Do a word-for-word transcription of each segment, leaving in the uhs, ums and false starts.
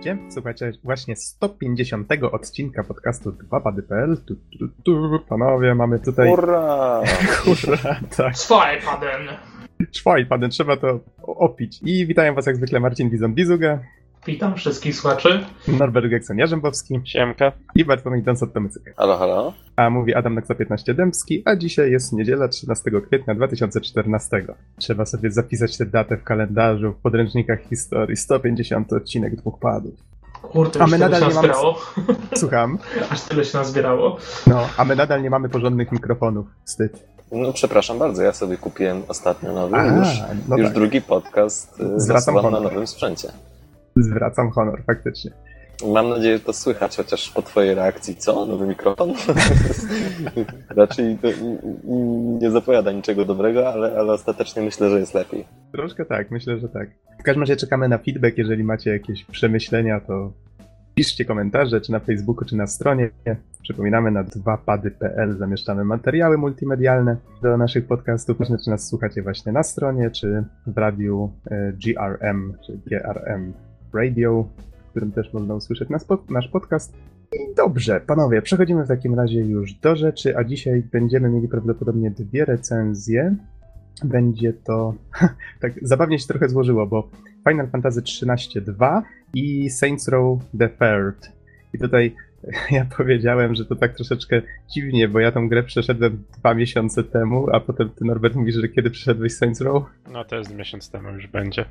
Witajcie, słuchajcie właśnie sto pięćdziesiątego odcinka podcastu dwa pady kropka p l. Tu, tu, tu, panowie, mamy tutaj... Hurra! Hurra, tak. Zweipaden! Zweipaden, trzeba to opić. I witają was jak zwykle Marcin Bizon-Bizuga. Witam wszystkich słuchaczy. Norbert Gekson-Jarzębowski. Siemka. I Bartłomiej Donsot-Tomycyk. Halo, halo. A mówi Adam Naksa piętnaście Dębski, a dzisiaj jest niedziela trzynastego kwietnia dwa tysiące czternastego. Trzeba sobie zapisać tę datę w kalendarzu, w podręcznikach historii. sto pięćdziesiąty odcinek dwóch padów. Kurde, A już my tyle nadal się nie mamy... nazbierało. Słucham. Aż tyle się nazbierało. No, a my nadal nie mamy porządnych mikrofonów. Wstyd. No przepraszam bardzo, ja sobie kupiłem ostatnio nowy, A, już, no już tak. drugi podcast y, zasuwam na nowym sprzęcie. Zwracam honor, faktycznie. Mam nadzieję, że to słychać, chociaż po twojej reakcji, co? Nowy mikrofon? Raczej to nie zapowiada niczego dobrego, ale, ale ostatecznie myślę, że jest lepiej. Troszkę tak, myślę, że tak. W każdym razie czekamy na feedback, jeżeli macie jakieś przemyślenia, to piszcie komentarze, czy na Facebooku, czy na stronie. Przypominamy, na dwa pady kropka p l zamieszczamy materiały multimedialne do naszych podcastów. Można, czy nas słuchacie właśnie na stronie, czy w radiu G R M, czy G R M Radio, w którym też można usłyszeć nasz, pod, nasz podcast. I dobrze, panowie, przechodzimy w takim razie już do rzeczy, a dzisiaj będziemy mieli prawdopodobnie dwie recenzje. Będzie to... tak zabawnie się trochę złożyło, bo Final Fantasy trzynaście dwa i Saints Row the Third. I tutaj ja powiedziałem, że to tak troszeczkę dziwnie, bo ja tą grę przeszedłem dwa miesiące temu, a potem ty, Norbert, mówisz, że kiedy przeszedłeś Saints Row? No to jest miesiąc temu już będzie.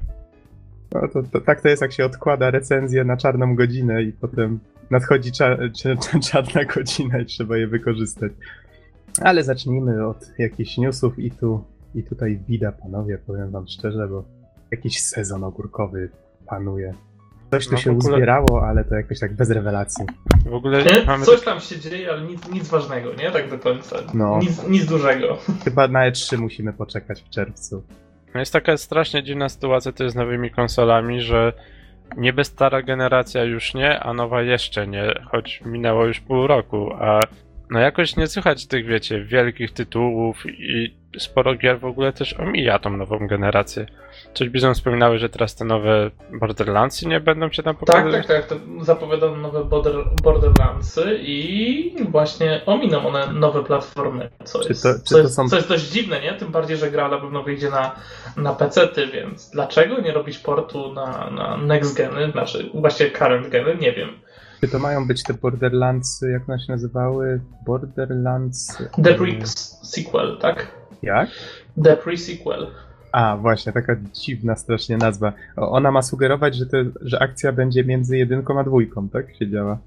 No to, to tak to jest, jak się odkłada recenzję na czarną godzinę i potem nadchodzi cza, cza, czarna godzina i trzeba je wykorzystać. Ale zacznijmy od jakichś newsów i tu i tutaj bida, panowie, powiem wam szczerze, bo jakiś sezon ogórkowy panuje. Coś tu No, się w ogóle... uzbierało, ale to jakoś tak bez rewelacji. W ogóle Nie? mamy... Coś tam się dzieje, ale nic, nic ważnego, nie? Tak do końca. No. Nic, nic dużego. Chyba na E trzy musimy poczekać w czerwcu. No jest taka strasznie dziwna sytuacja to jest z nowymi konsolami, że niby stara generacja już nie, a nowa jeszcze nie, choć minęło już pół roku, a no jakoś nie słychać tych, wiecie, wielkich tytułów i sporo gier w ogóle też omija tą nową generację. Coś Bizon wspominały, że teraz te nowe Borderlandsy nie będą się tam pokazywać? Tak, tak, tak. To zapowiadano nowe border, Borderlandsy i właśnie ominą one nowe platformy, co Czy jest, to- czy co to jest, są- co jest dość dziwne, nie? Tym bardziej, że gra na pewno wyjdzie na, na pecety, więc dlaczego nie robić portu na, na next geny, znaczy właściwie current geny, nie wiem. Czy to mają być te Borderlands, jak one się nazywały? Borderlands... The Pre-Sequel, tak? Jak? The Pre-Sequel. A, właśnie, taka dziwna strasznie nazwa. O, ona ma sugerować, że, to, że akcja będzie między jedynką a dwójką, tak się działa?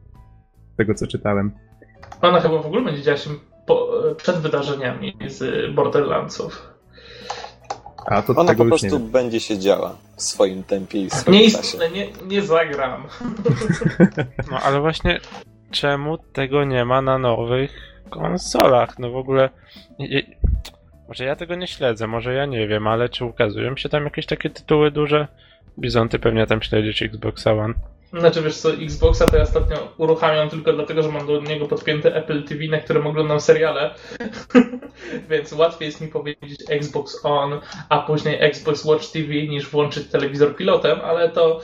Z tego, co czytałem. Ona chyba w ogóle będzie działa się po, przed wydarzeniami z Borderlandsów. A, to Ona tego po już nie prostu wiem. będzie się działa w swoim tempie i w swoim Nie czasie. istotne, nie, nie zagram. No ale właśnie czemu tego nie ma na nowych konsolach? No w ogóle... I, i, może ja tego nie śledzę, może ja nie wiem, ale czy ukazują się tam jakieś takie tytuły duże? Bizon, ty pewnie tam śledzisz Xboxa One. Znaczy wiesz co, Xboxa to ja ostatnio uruchamiam tylko dlatego, że mam do niego podpięty Apple T V, na którym oglądam seriale. Więc łatwiej jest mi powiedzieć Xbox On, a później Xbox Watch T V niż włączyć telewizor pilotem, ale to...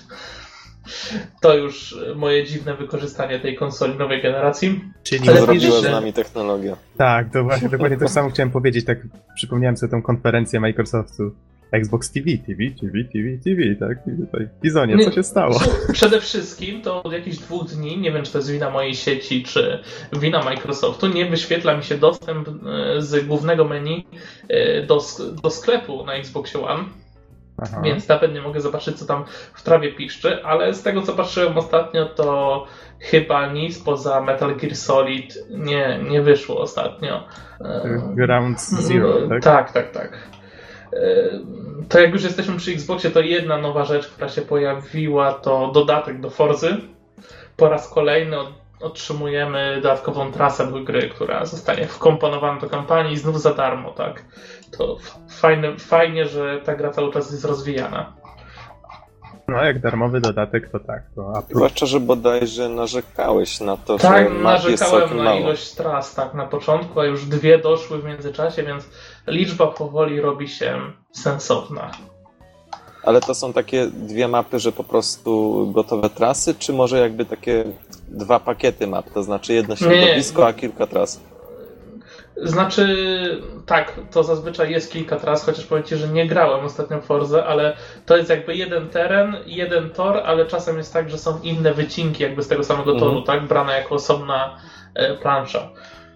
To już moje dziwne wykorzystanie tej konsoli nowej generacji. Czyli Ale mówisz, Zrobiła że- z nami technologia. Tak, to właśnie, dokładnie to samo chciałem powiedzieć, tak przypomniałem sobie tą konferencję Microsoftu. Xbox T V, T V, T V, T V, T V, tak? I tutaj, Bizonie, co się stało? Przede wszystkim to od jakichś dwóch dni, nie wiem czy to jest wina mojej sieci, czy wina Microsoftu, nie wyświetla mi się dostęp e, z głównego menu e, do, sk- do sklepu na Xboxie One. Aha. Więc nawet nie mogę zobaczyć, co tam w trawie piszczy, ale z tego, co patrzyłem ostatnio, to chyba nic poza Metal Gear Solid nie, nie wyszło ostatnio. Ground Zero, tak? Tak, tak, tak. To jak już jesteśmy przy Xboxie, to jedna nowa rzecz, która się pojawiła, to dodatek do Forzy. Po raz kolejny otrzymujemy dodatkową trasę do gry, która zostanie wkomponowana do kampanii znów za darmo, tak? To fajne, fajnie, że ta gra cały czas jest rozwijana. No jak darmowy dodatek, to tak. To a Zwłaszcza, że bodajże narzekałeś na to, Tak, że map jest narzekałem całkiem na mało. ilość tras tak na początku, a już dwie doszły w międzyczasie, więc liczba powoli robi się sensowna. Ale to są takie dwie mapy, że po prostu gotowe trasy, czy może jakby takie dwa pakiety map, to znaczy jedno środowisko, a kilka tras? Znaczy, tak, to zazwyczaj jest kilka tras, chociaż powiem Ci, że nie grałem ostatnio w Forze, ale to jest jakby jeden teren, jeden tor, ale czasem jest tak, że są inne wycinki jakby z tego samego toru, mhm. tak, brane jako osobna e, plansza.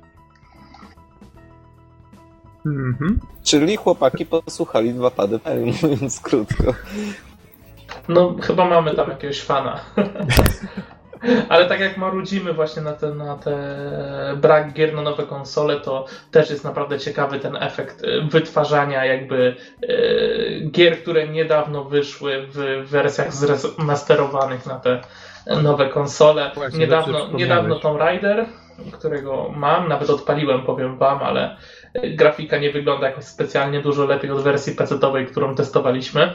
Mhm. Czyli chłopaki posłuchali dwa pady, mówiąc krótko. No, chyba mamy tam jakiegoś fana. Ale tak jak marudzimy właśnie na te, na te brak gier na nowe konsole, to też jest naprawdę ciekawy ten efekt wytwarzania jakby e, gier, które niedawno wyszły w wersjach zremasterowanych na te nowe konsole. Właśnie niedawno, niedawno Tomb Raider, którego mam, nawet odpaliłem, powiem wam, ale grafika nie wygląda jakoś specjalnie dużo lepiej od wersji pecetowej, którą testowaliśmy.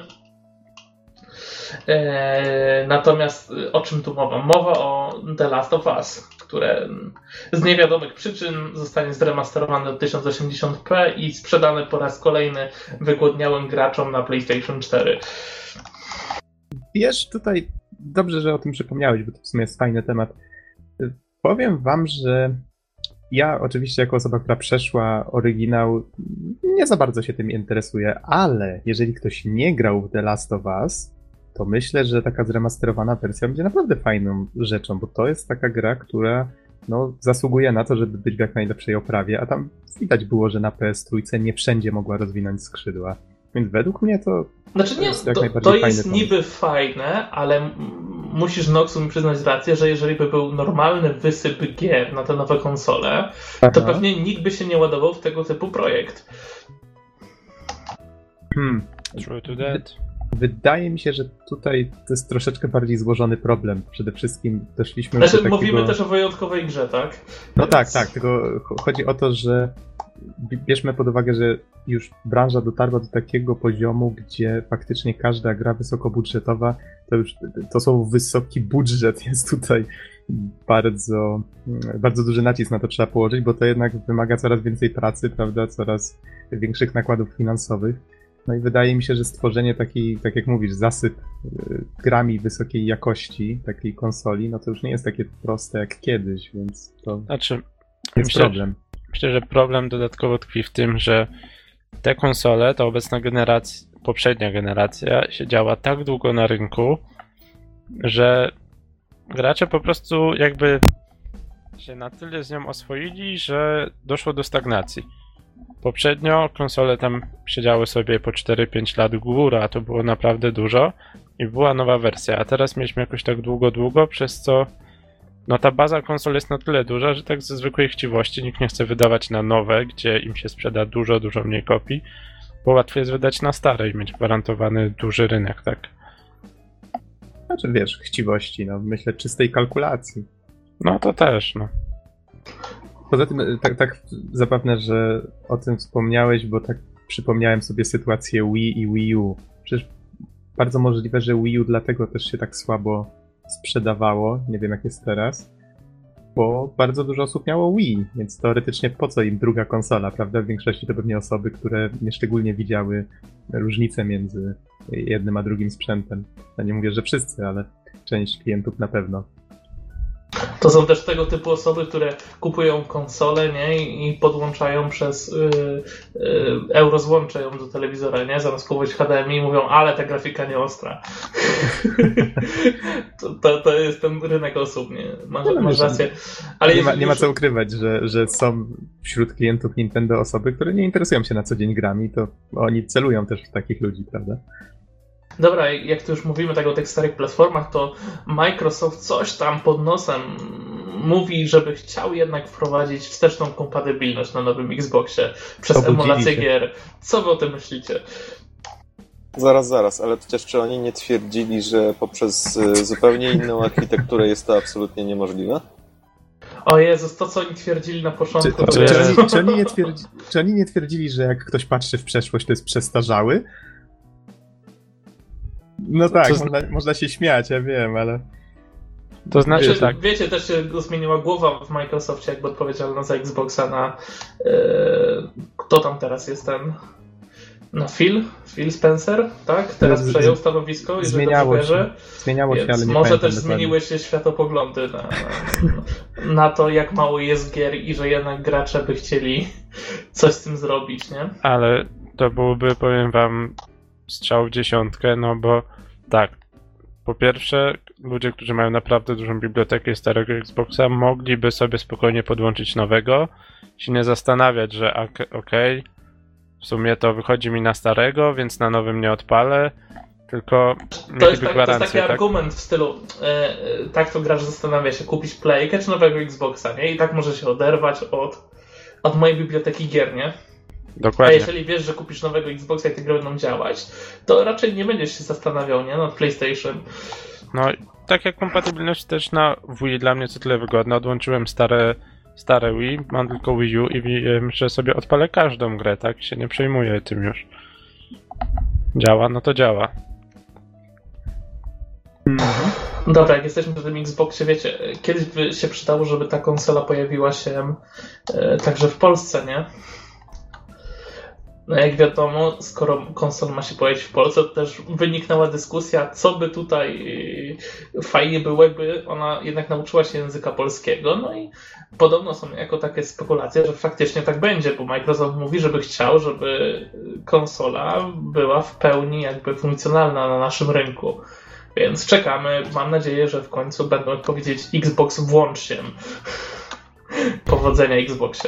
Eee, natomiast o czym tu mowa? Mowa o The Last of Us, które z niewiadomych przyczyn zostanie zremasterowane do tysiąc osiemdziesiąt p i sprzedane po raz kolejny wygłodniałym graczom na PlayStation cztery. Wiesz, tutaj dobrze, że o tym przypomniałeś, bo to w sumie jest fajny temat. Powiem wam, że ja oczywiście jako osoba, która przeszła oryginał, nie za bardzo się tym interesuję, ale jeżeli ktoś nie grał w The Last of Us, to myślę, że taka zremasterowana wersja będzie naprawdę fajną rzeczą, bo to jest taka gra, która no, zasługuje na to, żeby być w jak najlepszej oprawie, a tam widać było, że na P S trzy nie wszędzie mogła rozwinąć skrzydła. Więc według mnie to Znaczy nie, jest jak to, najbardziej to jest fajny niby fajne, ale m- musisz Noxu mi przyznać rację, że jeżeli by był normalny wysyp gier na te nowe konsole, Aha. to pewnie nikt by się nie ładował w tego typu projekt. Hmm. True to that. Wydaje mi się, że tutaj to jest troszeczkę bardziej złożony problem. Przede wszystkim doszliśmy znaczy, do takiego... Mówimy też o wyjątkowej grze, tak? No Więc... tak, tak, tylko chodzi o to, że bierzmy pod uwagę, że już branża dotarła do takiego poziomu, gdzie faktycznie każda gra wysokobudżetowa, to już to słowo wysoki budżet jest tutaj bardzo, bardzo duży nacisk na to trzeba położyć, bo to jednak wymaga coraz więcej pracy, prawda, coraz większych nakładów finansowych. No i wydaje mi się, że stworzenie takiej, tak jak mówisz, zasyp grami wysokiej jakości, takiej konsoli, no to już nie jest takie proste jak kiedyś, więc to znaczy, jest myślę, problem. Myślę, że problem dodatkowo tkwi w tym, że te konsole, ta obecna generacja, poprzednia generacja siedziała tak długo na rynku, że gracze po prostu jakby się na tyle z nią oswoili, że doszło do stagnacji. Poprzednio konsole tam siedziały sobie po cztery pięć lat góra, a to było naprawdę dużo i była nowa wersja, a teraz mieliśmy jakoś tak długo, długo, przez co no ta baza konsol jest na tyle duża, że tak ze zwykłej chciwości nikt nie chce wydawać na nowe, gdzie im się sprzeda dużo, dużo mniej kopii, bo łatwiej jest wydać na stare i mieć gwarantowany duży rynek, tak? Znaczy wiesz, chciwości, no myślę czystej kalkulacji. No to też, no. Poza tym tak, tak zapewne, że o tym wspomniałeś, bo tak przypomniałem sobie sytuację Wii i Wii U. Przecież bardzo możliwe, że Wii U dlatego też się tak słabo sprzedawało, nie wiem jak jest teraz, bo bardzo dużo osób miało Wii, więc teoretycznie po co im druga konsola, prawda? W większości to pewnie osoby, które nieszczególnie widziały różnicę między jednym a drugim sprzętem. Ja nie mówię, że wszyscy, ale część klientów na pewno. To są też tego typu osoby, które kupują konsolę, nie? I podłączają przez yy, yy, eurozłącze ją do telewizora, nie? Zamiast kupować H D M I i mówią, ale ta grafika nie ostra. to, to, to jest ten rynek osób, nie? Masz, no, masz rację. Ale nie, ma, nie ma co ukrywać, że, że są wśród klientów Nintendo osoby, które nie interesują się na co dzień grami, to oni celują też w takich ludzi, prawda? Dobra, jak tu już mówimy tak o tych starych platformach, to Microsoft coś tam pod nosem mówi, żeby chciał jednak wprowadzić wsteczną kompatybilność na nowym Xboxie przez Obudzili emulację się. gier. Co wy o tym myślicie? Zaraz, zaraz, ale przecież czy oni nie twierdzili, że poprzez zupełnie inną architekturę jest to absolutnie niemożliwe? O Jezus, to co oni twierdzili na początku. Czy, to czy, jest... czy, oni, czy, oni nie twierdzi, czy oni nie twierdzili, że jak ktoś patrzy w przeszłość, to jest przestarzały? No tak, to można, można się śmiać, ja wiem, ale... To znaczy wiecie, tak. Wiecie, też się zmieniła głowa w Microsoftie, jakby odpowiedzialna za Xboxa na... Yy, kto tam teraz jest ten... No Phil, Phil Spencer, tak? Teraz Z- przejął stanowisko, jeżeli Zmieniało dobrze się, kojarzę. zmieniało się, Więc ale nie może pamiętam też dokładnie. zmieniły się światopoglądy na, na, na to, jak mało jest gier i że jednak gracze by chcieli coś z tym zrobić, nie? Ale to byłby, powiem wam, strzał w dziesiątkę, no bo tak, po pierwsze, ludzie, którzy mają naprawdę dużą bibliotekę starego Xboxa, mogliby sobie spokojnie podłączyć nowego, się nie zastanawiać, że ok- okej, okay, w sumie to wychodzi mi na starego, więc na nowym nie odpalę, tylko To jest, mieliby tak, to jest gwarancję, taki tak? argument w stylu, e, e, tak to gracz zastanawia się, kupić playkę czy nowego Xboxa, nie? I tak może się oderwać od, od mojej biblioteki gier, nie? A Dokładnie. jeżeli wiesz, że kupisz nowego Xboxa i te gry będą działać, to raczej nie będziesz się zastanawiał, nie? Nad PlayStation. No, tak jak kompatybilność też na Wii dla mnie co tyle wygodna. Odłączyłem stare, stare Wii, mam tylko Wii U i wiem, że sobie odpalę każdą grę, tak? Się nie przejmuję tym już. Działa, no to działa. Dobra, jak jesteśmy przy tym Xboxie, wiecie, kiedyś by się przydało, żeby ta konsola pojawiła się e, także w Polsce, nie? No jak wiadomo, skoro konsola ma się pojawić w Polsce, to też wyniknęła dyskusja, co by tutaj e, fajnie było, jakby ona jednak nauczyła się języka polskiego. No i podobno są jako takie spekulacje, że faktycznie tak będzie, bo Microsoft mówi, żeby chciał, żeby konsola była w pełni jakby funkcjonalna na naszym rynku. Więc czekamy. Mam nadzieję, że w końcu będą powiedzieć Xbox włącz się. Powodzenia Xboxie.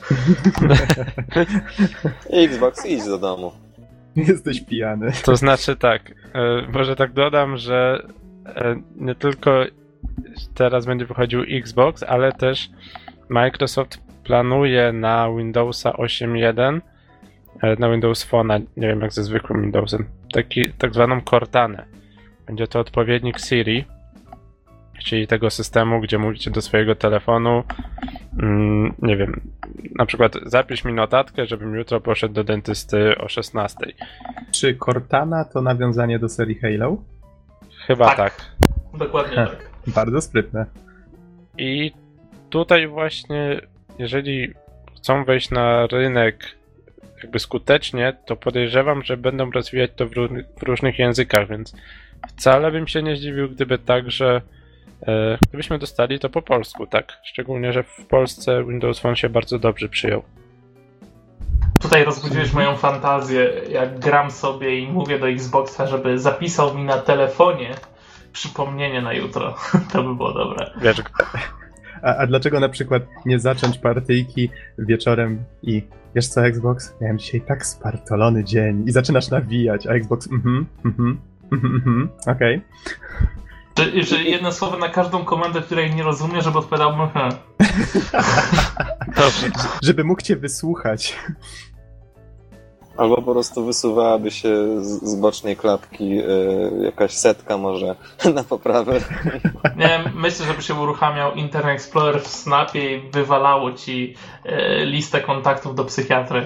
Xbox, idź do domu. Jesteś pijany. To znaczy tak, e, może tak dodam, że e, nie tylko teraz będzie wychodził Xbox, ale też Microsoft planuje na Windowsa osiem jeden, e, na Windows Phone'a, nie wiem jak ze zwykłym Windowsem, taki, tak zwaną Cortanę. Będzie to odpowiednik Siri, czyli tego systemu, gdzie mówicie do swojego telefonu, mm, nie wiem, na przykład zapisz mi notatkę, żebym jutro poszedł do dentysty o szesnastej. Czy Cortana to nawiązanie do serii Halo? Chyba Tak. tak. Dokładnie tak. Bardzo sprytne. I tutaj właśnie, jeżeli chcą wejść na rynek jakby skutecznie, to podejrzewam, że będą rozwijać to w, różnych, w różnych językach, więc wcale bym się nie zdziwił, gdyby tak, że e, gdybyśmy dostali to po polsku, tak? Szczególnie, że w Polsce Windows Phone się bardzo dobrze przyjął. Tutaj rozbudziłeś moją fantazję, jak gram sobie i mówię do Xboxa, żeby zapisał mi na telefonie przypomnienie na jutro. To by było dobre. Wiesz, A, a dlaczego na przykład nie zacząć partyjki wieczorem i wiesz co, Xbox? Miałem dzisiaj tak spartolony dzień i zaczynasz nawijać, a Xbox mhm, mhm, mhm, mhm, okej. Że, że jedno słowo na każdą komendę, której nie rozumie, żeby odpowiadał mhm. dobrze. Żeby mógł cię wysłuchać. Albo po prostu wysuwałaby się z, z bocznej klatki y, jakaś setka może na poprawę. Nie wiem, myślę, żeby się uruchamiał Internet Explorer w Snapie i wywalało ci e, listę kontaktów do psychiatry.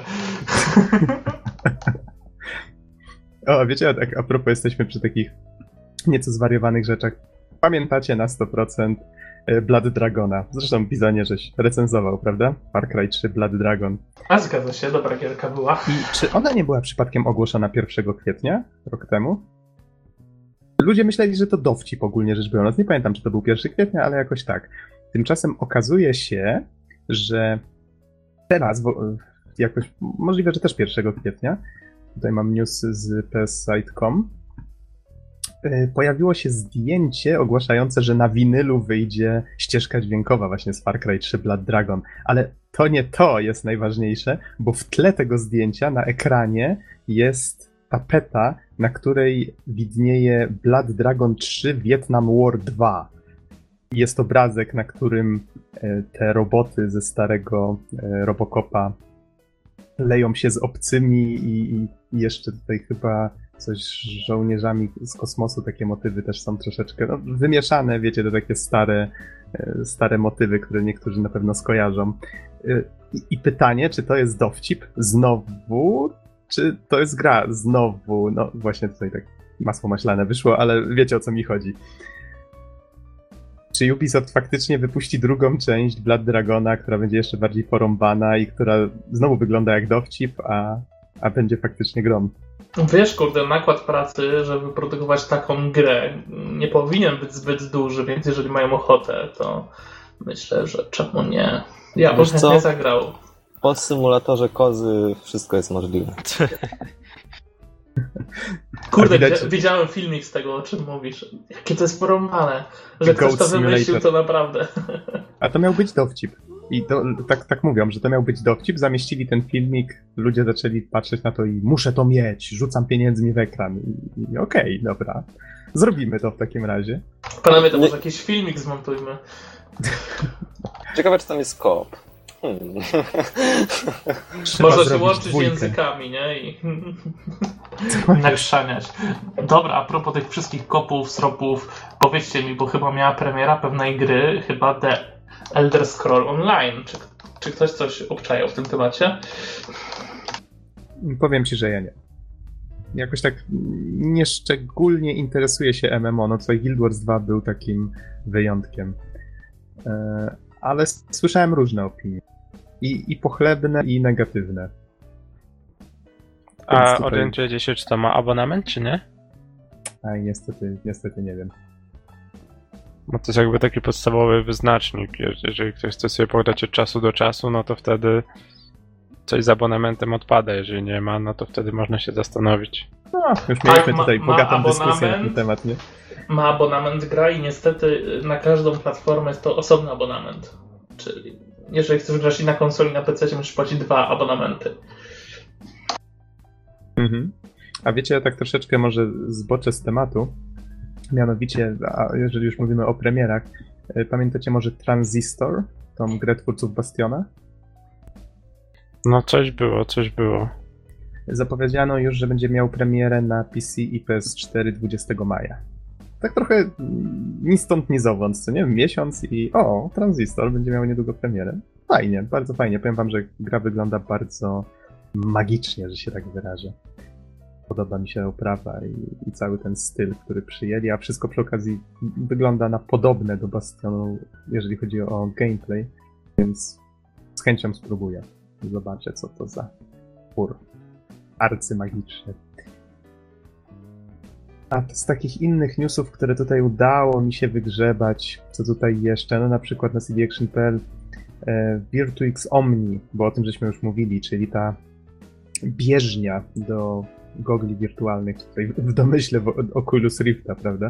O, a wiecie, a tak a propos jesteśmy przy takich nieco zwariowanych rzeczach. Pamiętacie na sto procent Blood Dragona. Zresztą Bizonie żeś recenzował, prawda? Far Cry trzy Blood Dragon. A zgadza się, dobra gierka była. I czy ona nie była przypadkiem ogłoszona pierwszego kwietnia, rok temu? Ludzie myśleli, że to dowcip ogólnie rzecz biorąc. Nie pamiętam, czy to był pierwszego kwietnia, ale jakoś tak. Tymczasem okazuje się, że teraz, bo jakoś możliwe, że też pierwszego kwietnia, tutaj mam news z P S Site kropka com, pojawiło się zdjęcie ogłaszające, że na winylu wyjdzie ścieżka dźwiękowa właśnie z Far Cry trzy Blood Dragon. Ale to nie to jest najważniejsze, bo w tle tego zdjęcia na ekranie jest tapeta, na której widnieje Blood Dragon trzy Vietnam War dwa. Jest obrazek, na którym te roboty ze starego Robocopa leją się z obcymi i, i jeszcze tutaj chyba coś z żołnierzami z kosmosu, takie motywy też są troszeczkę no, wymieszane, wiecie, to takie stare, stare motywy, które niektórzy na pewno skojarzą. I, I pytanie, czy to jest dowcip znowu, czy to jest gra znowu? No właśnie tutaj tak masło maślane wyszło, ale wiecie, o co mi chodzi. Czy Ubisoft faktycznie wypuści drugą część Blood Dragona, która będzie jeszcze bardziej porąbana i która znowu wygląda jak dowcip, a, a będzie faktycznie grom. Wiesz, kurde, nakład pracy, żeby wyprodukować taką grę nie powinien być zbyt duży, więc jeżeli mają ochotę, to myślę, że czemu nie. Ja bym chętnie zagrał. Po symulatorze kozy wszystko jest możliwe. Kurde, widać... widziałem filmik z tego, o czym mówisz. Jakie to jest porąbane, że ktoś to wymyślił, to naprawdę. A to miał być dowcip. I to, tak, tak mówią, że to miał być dowcip, zamieścili ten filmik, ludzie zaczęli patrzeć na to i muszę to mieć, rzucam pieniędzmi w ekran. I, i okej, okay, dobra, zrobimy to w takim razie. Panowie, to może jakiś filmik zmontujmy. Ciekawe, czy tam jest koop. Hmm. Można się łączyć dwójkę. Językami, nie? I nakrzaniać. Dobra, a propos tych wszystkich kopów, sropów, powiedzcie mi, bo chyba miała premiera pewnej gry, chyba The Elder Scroll Online. Czy, czy ktoś coś obczajał w tym temacie? Powiem ci, że ja nie. Jakoś tak nieszczególnie interesuje się M M O, no tutaj Guild Wars dwa był takim wyjątkiem. Ale słyszałem różne opinie. I, i pochlebne, i negatywne. A tutaj... orientujecie się, czy to ma abonament, czy nie? Aj, niestety, niestety nie wiem. Bo to jest jakby taki podstawowy wyznacznik. Jeżeli ktoś chce sobie pograć od czasu do czasu, no to wtedy coś z abonamentem odpada. Jeżeli nie ma, no to wtedy można się zastanowić. No, już mieliśmy tak, tutaj ma, bogatą ma dyskusję na ten temat, nie? Ma abonament gra i niestety na każdą platformę jest to osobny abonament. Czyli jeżeli chcesz grać i na konsoli, i na P C, musisz płacić dwa abonamenty. Mhm. A wiecie, ja tak troszeczkę może zboczę z tematu. Mianowicie, a jeżeli już mówimy o premierach, pamiętacie może Transistor, tą grę twórców Bastiona? No coś było, coś było. Zapowiedziano już, że będzie miał premierę na P C i P S cztery dwudziestego maja. Tak trochę ni stąd, ni zowąd, co nie? Miesiąc i o, Transistor będzie miał niedługo premierę. Fajnie, bardzo fajnie. Powiem wam, że gra wygląda bardzo magicznie, że się tak wyrażę. Podoba mi się oprawa i, i cały ten styl, który przyjęli, a wszystko przy okazji wygląda na podobne do Bastionu, jeżeli chodzi o gameplay, więc z chęcią spróbuję. Zobaczę, co to za twór arcymagiczny. A z takich innych newsów, które tutaj udało mi się wygrzebać, co tutaj jeszcze, no na przykład na C D Action kropka P L e, Virtuix Omni, bo o tym żeśmy już mówili, czyli ta bieżnia do gogli wirtualnych, tutaj w domyśle w Oculus Rifta, prawda?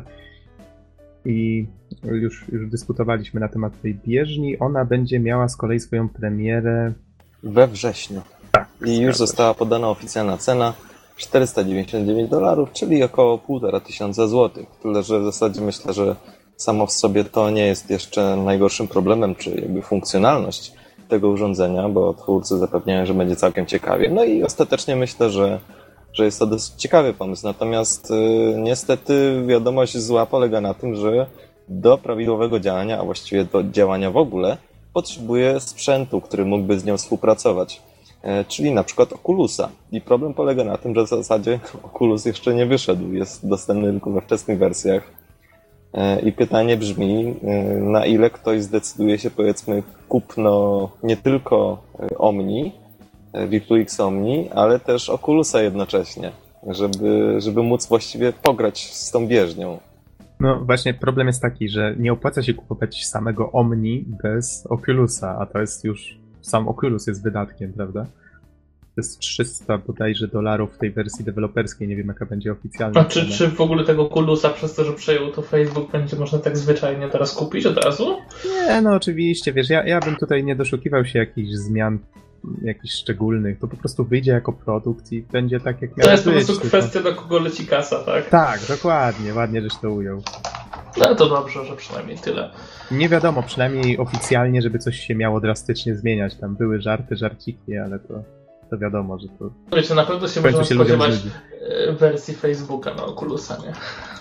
I już, już dyskutowaliśmy na temat tej bieżni. Ona będzie miała z kolei swoją premierę we wrześniu. Tak. I już została podana oficjalna cena czterysta dziewięćdziesiąt dziewięć dolarów, czyli około półtora tysiąca złotych. Tyle, że w zasadzie myślę, że samo w sobie to nie jest jeszcze najgorszym problemem, czy jakby funkcjonalność tego urządzenia, bo twórcy zapewniają, że będzie całkiem ciekawie. No i ostatecznie myślę, że, że jest to dosyć ciekawy pomysł. Natomiast y, niestety wiadomość zła polega na tym, że do prawidłowego działania, a właściwie do działania w ogóle, potrzebuje sprzętu, który mógłby z nią współpracować. Czyli na przykład Oculusa. I problem polega na tym, że w zasadzie Oculus jeszcze nie wyszedł, jest dostępny tylko we wczesnych wersjach. I pytanie brzmi, na ile ktoś zdecyduje się, powiedzmy, kupno nie tylko Omni, Virtuix Omni, ale też Oculusa jednocześnie, żeby, żeby móc właściwie pograć z tą bieżnią. No właśnie problem jest taki, że nie opłaca się kupować samego Omni bez Oculusa, a to jest już sam Oculus jest wydatkiem, prawda? To jest trzysta bodajże dolarów w tej wersji deweloperskiej, nie wiem jaka będzie oficjalna. A czy, czy w ogóle tego Oculusa przez to, że przejął to Facebook, będzie można tak zwyczajnie teraz kupić od razu? Nie, no oczywiście, wiesz, ja, ja bym tutaj nie doszukiwał się jakichś zmian, jakichś szczególnych, to po prostu wyjdzie jako produkt i będzie tak jak miało być. To jest po prostu tylko kwestia, do kogo leci kasa, tak? Tak, dokładnie, ładnie żeś to ujął. No to dobrze, że przynajmniej tyle. Nie wiadomo, przynajmniej oficjalnie, żeby coś się miało drastycznie zmieniać. Tam były żarty, żarciki, ale to, to wiadomo, że to... Wiecie, na pewno się można się spodziewać wersji Facebooka na Oculusa, nie?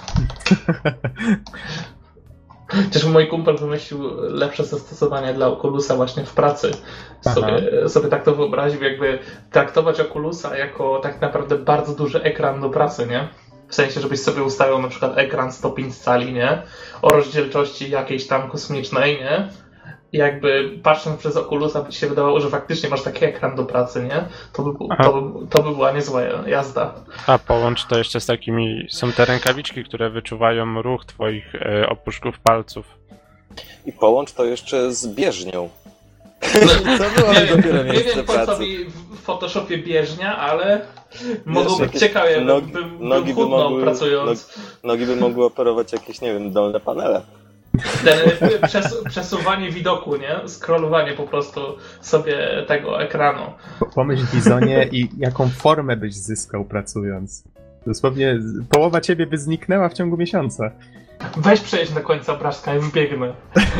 Chociaż mój kumpel wymyślił lepsze zastosowanie dla Oculusa właśnie w pracy. Sobie, sobie tak to wyobraził, jakby traktować Oculusa jako tak naprawdę bardzo duży ekran do pracy, nie? W sensie, żebyś sobie ustawiał na przykład ekran sto pięć cali, nie? O rozdzielczości jakiejś tam kosmicznej, nie? jakby patrząc przez Oculusa by ci się wydawało, że faktycznie masz taki ekran do pracy, nie? To by, to by, to by była niezła jazda. A połącz to jeszcze z takimi, są te rękawiczki, które wyczuwają ruch twoich e, opuszków palców. I połącz to jeszcze z bieżnią. No, to było nie, dopiero nie miejsce wiem, po pracy. co mi w Photoshopie bieżnia, ale mogło być jakieś ciekawie, nogi- bym, bym nogi by chudnął mogły- pracując. Nogi by mogły operować jakieś, nie wiem, dolne panele. Ten, przes, przesuwanie widoku, nie? Scrollowanie po prostu sobie tego ekranu. Pomyśl Bizonie i jaką formę byś zyskał pracując. Dosłownie połowa ciebie by zniknęła w ciągu miesiąca. Weź przejdź do końca obrazka i wybiegnę.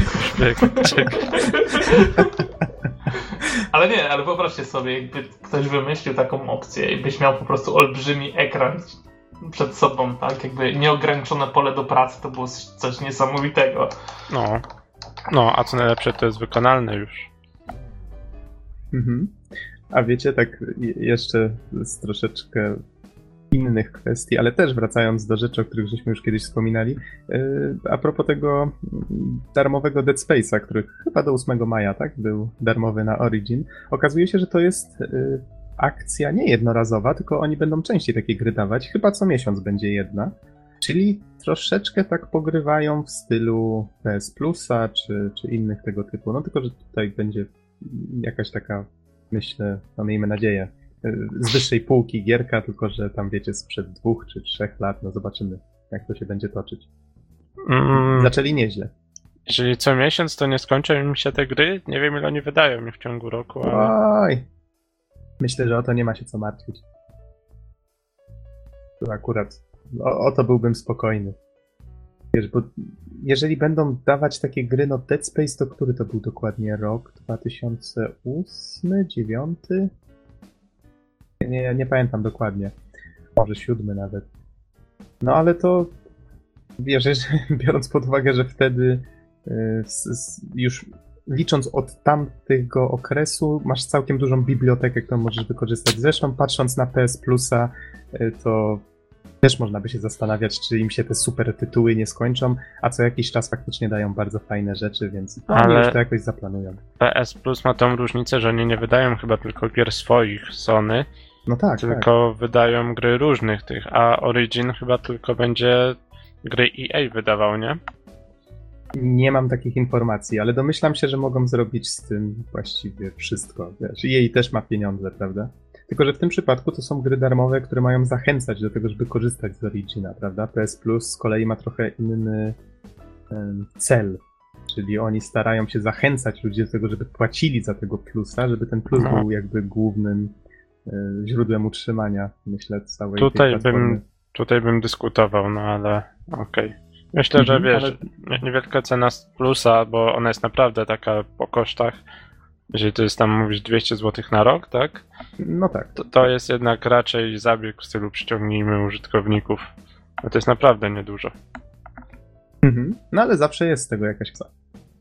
Ale nie, ale wyobraźcie sobie, jakby ktoś wymyślił taką opcję i byś miał po prostu olbrzymi ekran przed sobą, tak? Jakby nieograniczone pole do pracy, to było coś niesamowitego. No, no, a co najlepsze, to jest wykonalne już. Mhm. A wiecie, tak jeszcze z troszeczkę innych kwestii, ale też wracając do rzeczy, o których żeśmy już kiedyś wspominali, yy, a propos tego darmowego Dead Space'a, który chyba do ósmego maja, tak, był darmowy na Origin, okazuje się, że to jest yy, akcja nie jednorazowa, tylko oni będą częściej takie gry dawać, chyba co miesiąc będzie jedna, czyli troszeczkę tak pogrywają w stylu P S Plusa, czy, czy innych tego typu, no tylko, że tutaj będzie jakaś taka, myślę, no miejmy nadzieję, z wyższej półki gierka, tylko że tam wiecie sprzed dwóch czy trzech lat, no zobaczymy jak to się będzie toczyć. Mm, Zaczęli nieźle. Czyli co miesiąc to nie skończą im się te gry? Nie wiem ile oni wydają mi w ciągu roku, ale... Oj! Myślę, że o to nie ma się co martwić. Tu akurat o, o to byłbym spokojny. Wiesz, bo jeżeli będą dawać takie gry, no Dead Space to który to był dokładnie rok? dwa tysiące ósmy, dziewiąty? Nie, nie pamiętam dokładnie. Może siódmy nawet. No ale to wiesz, biorąc pod uwagę, że wtedy yy, s, s, już licząc od tamtego okresu masz całkiem dużą bibliotekę, którą możesz wykorzystać. Zresztą patrząc na P S Plusa, yy, to też można by się zastanawiać, czy im się te super tytuły nie skończą, a co jakiś czas faktycznie dają bardzo fajne rzeczy, więc ale... oni już to jakoś zaplanują. P S Plus ma tą różnicę, że oni nie wydają chyba tylko gier swoich Sony, no tak, tylko tak. wydają gry różnych tych, a Origin chyba tylko będzie gry E A wydawał, nie? Nie mam takich informacji, ale domyślam się, że mogą zrobić z tym właściwie wszystko. Wiesz, jej też ma pieniądze, prawda? Tylko że w tym przypadku to są gry darmowe, które mają zachęcać do tego, żeby korzystać z Origina, prawda? P S Plus z kolei ma trochę inny um, cel, czyli oni starają się zachęcać ludzi do tego, żeby płacili za tego plusa, żeby ten plus no. był jakby głównym y, źródłem utrzymania, myślę, całej tutaj tej platformy. Bym, tutaj bym dyskutował, no ale okej. Okay. Myślę, mhm, że wiesz, ale... niewielka cena plusa, bo ona jest naprawdę taka po kosztach, jeżeli to jest tam mówisz dwieście złotych na rok, tak? No tak. To, to jest jednak raczej zabieg w stylu przyciągnijmy użytkowników. No to jest naprawdę niedużo. Mhm. No ale zawsze jest z tego jakaś kwota.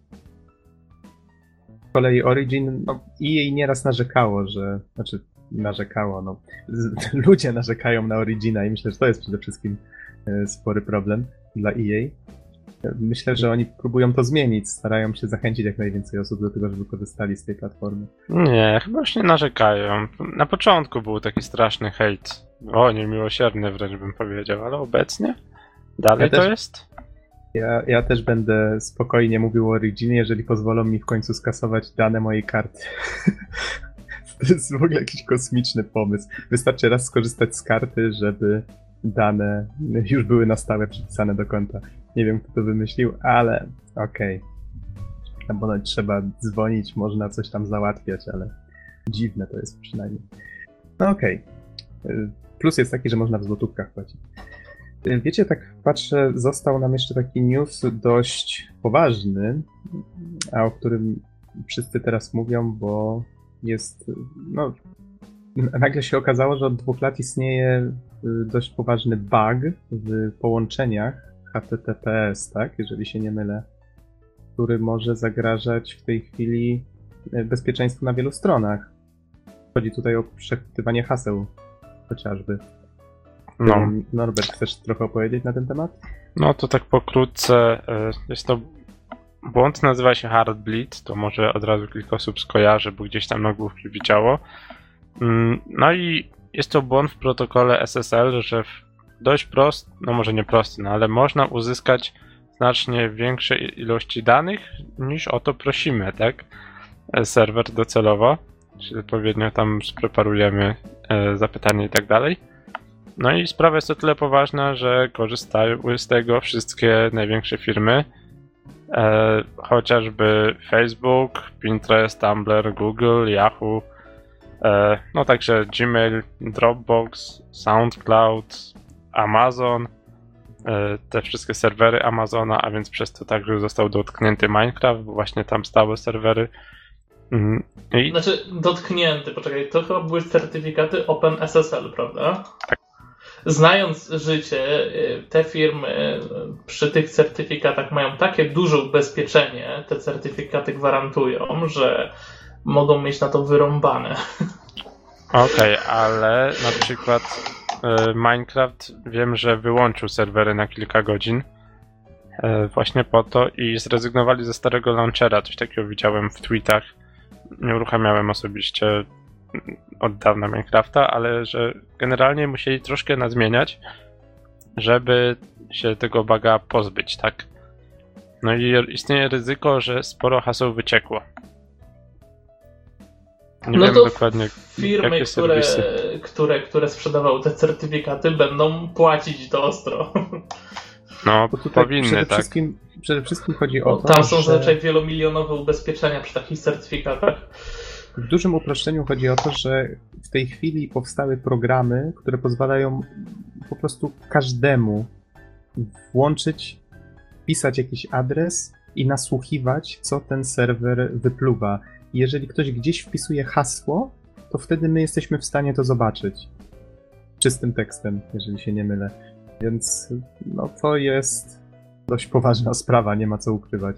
Z kolei Origin, no i jej nieraz narzekało, że, znaczy narzekało, no z, ludzie narzekają na Origina i myślę, że to jest przede wszystkim e, spory problem dla E A. Myślę, że oni próbują to zmienić, starają się zachęcić jak najwięcej osób do tego, żeby korzystali z tej platformy. Nie, chyba już nie narzekają. Na początku był taki straszny hejt. O, niemiłosierny wręcz bym powiedział, ale obecnie dalej ja to też, jest? Ja, ja też będę spokojnie mówił o Originie, jeżeli pozwolą mi w końcu skasować dane mojej karty. To jest w ogóle jakiś kosmiczny pomysł. Wystarczy raz skorzystać z karty, żeby dane już były na stałe przypisane do konta. Nie wiem, kto to wymyślił, ale okej. Okay. Tam ponoć trzeba dzwonić, można coś tam załatwiać, ale dziwne to jest przynajmniej. No okej. Okay. Plus jest taki, że można w złotówkach płacić. Wiecie, tak patrzę, został nam jeszcze taki news dość poważny, a o którym wszyscy teraz mówią, bo jest, no, nagle się okazało, że od dwóch lat istnieje dość poważny bug w połączeniach H T T P S, tak, jeżeli się nie mylę, który może zagrażać w tej chwili bezpieczeństwu na wielu stronach. Chodzi tutaj o przechwytywanie haseł chociażby. No. Norbert, chcesz trochę opowiedzieć na ten temat? No to tak pokrótce, jest to błąd nazywa się Heartbleed, to może od razu kilka osób skojarzy, bo gdzieś tam nagłówki widziało. No i jest to błąd w protokole S S L, że w dość prosty, no może nie prosty, no ale można uzyskać znacznie większe ilości danych niż o to prosimy, tak? Serwer docelowo, czyli odpowiednio tam spreparujemy zapytanie i tak dalej. No i sprawa jest o tyle poważna, że korzystały z tego wszystkie największe firmy, e, chociażby Facebook, Pinterest, Tumblr, Google, Yahoo, e, no także Gmail, Dropbox, SoundCloud, Amazon, e, te wszystkie serwery Amazona, a więc przez to także został dotknięty Minecraft, bo właśnie tam stały serwery. Mm, i... Znaczy dotknięty, poczekaj, to chyba były certyfikaty OpenSSL, prawda? Tak. Znając życie, te firmy przy tych certyfikatach mają takie duże ubezpieczenie, te certyfikaty gwarantują, że mogą mieć na to wyrąbane. Okej, okay, ale na przykład y, Minecraft wiem, że wyłączył serwery na kilka godzin y, właśnie po to i zrezygnowali ze starego launchera. Coś takiego widziałem w tweetach. Nie uruchamiałem osobiście od dawna Minecrafta, ale że generalnie musieli troszkę nazmieniać, żeby się tego buga pozbyć, tak? No i istnieje ryzyko, że sporo haseł wyciekło. Nie no wiem to dokładnie, firmy, jakie które, serwisy. które, które sprzedawały te certyfikaty, będą płacić to ostro. No, powinny, przede tak. Wszystkim, przede wszystkim chodzi o to, Tam są że... zazwyczaj wielomilionowe ubezpieczenia przy takich certyfikatach. W dużym uproszczeniu chodzi o to, że w tej chwili powstały programy, które pozwalają po prostu każdemu włączyć, wpisać jakiś adres i nasłuchiwać, co ten serwer wypluwa. I jeżeli ktoś gdzieś wpisuje hasło, to wtedy my jesteśmy w stanie to zobaczyć. Czystym tekstem, jeżeli się nie mylę. Więc no to jest dość poważna sprawa, nie ma co ukrywać.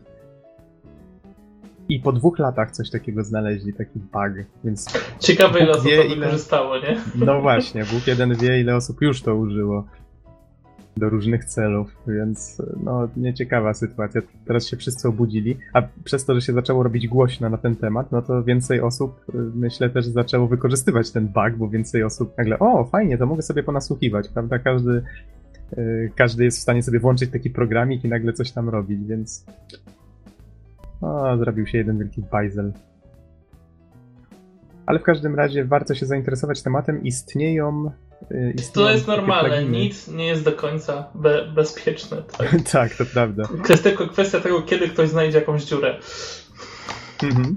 I po dwóch latach coś takiego znaleźli, taki bug, więc... Ciekawe, ile osób to ile... wykorzystało, nie? No właśnie, Bóg jeden wie, ile osób już to użyło do różnych celów, więc no nieciekawa sytuacja. Teraz się wszyscy obudzili, a przez to, że się zaczęło robić głośno na ten temat, no to więcej osób, myślę, też zaczęło wykorzystywać ten bug, bo więcej osób nagle, o fajnie, to mogę sobie ponasłuchiwać, prawda? Każdy, każdy jest w stanie sobie włączyć taki programik i nagle coś tam robić, więc... O, zrobił się jeden wielki bajzel. Ale w każdym razie warto się zainteresować tematem. Istnieją... Yy, istnieją to jest normalne, pluginy. Nic nie jest do końca be- bezpieczne. Tak? Tak, to prawda. To jest tylko kwestia tego, kiedy ktoś znajdzie jakąś dziurę. Mhm.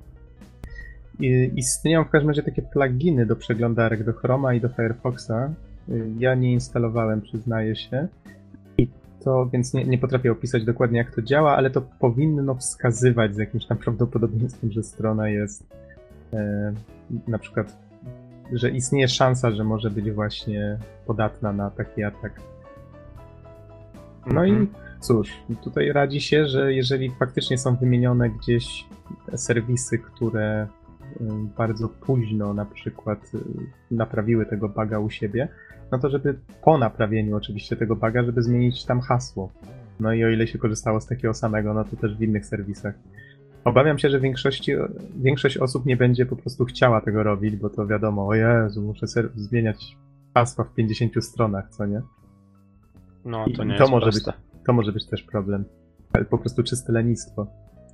I, istnieją w każdym razie takie pluginy do przeglądarek, do Chroma i do Firefoxa. Yy, ja nie instalowałem, przyznaję się. To więc nie, nie potrafię opisać dokładnie, jak to działa, ale to powinno wskazywać z jakimś tam prawdopodobieństwem, że strona jest e, na przykład, że istnieje szansa, że może być właśnie podatna na taki atak. No mm-hmm. i cóż, tutaj radzi się, że jeżeli faktycznie są wymienione gdzieś serwisy, które bardzo późno na przykład naprawiły tego buga u siebie, no to żeby po naprawieniu oczywiście tego buga, żeby zmienić tam hasło. No i o ile się korzystało z takiego samego, no to też w innych serwisach. Obawiam się, że większości, większość osób nie będzie po prostu chciała tego robić, bo to wiadomo, o Jezu, muszę ser- zmieniać hasła w pięćdziesięciu stronach, co nie? No to nie I to jest może proste. być, to może być też problem. Ale po prostu czyste lenistwo.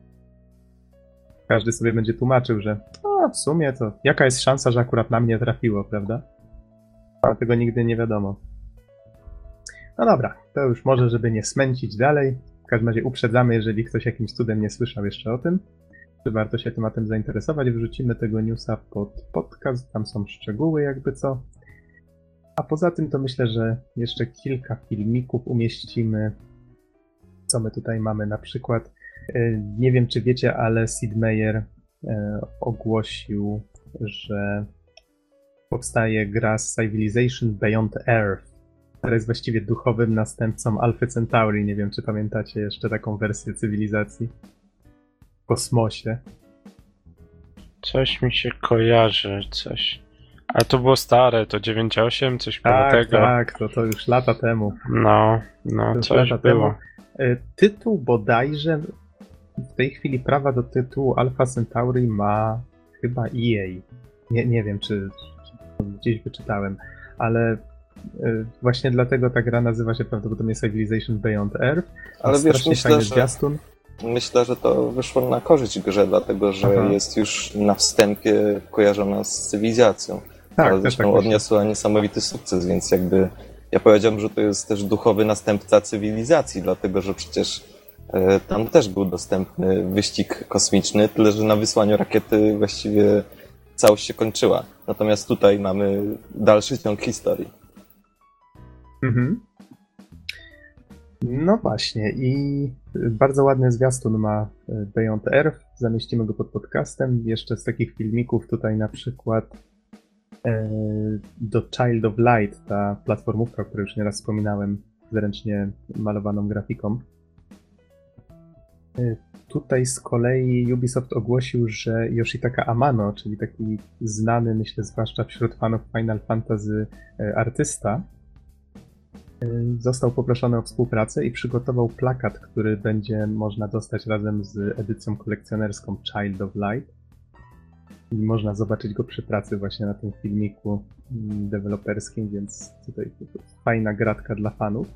Każdy sobie będzie tłumaczył, że o, w sumie to jaka jest szansa, że akurat na mnie trafiło, prawda? Ale tego nigdy nie wiadomo. No dobra, to już może, żeby nie smęcić dalej. W każdym razie uprzedzamy, jeżeli ktoś jakimś cudem nie słyszał jeszcze o tym, czy warto się tematem zainteresować. Wrzucimy tego newsa pod podcast, tam są szczegóły jakby co. A poza tym to myślę, że jeszcze kilka filmików umieścimy. Co my tutaj mamy? Na przykład, nie wiem czy wiecie, ale Sid Meier ogłosił, że powstaje gra Civilization Beyond Earth, która jest właściwie duchowym następcą Alpha Centauri. Nie wiem, czy pamiętacie jeszcze taką wersję cywilizacji w kosmosie. Coś mi się kojarzy, coś. Ale to było stare, to dziewięć osiem, coś było Tak, tego. tak, to, to już lata temu. No, no, To już coś lata było. temu. Tytuł bodajże w tej chwili prawa do tytułu Alpha Centauri ma chyba E A. Nie, nie wiem, czy, czy gdzieś wyczytałem, ale właśnie dlatego ta gra nazywa się prawdopodobnie Civilization Beyond Earth. Ale wiesz, myślę, że, zwiastun. myślę, że to wyszło na korzyść grze, dlatego że Aha. jest już na wstępie kojarzona z cywilizacją. Tak, ale zresztą tak odniosła niesamowity sukces, więc jakby ja powiedziałbym, że to jest też duchowy następca cywilizacji, dlatego że przecież e, tam też był dostępny wyścig kosmiczny, tyle że na wysłaniu rakiety właściwie całość się kończyła. Natomiast tutaj mamy dalszy ciąg historii. Mhm. No właśnie i bardzo ładny zwiastun ma Beyond Earth, zamieścimy go pod podcastem. Jeszcze z takich filmików tutaj na przykład e, do Child of Light, ta platformówka, o której już nieraz wspominałem, z ręcznie malowaną grafiką. E, tutaj z kolei Ubisoft ogłosił, że Yoshitaka Amano, czyli taki znany, myślę, zwłaszcza wśród fanów Final Fantasy e, artysta, został poproszony o współpracę i przygotował plakat, który będzie można dostać razem z edycją kolekcjonerską Child of Light. I można zobaczyć go przy pracy właśnie na tym filmiku deweloperskim, więc tutaj fajna gratka dla fanów.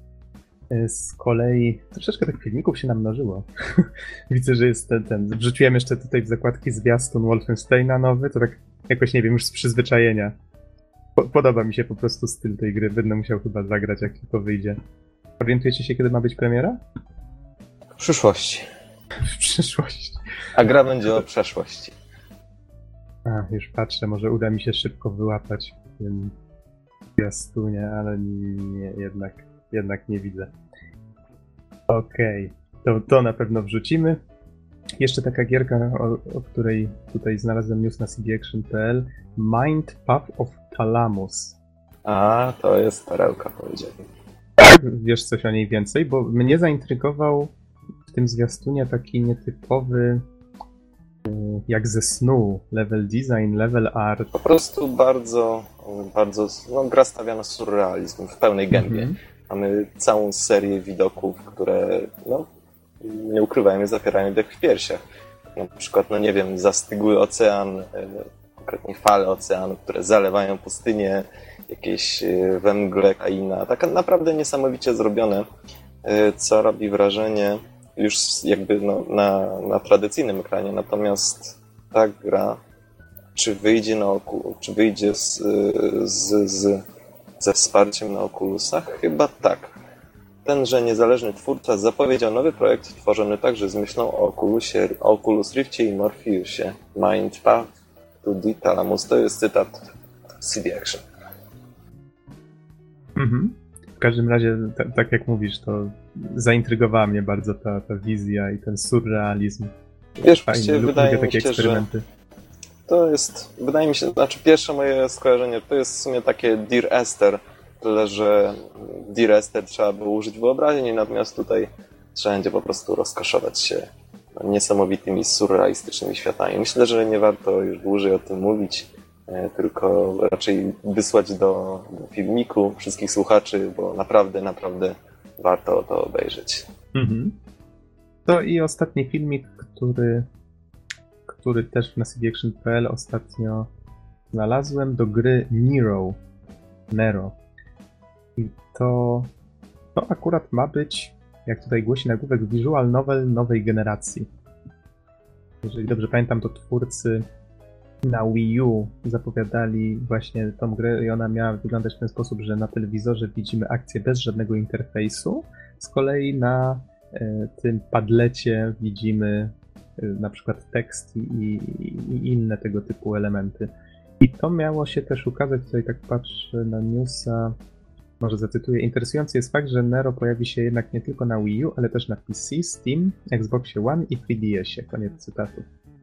Z kolei troszeczkę tych filmików się namnożyło. Widzę, że jest ten, ten. Wrzuciłem jeszcze tutaj w zakładki zwiastun Wolfensteina nowy, to tak jakoś, nie wiem, już z przyzwyczajenia. Podoba mi się po prostu styl tej gry. Będę musiał chyba zagrać, jak tylko wyjdzie. Orientujecie się, kiedy ma być premiera? W przyszłości. W przyszłości. A gra będzie o przeszłości. A, już patrzę, może uda mi się szybko wyłapać w tym zwiastunie, ale nie, jednak, jednak nie widzę. Okej, okay. to, to na pewno wrzucimy. Jeszcze taka gierka, o, o której tutaj znalazłem news na c d action kropka p l. Mind Path of Calamus. A, to jest perełka, powiedziałbym. Wiesz coś o niej więcej? Bo mnie zaintrygował w tym zwiastunie taki nietypowy, jak ze snu, level design, level art. Po prostu bardzo, bardzo, no gra stawia na surrealizm w pełnej gębie. Mm-hmm. Mamy całą serię widoków, które, no, nie ukrywajmy, zapierają dech w piersiach. Na przykład, no nie wiem, zastygły ocean, konkretnie fale oceanu, które zalewają pustynię, jakieś we mgle kraina. Tak naprawdę niesamowicie zrobione, co robi wrażenie już jakby no, na, na tradycyjnym ekranie. Natomiast ta gra, czy wyjdzie na oku, czy wyjdzie z, z, z, ze wsparciem na Oculusach? Chyba tak. Tenże niezależny twórca zapowiedział nowy projekt tworzony także z myślą o Oculusie, Oculus Riftie i Morpheusie. Mind Path to the Calamus. To jest cytat C D Action. Mhm. W każdym razie, t- tak jak mówisz, to zaintrygowała mnie bardzo ta, ta wizja i ten surrealizm. Wiesz, właściwie wydaje mi się, eksperymenty. że to jest, wydaje mi się, znaczy pierwsze moje skojarzenie to jest w sumie takie Dear Esther, tyle że Dear Esther trzeba było użyć wyobraźni, natomiast tutaj trzeba będzie po prostu rozkoszować się niesamowitymi, surrealistycznymi światami. Myślę, że nie warto już dłużej o tym mówić, tylko raczej wysłać do, do filmiku wszystkich słuchaczy, bo naprawdę, naprawdę warto to obejrzeć. Mhm. To i ostatni filmik, który, który też na c d action kropka p l ostatnio znalazłem, do gry Nero. Nero. I to, to akurat ma być, jak tutaj głosi nagłówek, visual novel nowej generacji. Jeżeli dobrze pamiętam, to twórcy na Wii U zapowiadali właśnie tą grę i ona miała wyglądać w ten sposób, że na telewizorze widzimy akcję bez żadnego interfejsu. Z kolei na e, tym padlecie widzimy e, na przykład tekst i, i, i inne tego typu elementy. I to miało się też ukazać, tutaj tak patrzę na newsa, może zacytuję. Interesujący jest fakt, że Nero pojawi się jednak nie tylko na Wii U, ale też na P C, Steam, Xboxie One i trzy D S-ie. Koniec cytatu.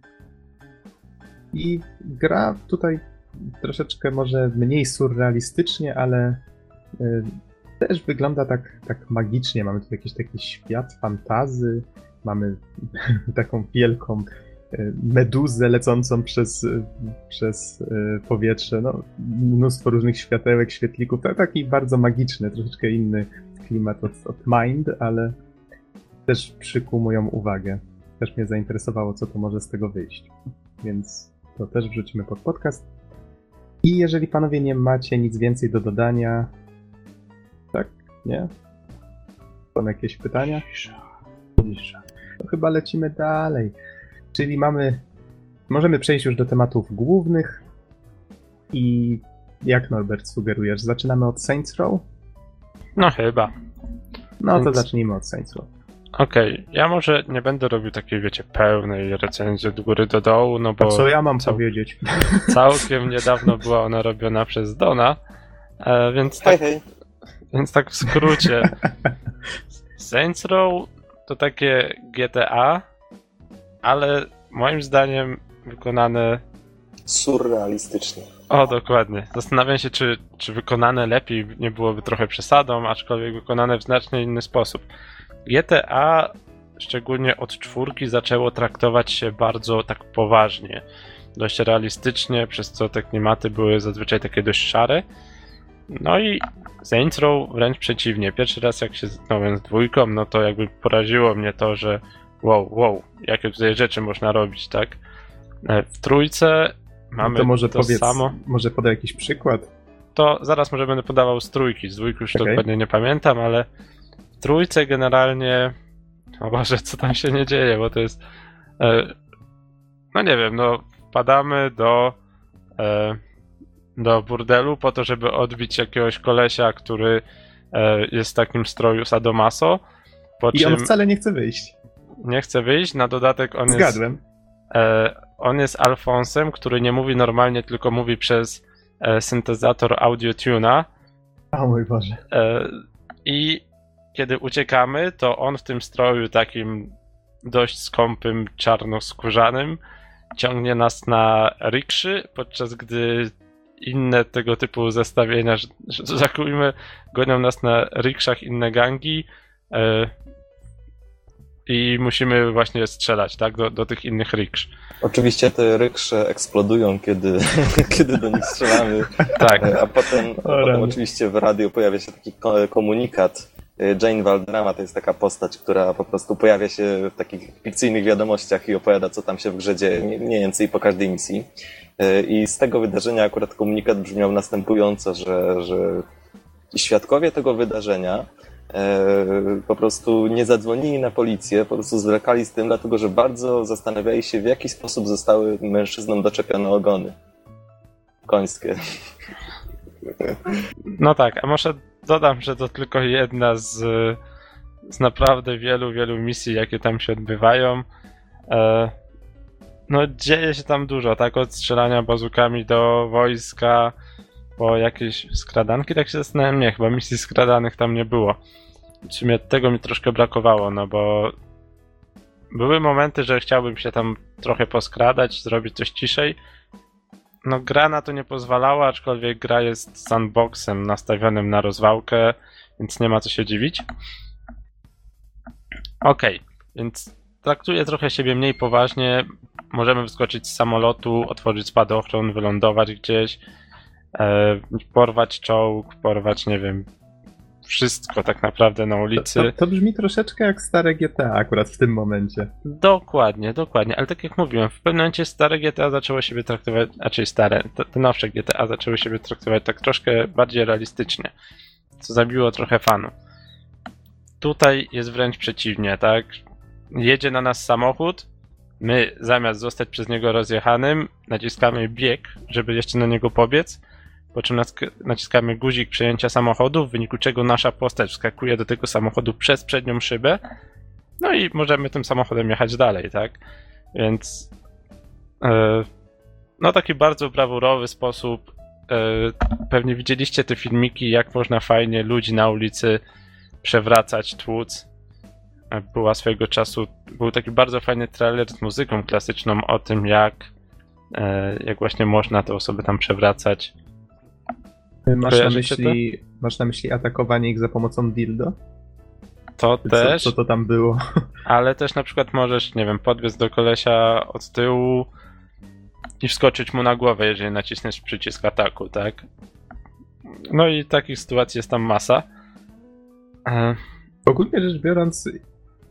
I gra tutaj troszeczkę może mniej surrealistycznie, ale y, też wygląda tak, tak magicznie. Mamy tu jakiś taki świat fantazy, mamy taką wielką y, meduzę lecącą przez, y, przez y, powietrze. No, mnóstwo różnych światełek, świetlików. To taki bardzo magiczny, troszeczkę inny klimat od, od Mind, ale też przykuł moją uwagę. też mnie zainteresowało, co to może z tego wyjść. Więc to też wrzucimy pod podcast. I jeżeli panowie nie macie nic więcej do dodania... Tak? Nie? Są jakieś pytania? To chyba lecimy dalej. Czyli mamy... Możemy przejść już do tematów głównych. I jak Norbert sugerujesz? Zaczynamy od Saints Row? No chyba. No to Więc- zacznijmy od Saints Row. Okej, ja może nie będę robił takiej, wiecie, pełnej recenzji od góry do dołu, no A bo co ja mam cał- powiedzieć? całkiem niedawno była ona robiona przez Dona, e, więc, Hej, tak, hej. więc tak w skrócie. Saints Row to takie G T A, ale moim zdaniem wykonane... Surrealistycznie. O, dokładnie. Zastanawiam się, czy, czy wykonane lepiej nie byłoby trochę przesadą, aczkolwiek wykonane w znacznie inny sposób. G T A, szczególnie od czwórki, zaczęło traktować się bardzo tak poważnie, dość realistycznie, przez co te klimaty były zazwyczaj takie dość szare. No i Saints Row wręcz przeciwnie. Pierwszy raz jak się zetknąłem z dwójką, no to jakby poraziło mnie to, że wow, wow, jakie tutaj rzeczy można robić, tak? E, W trójce mamy No to może to powiedz, samo. może podaj jakiś przykład. To zaraz może będę podawał z trójki, z dwójki już Okej. dokładnie nie pamiętam, ale w trójce generalnie, o Boże, co tam się nie dzieje, bo to jest, e, no nie wiem, no wpadamy do, e, do burdelu po to, żeby odbić jakiegoś kolesia, który e, jest w takim stroju sadomaso, po I czym on wcale nie chce wyjść. nie chce wyjść, na dodatek on jest, Zgadłem. e, on jest Alfonsem, który nie mówi normalnie, tylko mówi przez e, syntezator audio-tuna. O mój Boże. E, I kiedy uciekamy, to on w tym stroju takim dość skąpym, czarnoskórzanym ciągnie nas na rikszy, podczas gdy inne tego typu zestawienia, że, że zakujmy, gonią nas na rikszach inne gangi e, i musimy właśnie strzelać, tak, do, do tych innych riksz. Oczywiście te ryksze eksplodują, kiedy, kiedy do nich strzelamy. Tak. A potem, a potem rany. oczywiście w radiu pojawia się taki ko- komunikat. Jane Valderrama to jest taka postać, która po prostu pojawia się w takich fikcyjnych wiadomościach i opowiada, co tam się w grze dzieje, mniej mniej więcej po każdej misji. I z tego wydarzenia akurat komunikat brzmiał następująco, że, że świadkowie tego wydarzenia e, po prostu nie zadzwonili na policję, po prostu zwlekali z tym, dlatego że bardzo zastanawiali się, w jaki sposób zostały mężczyznom doczepione ogony końskie. No tak, a może dodam, że to tylko jedna z, z naprawdę wielu, wielu misji, jakie tam się odbywają. E, no dzieje się tam dużo, tak? Od strzelania bazukami do wojska, po jakieś skradanki, tak się zastanawiam, nie, chyba misji skradanych tam nie było. W sumie tego mi troszkę brakowało, no bo były momenty, że chciałbym się tam trochę poskradać, zrobić coś ciszej. No gra na to nie pozwalała, aczkolwiek gra jest sandboxem nastawionym na rozwałkę, więc nie ma co się dziwić. Okej, więc traktuję trochę siebie mniej poważnie. Możemy wyskoczyć z samolotu, otworzyć spadochron, wylądować gdzieś, e, porwać czołg, porwać, nie wiem, wszystko tak naprawdę na To, ulicy. to, to brzmi troszeczkę jak stare G T A akurat w tym momencie. Dokładnie, dokładnie, ale tak jak mówiłem, w pewnym momencie stare G T A zaczęło siebie traktować, raczej stare, te, te nowsze G T A zaczęły siebie traktować tak troszkę bardziej realistycznie, co zabiło trochę fanu. Tutaj jest wręcz przeciwnie, tak? Jedzie na nas samochód, my zamiast zostać przez niego rozjechanym, naciskamy bieg, żeby jeszcze na niego pobiec, po czym nask- naciskamy guzik przejęcia samochodu, w wyniku czego nasza postać wskakuje do tego samochodu przez przednią szybę, no i możemy tym samochodem jechać dalej, tak? Więc e, no taki bardzo brawurowy sposób. E, pewnie widzieliście te filmiki, jak można fajnie ludzi na ulicy przewracać, tłuc. E, Była swojego czasu, był taki bardzo fajny trailer z muzyką klasyczną o tym, jak e, jak właśnie można te osoby tam przewracać. Masz na, Kojarzycie myśli, masz na myśli atakowanie ich za pomocą dildo? To Co, też. co to tam było? Ale też na przykład możesz, nie wiem, podbiec do kolesia od tyłu i wskoczyć mu na głowę, jeżeli nacisniesz przycisk ataku, tak? No i takich sytuacji jest tam masa. E, Ogólnie rzecz biorąc,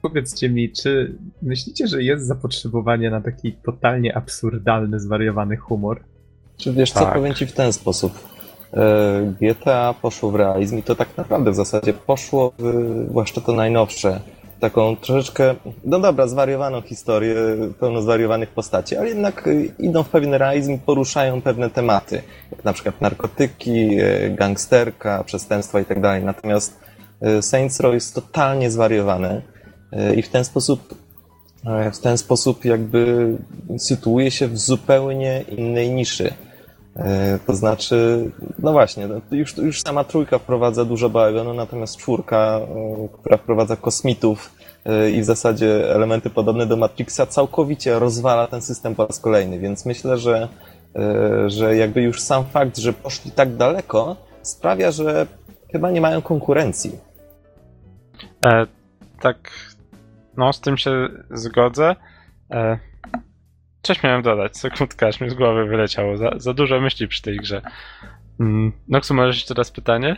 Powiedzcie mi, czy myślicie, że jest zapotrzebowanie na taki totalnie absurdalny, zwariowany humor? Czy wiesz co, Tak. powiem ci w ten sposób. E, G T A poszło w realizm i to tak naprawdę w zasadzie poszło w, zwłaszcza to najnowsze, taką troszeczkę, no dobra, zwariowaną historię, pełno zwariowanych postaci, ale jednak idą w pewien realizm i poruszają pewne tematy, jak na przykład narkotyki, gangsterka, przestępstwa i tak dalej. Natomiast Saints Row jest totalnie zwariowane i w ten sposób w ten sposób jakby sytuuje się w zupełnie innej niszy. To znaczy, no właśnie, już, już sama trójka wprowadza dużo bałaganu, natomiast czwórka, która wprowadza kosmitów i w zasadzie elementy podobne do Matrixa, całkowicie rozwala ten system po raz kolejny, więc myślę, że, że jakby już sam fakt, że poszli tak daleko, sprawia, że chyba nie mają konkurencji. E, tak, no z tym się zgodzę. E, coś miałem dodać, sekundka, aż mi z głowy wyleciało. Za, za dużo myśli przy tej grze. Mm, Noxu, możesz jeszcze raz pytanie?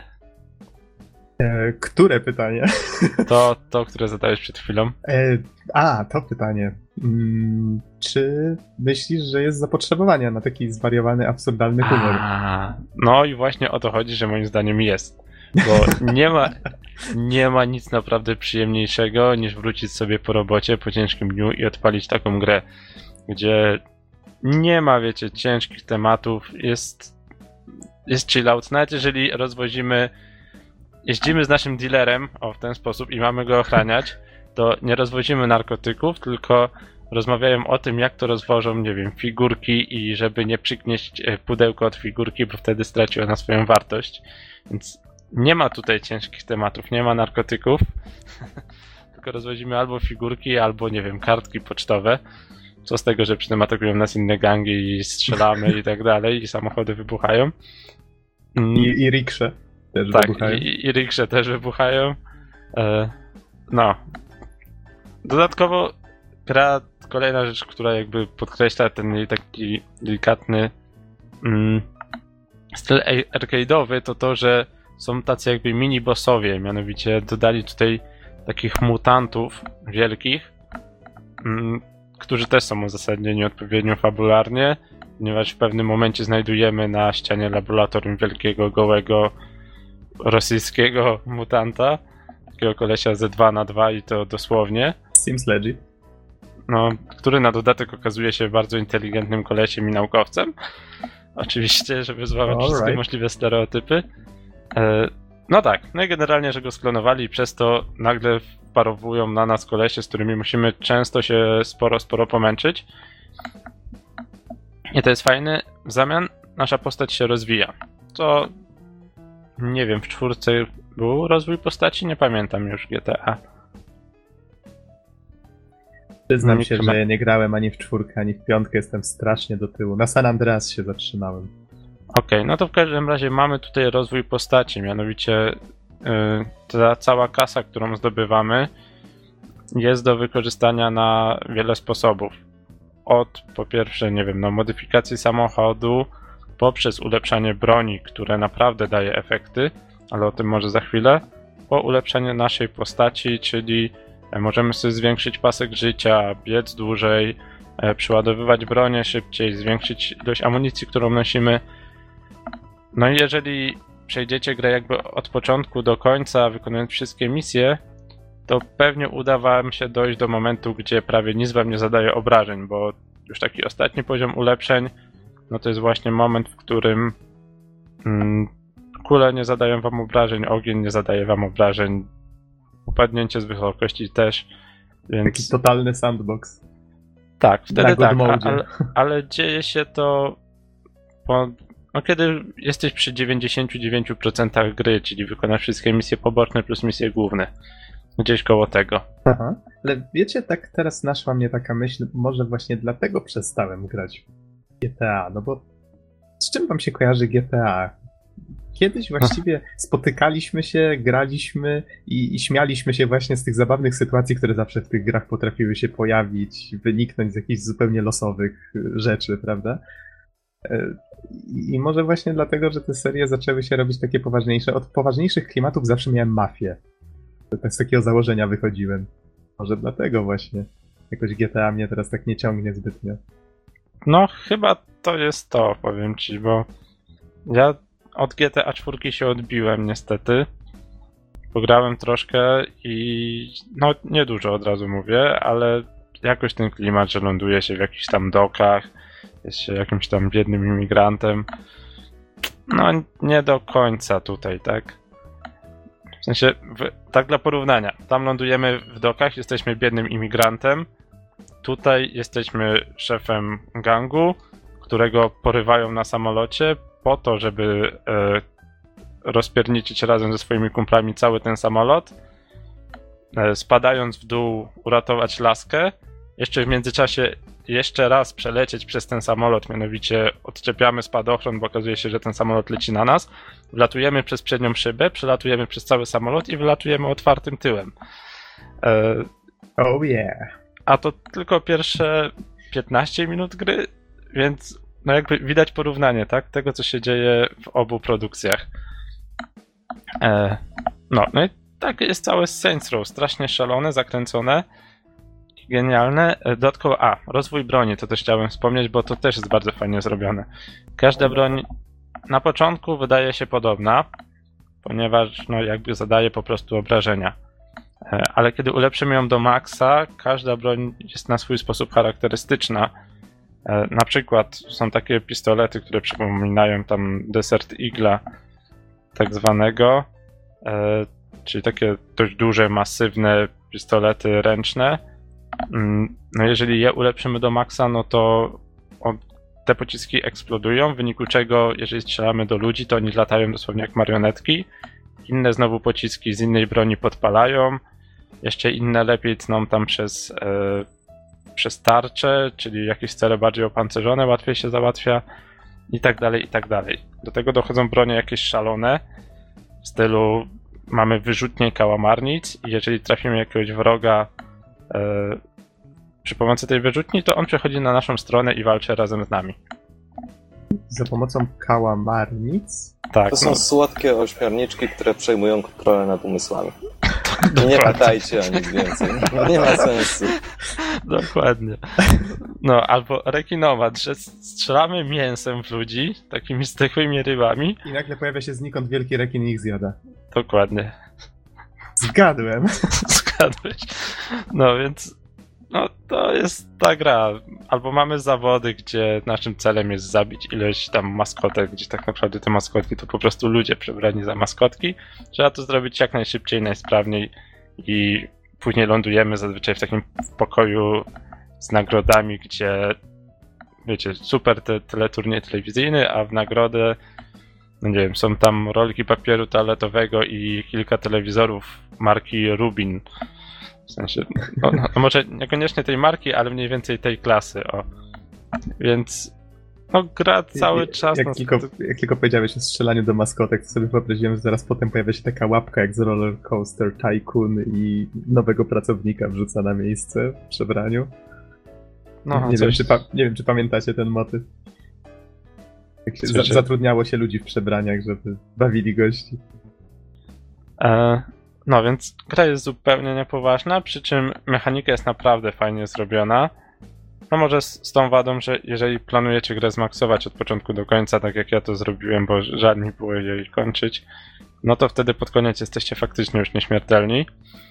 E, które pytanie? To, to, które zadałeś przed chwilą. E, a, to pytanie. Mm, czy myślisz, że jest zapotrzebowanie na taki zwariowany, absurdalny humor? A, no i właśnie o to chodzi, że moim zdaniem jest. Bo nie ma, nie ma nic naprawdę przyjemniejszego niż wrócić sobie po robocie, po ciężkim dniu i odpalić taką grę, gdzie nie ma, wiecie, ciężkich tematów, jest, jest chill out. Nawet jeżeli rozwozimy, jeździmy z naszym dealerem, o w ten sposób i mamy go ochraniać, to nie rozwozimy narkotyków, tylko rozmawiają o tym, jak to rozwożą, nie wiem, figurki i żeby nie przygnieść pudełko od figurki, bo wtedy straci ona swoją wartość. Więc nie ma tutaj ciężkich tematów, nie ma narkotyków, tylko rozwozimy albo figurki, albo, nie wiem, kartki pocztowe. Co z tego, że przy tym atakują nas inne gangi i strzelamy i tak dalej, i samochody wybuchają. I, i riksze też tak, wybuchają. i, i riksze też wybuchają. E, no. Dodatkowo gra, kolejna rzecz, która jakby podkreśla ten jej taki delikatny mm, styl arcade'owy, to to, że są tacy jakby mini-bossowie, mianowicie dodali tutaj takich mutantów wielkich, mm, którzy też są uzasadnieni odpowiednio fabularnie, ponieważ w pewnym momencie znajdujemy na ścianie laboratorium wielkiego, gołego, rosyjskiego mutanta, takiego kolesia ze dwa na dwa i to dosłownie. Seems legit. No, który na dodatek okazuje się bardzo inteligentnym kolesiem i naukowcem. Oczywiście, żeby złamać All wszystkie right. możliwe stereotypy. E, no tak, no i generalnie, że go sklonowali i przez to nagle wparowują na nas kolesie, z którymi musimy często się sporo, sporo pomęczyć. I to jest fajne. W zamian nasza postać się rozwija. Co, nie wiem, w czwórce był rozwój postaci? Nie pamiętam już G T A. Przyznam Nie się, chyba. że nie grałem ani w czwórkę, ani w piątkę, jestem strasznie do tyłu. Na San Andreas się zatrzymałem. Okej, no to w każdym razie mamy tutaj rozwój postaci, mianowicie yy, ta cała kasa, którą zdobywamy, jest do wykorzystania na wiele sposobów. Od, po pierwsze, nie wiem, no, modyfikacji samochodu, poprzez ulepszanie broni, które naprawdę daje efekty, ale o tym może za chwilę, po ulepszanie naszej postaci, czyli możemy sobie zwiększyć pasek życia, biec dłużej, e, przeładowywać bronię szybciej, zwiększyć ilość amunicji, którą nosimy. No i jeżeli przejdziecie grę jakby od początku do końca, wykonując wszystkie misje, to pewnie uda wam się dojść do momentu, gdzie prawie nic wam nie zadaje obrażeń, bo już taki ostatni poziom ulepszeń, no to jest właśnie moment, w którym mm, kule nie zadają wam obrażeń, ogień nie zadaje wam obrażeń, upadnięcie z wysokości też, więc... Taki totalny sandbox. Tak, wtedy Na tak, good a, modzie. ale, ale dzieje się to po, no, kiedy jesteś przy dziewięćdziesiąt dziewięć procent gry, czyli wykonasz wszystkie misje poboczne plus misje główne. Gdzieś koło tego. Aha. Ale wiecie, tak teraz naszła mnie taka myśl, może właśnie dlatego przestałem grać w G T A, no bo z czym wam się kojarzy G T A? Kiedyś właściwie spotykaliśmy się, graliśmy i, i śmialiśmy się właśnie z tych zabawnych sytuacji, które zawsze w tych grach potrafiły się pojawić, wyniknąć z jakichś zupełnie losowych rzeczy, prawda? I, i może właśnie dlatego, że te serie zaczęły się robić takie poważniejsze. Od poważniejszych klimatów zawsze miałem mafię. Z takiego założenia wychodziłem. Może dlatego właśnie. Jakoś G T A mnie teraz tak nie ciągnie zbytnio. No, chyba to jest to, powiem ci, bo ja od G T A cztery się odbiłem niestety. Pograłem troszkę i no niedużo od razu mówię, ale jakoś ten klimat, że ląduje się w jakichś tam dokach, jest się jakimś tam biednym imigrantem. No nie do końca tutaj, tak? W sensie, w, tak dla porównania, tam lądujemy w dokach, jesteśmy biednym imigrantem, tutaj jesteśmy szefem gangu, którego porywają na samolocie po to, żeby e, rozpierniczyć razem ze swoimi kumplami cały ten samolot, e, spadając w dół uratować laskę, jeszcze w międzyczasie jeszcze raz przelecieć przez ten samolot, mianowicie odczepiamy spadochron, bo okazuje się, że ten samolot leci na nas, wlatujemy przez przednią szybę, przelatujemy przez cały samolot i wylatujemy otwartym tyłem. E, Oh yeah. A to tylko pierwsze piętnaście minut gry, więc no jakby widać porównanie, tak? Tego, co się dzieje w obu produkcjach. E, no, no i tak jest całe Saints Row, strasznie szalone, zakręcone. Genialne. Dodatkowo, a, rozwój broni, to też chciałem wspomnieć, bo to też jest bardzo fajnie zrobione. Każda broń na początku wydaje się podobna, ponieważ no jakby zadaje po prostu obrażenia. Ale kiedy ulepszymy ją do maksa, każda broń jest na swój sposób charakterystyczna. Na przykład są takie pistolety, które przypominają tam Desert Eagle'a tak zwanego, czyli takie dość duże, masywne pistolety ręczne. No jeżeli je ulepszymy do maksa, no to on, te pociski eksplodują, w wyniku czego jeżeli strzelamy do ludzi, to oni latają dosłownie jak marionetki. Inne znowu pociski z innej broni podpalają, jeszcze inne lepiej tną tam przez, e, przez tarcze, czyli jakieś cele bardziej opancerzone, łatwiej się załatwia i tak dalej, i tak dalej. Do tego dochodzą bronie jakieś szalone, w stylu mamy wyrzutnie kałamarnic i jeżeli trafimy jakiegoś wroga e, przy pomocy tej wyrzutni, to on przechodzi na naszą stronę i walczy razem z nami. Za pomocą kałamarnic? Tak, To są no. słodkie ośmiorniczki, które przejmują kontrolę nad umysłami. I nie pytajcie o nic więcej. Nie ma sensu. Dokładnie. No, albo rekinomat, że strzelamy mięsem w ludzi, takimi zdechłymi rybami. I nagle pojawia się znikąd wielki rekin i ich zjada. Dokładnie. Zgadłem. Zgadłeś. No więc no to jest ta gra. Albo mamy zawody, gdzie naszym celem jest zabić ileś tam maskotek, gdzie tak naprawdę te maskotki to po prostu ludzie przebrani za maskotki. Trzeba to zrobić jak najszybciej, najsprawniej i później lądujemy zazwyczaj w takim pokoju z nagrodami, gdzie wiecie, super te, teleturniej telewizyjny, a w nagrodę no nie wiem, są tam rolki papieru toaletowego i kilka telewizorów marki Rubin. W sensie, no, no może niekoniecznie tej marki, ale mniej więcej tej klasy, o. Więc no gra cały jak, czas... Jak, no, tylko, to... jak tylko powiedziałeś o strzelaniu do maskotek, to sobie wyobraziłem, że zaraz potem pojawia się taka łapka jak z Roller Coaster Tycoon i nowego pracownika wrzuca na miejsce w przebraniu. No, nie, coś... wiem, czy pa- nie wiem, czy pamiętacie ten motyw. Jak się Coś... za- zatrudniało się ludzi w przebraniach, żeby bawili gości. E... No więc gra jest zupełnie niepoważna, przy czym mechanika jest naprawdę fajnie zrobiona. No może z, z tą wadą, że jeżeli planujecie grę zmaksować od początku do końca, tak jak ja to zrobiłem, bo żadnie było jej kończyć, no to wtedy pod koniec jesteście faktycznie już nieśmiertelni.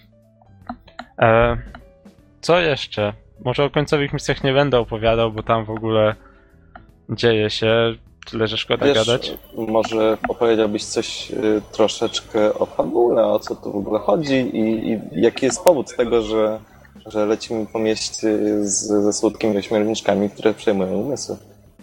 E, co jeszcze? Może o końcowych misjach nie będę opowiadał, bo tam w ogóle dzieje się tyle, że szkoda Wiesz, gadać. może opowiedziałbyś coś y, troszeczkę o fabule, o co tu w ogóle chodzi i, i jaki jest powód tego, że, że lecimy po mieście z, ze słodkimi ośmiorniczkami, które przejmują umysły.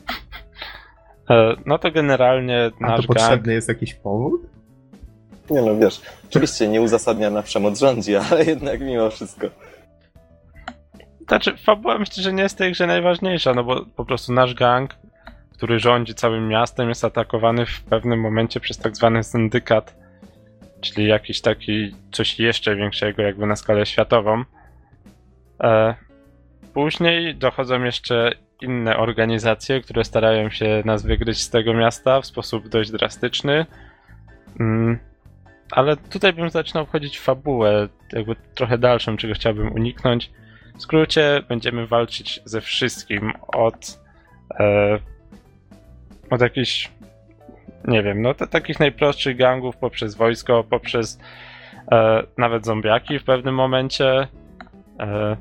E, no to generalnie A nasz to potrzebny gang... jest jakiś powód? Nie no, wiesz, oczywiście nieuzasadniona przemoc rządzi, ale jednak mimo wszystko. Znaczy, fabuła myślę, że nie jest w tej grze najważniejsza, no bo po prostu nasz gang, który rządzi całym miastem, jest atakowany w pewnym momencie przez tak zwany syndykat, czyli jakiś taki coś jeszcze większego jakby na skalę światową. E, później dochodzą jeszcze inne organizacje, które starają się nas wygryźć z tego miasta w sposób dość drastyczny. Mm, ale tutaj bym zaczynał wchodzić w fabułę, jakby trochę dalszą, czego chciałbym uniknąć. W skrócie będziemy walczyć ze wszystkim, od, e, od jakichś, nie wiem, no to takich najprostszych gangów, poprzez wojsko, poprzez e, nawet zombiaki w pewnym momencie. E,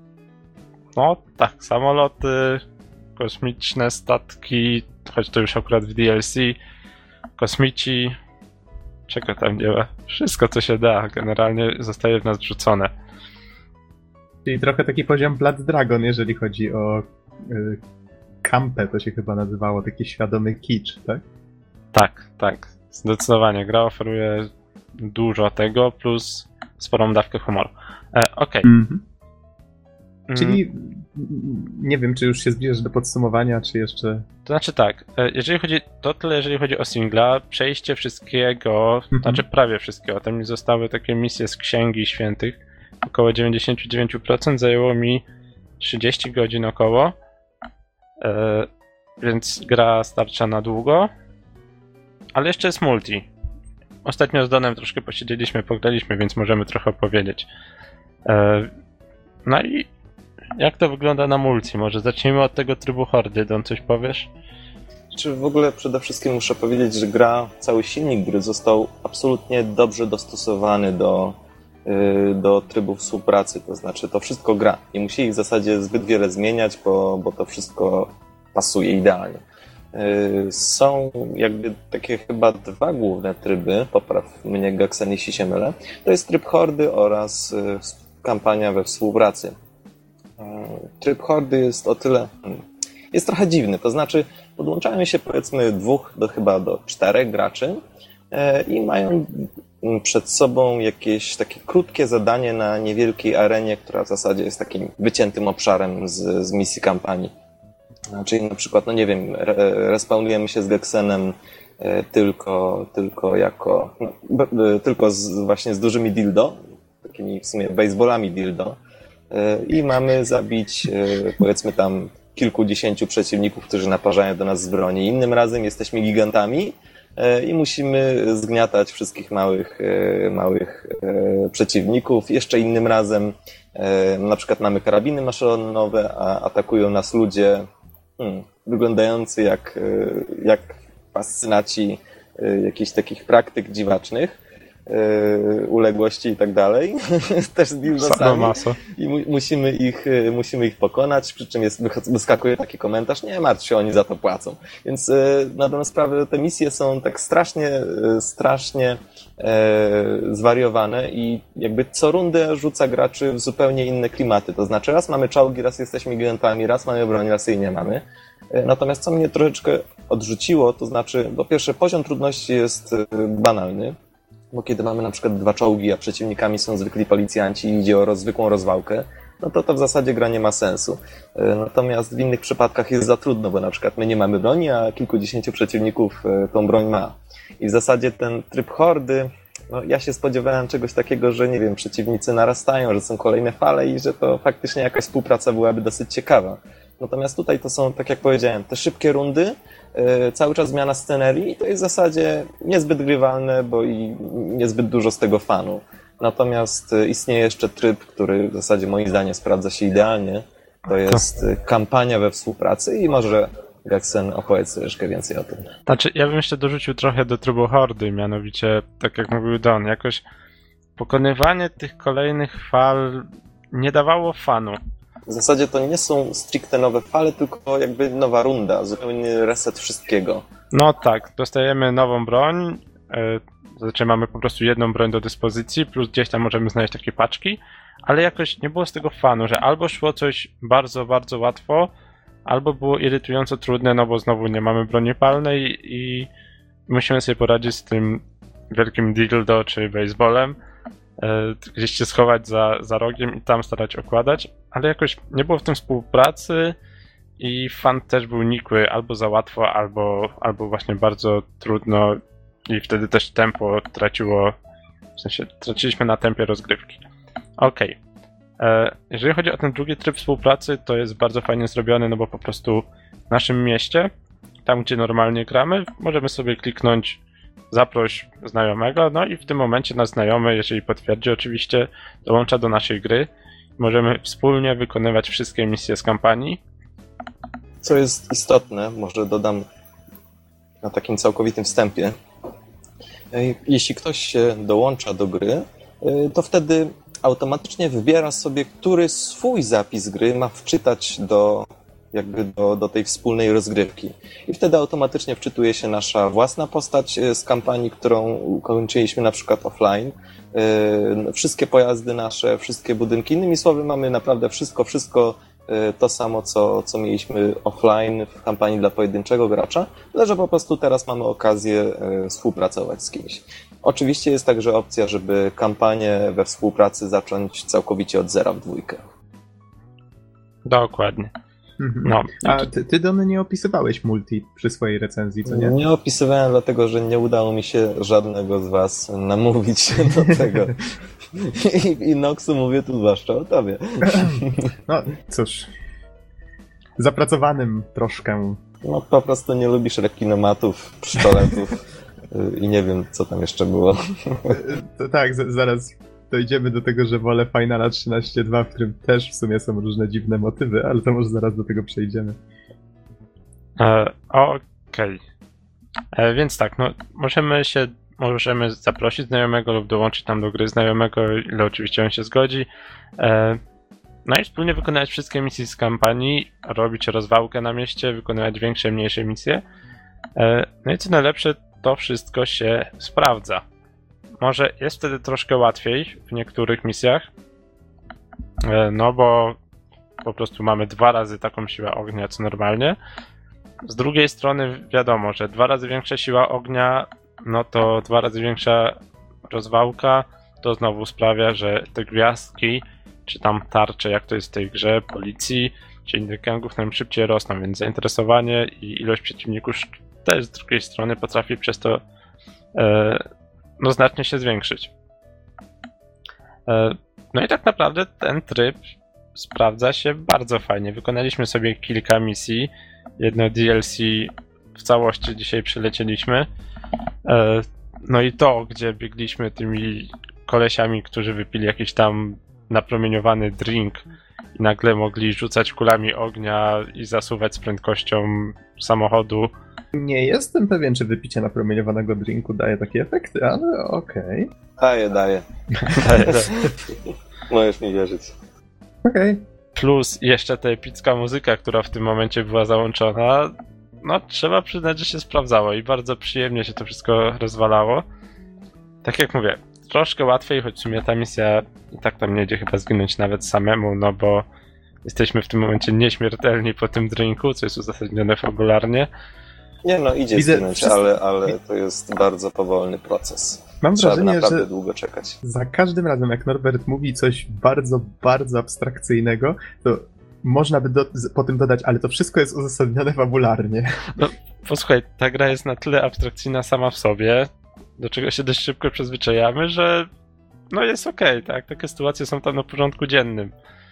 no tak, samoloty, kosmiczne statki, choć to już akurat w D L C, kosmici, czego tam nie ma, wszystko co się da generalnie zostaje w nas wrzucone. Czyli trochę taki poziom Blood Dragon, jeżeli chodzi o y, kampę, to się chyba nazywało, taki świadomy kicz, tak? Tak, tak, zdecydowanie. Gra oferuje dużo tego, plus sporą dawkę humoru. E, Okej. Okay. Mhm. Czyli nie wiem, czy już się zbliżasz do podsumowania, czy jeszcze... To znaczy tak, jeżeli chodzi, to tyle jeżeli chodzi o singla, przejście wszystkiego, Mhm. znaczy prawie wszystkiego, tam mi zostały takie misje z Księgi Świętych, około dziewięćdziesiąt dziewięć procent, zajęło mi trzydzieści godzin około, e, więc gra starcza na długo, ale jeszcze jest multi. Ostatnio z Donem troszkę posiedzieliśmy, pograliśmy, więc możemy trochę opowiedzieć. E, no i jak to wygląda na multi? Może zacznijmy od tego trybu hordy. Don, coś powiesz? Czy w ogóle przede wszystkim muszę powiedzieć, że gra, cały silnik gry został absolutnie dobrze dostosowany do, yy, do trybu współpracy. To znaczy to wszystko gra. Nie musi ich w zasadzie zbyt wiele zmieniać, bo, bo to wszystko pasuje idealnie. Yy, są jakby takie chyba dwa główne tryby, popraw mnie Gaksen, jeśli się mylę. To jest tryb hordy oraz yy, kampania we współpracy. Tryb hordy jest o tyle, jest trochę dziwny, to znaczy podłączają się powiedzmy dwóch do chyba do czterech graczy i mają przed sobą jakieś takie krótkie zadanie na niewielkiej arenie, która w zasadzie jest takim wyciętym obszarem z, z misji kampanii. Czyli na przykład, no nie wiem, respawnujemy się z Geksenem tylko, tylko jako, no, tylko z, właśnie z dużymi dildo, takimi w sumie baseballami dildo, i mamy zabić, powiedzmy tam, kilkudziesięciu przeciwników, którzy naparzają do nas z broni. Innym razem jesteśmy gigantami i musimy zgniatać wszystkich małych, małych przeciwników. Jeszcze innym razem na przykład mamy karabiny maszynowe, a atakują nas ludzie hmm, wyglądający jak, jak fascynaci jakichś takich praktyk dziwacznych. Uległości i tak dalej, też z dildosami i mu, musimy, ich, musimy ich pokonać, przy czym jest, wyskakuje taki komentarz, nie martw się, oni za to płacą. Więc na dobrą sprawę te misje są tak strasznie, strasznie e, zwariowane i jakby co rundę rzuca graczy w zupełnie inne klimaty. To znaczy raz mamy czołgi, raz jesteśmy gigantami, raz mamy broń, raz jej nie mamy. Natomiast co mnie troszeczkę odrzuciło, to znaczy po pierwsze poziom trudności jest banalny, bo kiedy mamy na przykład dwa czołgi, a przeciwnikami są zwykli policjanci i idzie o roz, zwykłą rozwałkę, no to to w zasadzie gra nie ma sensu. Natomiast w innych przypadkach jest za trudno, bo na przykład my nie mamy broni, a kilkudziesięciu przeciwników tą broń ma. I w zasadzie ten tryb hordy, no ja się spodziewałem czegoś takiego, że nie wiem, przeciwnicy narastają, że są kolejne fale i że to faktycznie jakaś współpraca byłaby dosyć ciekawa. Natomiast tutaj to są, tak jak powiedziałem, te szybkie rundy, yy, cały czas zmiana scenerii i to jest w zasadzie niezbyt grywalne, bo i niezbyt dużo z tego fanu. Natomiast yy, istnieje jeszcze tryb, który w zasadzie moim zdaniem sprawdza się idealnie. To jest yy, kampania we współpracy i może Geksen opowiedz troszkę więcej o tym. Znaczy, ja bym jeszcze dorzucił trochę do trybu hordy, mianowicie, tak jak mówił Don, jakoś pokonywanie tych kolejnych fal nie dawało fanu. W zasadzie to nie są stricte nowe fale, tylko jakby nowa runda, zupełnie reset wszystkiego. No tak, dostajemy nową broń, yy, znaczy mamy po prostu jedną broń do dyspozycji, plus gdzieś tam możemy znaleźć takie paczki, ale jakoś nie było z tego fanu, że albo szło coś bardzo, bardzo łatwo, albo było irytująco trudne, no bo znowu nie mamy broni palnej i musimy sobie poradzić z tym wielkim dildo czy baseballem, gdzieś się schować za, za rogiem i tam starać okładać, ale jakoś nie było w tym współpracy i fan też był nikły, albo za łatwo, albo, albo właśnie bardzo trudno i wtedy też tempo traciło, w sensie traciliśmy na tempie rozgrywki. Okej. Okay. Jeżeli chodzi o ten drugi tryb współpracy, to jest bardzo fajnie zrobiony, no bo po prostu w naszym mieście, tam gdzie normalnie gramy, możemy sobie kliknąć zaproś znajomego, no i w tym momencie nasz znajomy, jeżeli potwierdzi oczywiście, dołącza do naszej gry. Możemy wspólnie wykonywać wszystkie misje z kampanii. Co jest istotne, może dodam na takim całkowitym wstępie. Jeśli ktoś się dołącza do gry, to wtedy automatycznie wybiera sobie, który swój zapis gry ma wczytać do, jakby do, do tej wspólnej rozgrywki. I wtedy automatycznie wczytuje się nasza własna postać z kampanii, którą kończyliśmy na przykład offline. Wszystkie pojazdy nasze, wszystkie budynki. Innymi słowy, mamy naprawdę wszystko, wszystko to samo, co, co mieliśmy offline w kampanii dla pojedynczego gracza, ale że po prostu teraz mamy okazję współpracować z kimś. Oczywiście jest także opcja, żeby kampanię we współpracy zacząć całkowicie od zera w dwójkę. Dokładnie. Mhm. No. A ty, ty, Dony, nie opisywałeś multi przy swojej recenzji, co nie? Nie opisywałem, dlatego że nie udało mi się żadnego z was namówić do tego. I, i Noxu mówię tu zwłaszcza o tobie. No cóż, zapracowanym troszkę. No po prostu nie lubisz rekinomatów, pszczoletów i nie wiem, co tam jeszcze było. To, tak, z, zaraz dojdziemy do tego, że wolę Finala trzynaście dwa, w którym też w sumie są różne dziwne motywy, ale to może zaraz do tego przejdziemy. E, Okej. Okay. E, więc tak, no możemy się możemy zaprosić znajomego lub dołączyć tam do gry znajomego, ile oczywiście on się zgodzi. E, no i wspólnie wykonywać wszystkie misje z kampanii, robić rozwałkę na mieście, wykonywać większe, mniejsze misje. E, no i co najlepsze, to wszystko się sprawdza. Może jest wtedy troszkę łatwiej w niektórych misjach, e, no bo po prostu mamy dwa razy taką siłę ognia, co normalnie. Z drugiej strony wiadomo, że dwa razy większa siła ognia, no to dwa razy większa rozwałka, to znowu sprawia, że te gwiazdki, czy tam tarcze, jak to jest w tej grze, policji, czy innych gangów nam szybciej rosną, więc zainteresowanie i ilość przeciwników też z drugiej strony potrafi przez to e, no znacznie się zwiększyć. E, no i tak naprawdę ten tryb sprawdza się bardzo fajnie. Wykonaliśmy sobie kilka misji, jedno D L C w całości dzisiaj przelecieliśmy. No i to, gdzie biegliśmy tymi kolesiami, którzy wypili jakiś tam napromieniowany drink i nagle mogli rzucać kulami ognia i zasuwać z prędkością samochodu. Nie jestem pewien, czy wypicie napromieniowanego drinku daje takie efekty, ale okej. Okay. Daje, daje. daje, daje. Możesz mi wierzyć. Okej. Okay. Plus jeszcze ta epicka muzyka, która w tym momencie była załączona, no trzeba przyznać, że się sprawdzało i bardzo przyjemnie się to wszystko rozwalało. Tak jak mówię, troszkę łatwiej, choć w sumie ta misja i tak tam nie idzie chyba zginąć nawet samemu, no bo jesteśmy w tym momencie nieśmiertelni po tym drinku, co jest uzasadnione fabularnie. Nie no, idzie Widzę zginąć, wszystko... ale, ale to jest bardzo powolny proces. Mam Trzeba wrażenie, naprawdę że długo czekać. Za każdym razem, jak Norbert mówi coś bardzo, bardzo abstrakcyjnego, to można by do, po tym dodać, ale to wszystko jest uzasadnione fabularnie. No, posłuchaj, ta gra jest na tyle abstrakcyjna sama w sobie, do czego się dość szybko przyzwyczajamy, że no jest okej, okay, tak? Takie sytuacje są tam na porządku dziennym.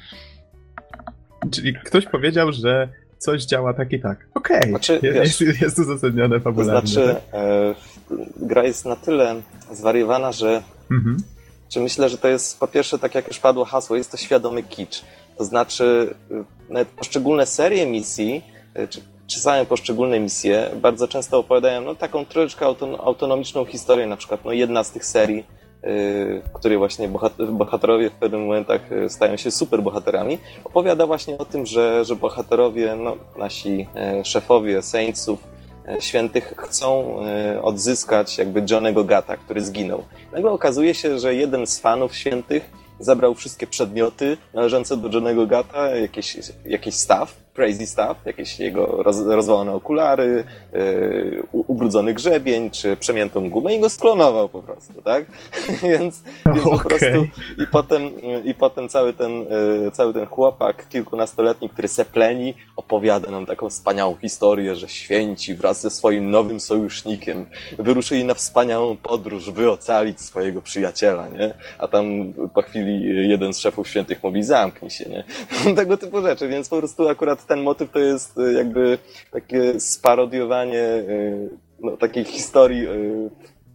Czyli ktoś powiedział, że coś działa tak i tak. Okej, okay. Znaczy, jest, jest, jest uzasadnione fabularnie. To znaczy, tak? e, gra jest na tyle zwariowana, że, mhm. że myślę, że to jest po pierwsze, tak jak już padło hasło, jest to świadomy kicz. To znaczy, nawet poszczególne serie misji, czy, czy same poszczególne misje bardzo często opowiadają no, taką troszeczkę auton- autonomiczną historię, na przykład no, jedna z tych serii, yy, w której właśnie bohat- bohaterowie w pewnych momentach stają się superbohaterami, opowiada właśnie o tym, że, że bohaterowie, no, nasi e, szefowie Saintsów, e, świętych chcą e, odzyskać jakby Johnnego Gata, który zginął. Nagle okazuje się, że jeden z fanów świętych zabrał wszystkie przedmioty należące do Johnnego Gata, jakieś, jakieś staw, crazy staff, jakieś jego roz, rozwalone okulary, yy, ubrudzony grzebień, czy przemiętą gumę i go sklonował po prostu, tak? więc więc okay. po prostu i potem, i potem cały ten, yy, cały ten chłopak kilkunastoletni, który sepleni, opowiada nam taką wspaniałą historię, że święci wraz ze swoim nowym sojusznikiem wyruszyli na wspaniałą podróż, by ocalić swojego przyjaciela, nie? A tam po chwili jeden z szefów świętych mówi, zamknij się, nie? Tego typu rzeczy, więc po prostu akurat ten motyw to jest jakby takie sparodiowanie no, takiej historii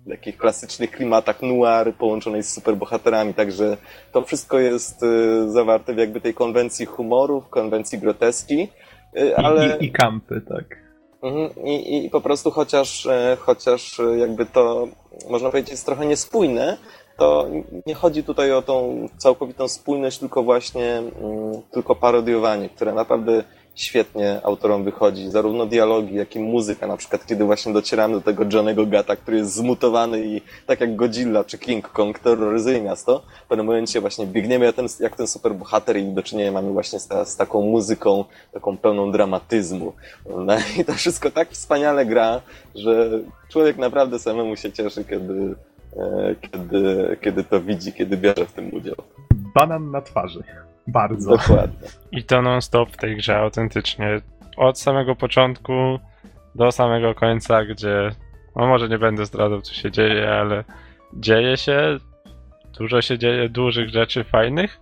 takich klasycznych klimatach noir połączonej z superbohaterami, także to wszystko jest y, zawarte w jakby tej konwencji humoru, w konwencji groteski, y, ale... I, i, i kampy, tak. Mhm, I, i po prostu chociaż, e, chociaż e, jakby to, można powiedzieć, jest trochę niespójne, to nie chodzi tutaj o tą całkowitą spójność, tylko właśnie mm, tylko parodiowanie, które naprawdę świetnie autorom wychodzi. Zarówno dialogi, jak i muzyka, na przykład kiedy właśnie docieramy do tego Johnny'ego Gata, który jest zmutowany i tak jak Godzilla czy King Kong terroryzuje miasto, w pewnym momencie właśnie biegniemy jak ten, jak ten superbohater i do czynienia mamy właśnie z, ta, z taką muzyką, taką pełną dramatyzmu. No i to wszystko tak wspaniale gra, że człowiek naprawdę samemu się cieszy, kiedy, kiedy, kiedy to widzi, kiedy bierze w tym udział. Banan na twarzy. Bardzo. Dokładnie. I to non-stop w tej grze, autentycznie. Od samego początku do samego końca, gdzie, no może nie będę zdradzał, co się dzieje, ale dzieje się, dużo się dzieje, dużych rzeczy fajnych.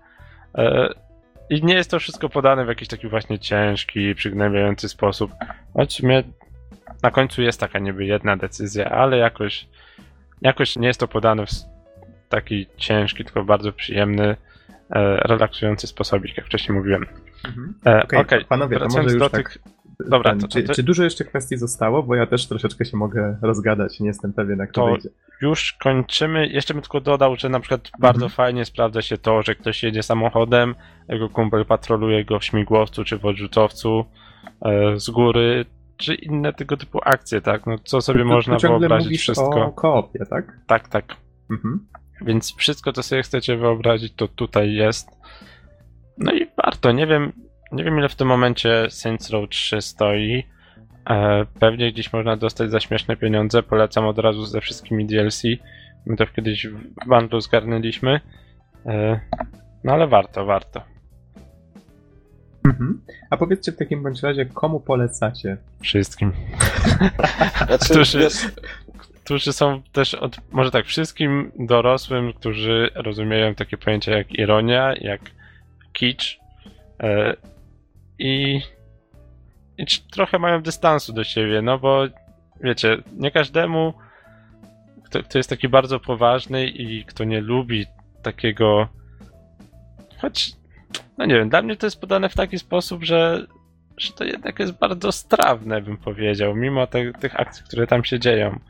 I nie jest to wszystko podane w jakiś taki właśnie ciężki, przygnębiający sposób. Choć mnie na końcu jest taka niby jedna decyzja, ale jakoś, jakoś nie jest to podane w taki ciężki, tylko bardzo przyjemny, relaksujący sposobik, jak wcześniej mówiłem. Mhm. E, Okej, okay, panowie, to może już do tak... tych... Dobra, ten, to, czy, to, czy dużo jeszcze kwestii zostało? Bo ja też troszeczkę się mogę rozgadać, nie jestem pewien, jak to, to wyjdzie. już kończymy. Jeszcze bym tylko dodał, że na przykład mhm. bardzo fajnie sprawdza się to, że ktoś jedzie samochodem, jego kumpel patroluje go w śmigłowcu czy w odrzutowcu e, z góry, czy inne tego typu akcje, tak? No co sobie tu, tu, można tu ciągle wyobrazić mówisz wszystko. O koopie, tak? Tak, tak. Mhm. Więc wszystko, co sobie chcecie wyobrazić, to tutaj jest. No i warto, nie wiem, nie wiem ile w tym momencie Saints Row trzy stoi. E, pewnie gdzieś można dostać za śmieszne pieniądze. Polecam od razu ze wszystkimi D L C. My to kiedyś w bundlu zgarnęliśmy. E, no ale warto, warto. Mhm. A powiedzcie w takim bądź razie, komu polecacie? Wszystkim. Znaczy, którzy, wiesz... którzy są też, od, może tak, wszystkim dorosłym, którzy rozumieją takie pojęcia jak ironia, jak kicz e, i, i trochę mają dystansu do siebie, no bo wiecie, nie każdemu, kto, kto jest taki bardzo poważny i kto nie lubi takiego, choć, no nie wiem, dla mnie to jest podane w taki sposób, że, że to jednak jest bardzo strawne, bym powiedział, mimo te, tych akcji, które tam się dzieją.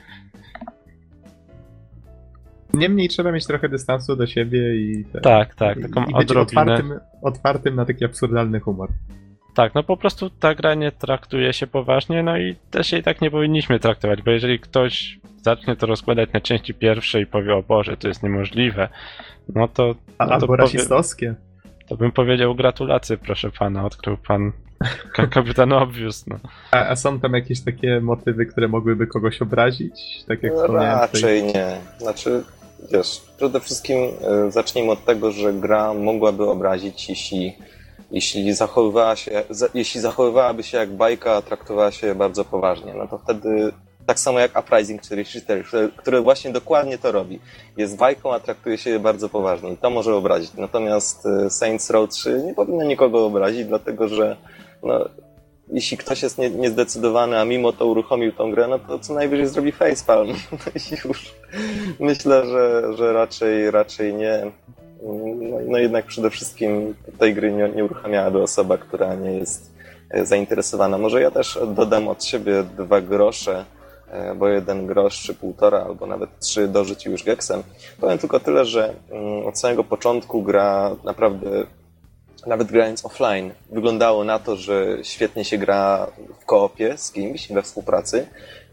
Niemniej trzeba mieć trochę dystansu do siebie i... Te, tak, tak, i, taką i być odrobinę. otwartym, otwartym na taki absurdalny humor. Tak, no po prostu ta gra nie traktuje się poważnie, no i też jej tak nie powinniśmy traktować, bo jeżeli ktoś zacznie to rozkładać na części pierwsze i powie, o Boże, to jest niemożliwe, no to... A, no to albo powie, rasistowskie. To bym powiedział gratulacje, proszę pana, odkrył pan ka- kapitan Obvious, no. A, a są tam jakieś takie motywy, które mogłyby kogoś obrazić? Tak jak no, wspomniałem raczej tutaj. nie. Znaczy, wiesz, przede wszystkim y, zacznijmy od tego, że gra mogłaby obrazić, jeśli, jeśli zachowywała się, za, jeśli zachowywałaby się jak bajka, a traktowała się bardzo poważnie. No to wtedy tak samo jak Uprising czterdzieści cztery, który właśnie dokładnie to robi. Jest bajką, a traktuje się je bardzo poważnie i to może obrazić. Natomiast Saints Row trzy nie powinno nikogo obrazić, dlatego że no, jeśli ktoś jest nie, niezdecydowany, a mimo to uruchomił tą grę, no to co najwyżej zrobi facepalm. I już myślę, że, że raczej, raczej nie. No, no jednak przede wszystkim tej gry nie, nie uruchamiałaby osoba, która nie jest zainteresowana. Może ja też dodam od siebie dwa grosze, bo jeden grosz, czy półtora, albo nawet trzy dorzucił już Geksem. Powiem tylko tyle, że od samego początku gra naprawdę, nawet grając offline, wyglądało na to, że świetnie się gra w koopie z kimś, we współpracy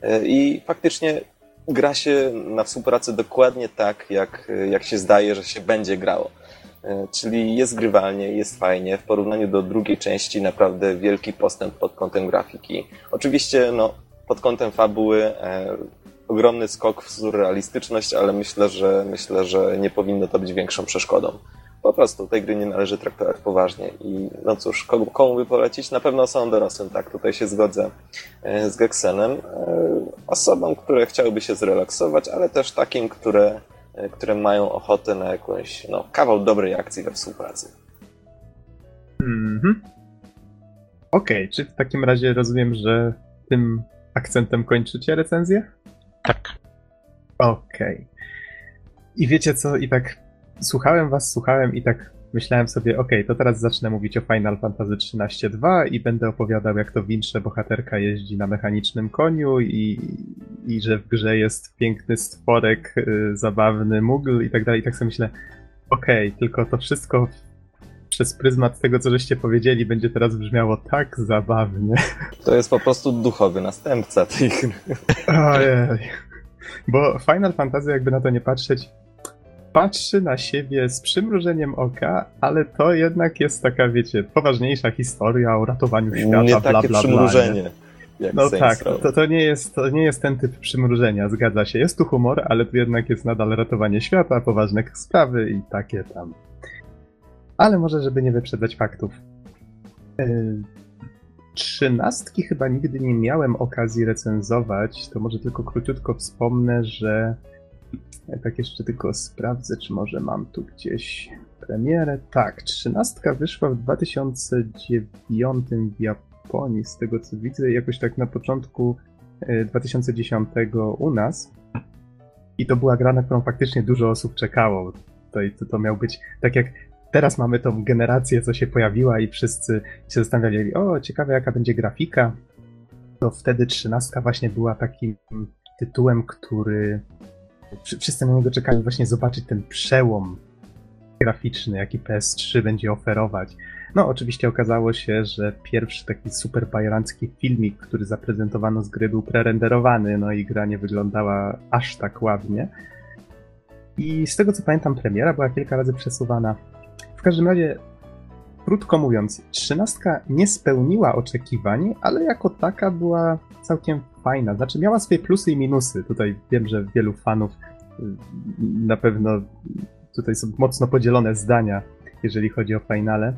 i faktycznie gra się na współpracy dokładnie tak, jak, jak się zdaje, że się będzie grało. Czyli jest grywalnie, jest fajnie. W porównaniu do drugiej części naprawdę wielki postęp pod kątem grafiki. Oczywiście no, pod kątem fabuły e, ogromny skok w surrealistyczność, ale myślę, że myślę, że nie powinno to być większą przeszkodą. Po prostu tej gry nie należy traktować poważnie i no cóż, komu, komu by polecić? Na pewno osobom dorosłym, tak, tutaj się zgodzę e, z Geksenem. E, osobom, które chciałyby się zrelaksować, ale też takim, które które mają ochotę na jakąś, no, kawał dobrej akcji we współpracy. Mhm. Okej, okay, czy w takim razie rozumiem, że tym akcentem kończycie recenzję? Tak. Okej. Okay. I wiecie co, i tak słuchałem was, słuchałem i tak myślałem sobie, okej, okay, to teraz zacznę mówić o Final Fantasy trzynaście dwa i będę opowiadał, jak to Wincze bohaterka jeździ na mechanicznym koniu i, i że w grze jest piękny stworek, y, zabawny mugl i tak dalej. I tak sobie myślę, okej, okay, tylko to wszystko przez pryzmat tego, co żeście powiedzieli, będzie teraz brzmiało tak zabawnie. To jest po prostu duchowy następca tej gry. Ojej. Bo Final Fantasy, jakby na to nie patrzeć, patrzy na siebie z przymrużeniem oka, ale to jednak jest taka, wiecie, poważniejsza historia o ratowaniu świata, nie bla, takie bla, przymrużenie. bla, Jak no Saints tak, Row. to, to, nie jest, to nie jest ten typ przymrużenia, zgadza się. Jest tu humor, ale tu jednak jest nadal ratowanie świata, poważne sprawy i takie tam. Ale może, żeby nie wyprzedzać faktów. Yy, trzynastki chyba nigdy nie miałem okazji recenzować, to może tylko króciutko wspomnę, że ja tak jeszcze tylko sprawdzę, czy może mam tu gdzieś premierę. Tak, trzynastka wyszła w dwa tysiące dziewiątym w Japonii, z tego co widzę, jakoś tak na początku dwa tysiące dziesiątego u nas. I to była gra, na którą faktycznie dużo osób czekało. To, to, to miał być, tak jak teraz mamy tą generację, co się pojawiła i wszyscy się zastanawiali, o, ciekawe jaka będzie grafika. To wtedy trzynastka właśnie była takim tytułem, który wszyscy na niego czekają, właśnie zobaczyć ten przełom graficzny, jaki P S trzy będzie oferować. No, oczywiście okazało się, że pierwszy taki super bajerancki filmik, który zaprezentowano z gry, był prerenderowany, no i gra nie wyglądała aż tak ładnie. I z tego co pamiętam, premiera była kilka razy przesuwana. W każdym razie, krótko mówiąc, trzynastka nie spełniła oczekiwań, ale jako taka była całkiem fajna. Znaczy miała swoje plusy i minusy. Tutaj wiem, że wielu fanów na pewno tutaj są mocno podzielone zdania, jeżeli chodzi o finale.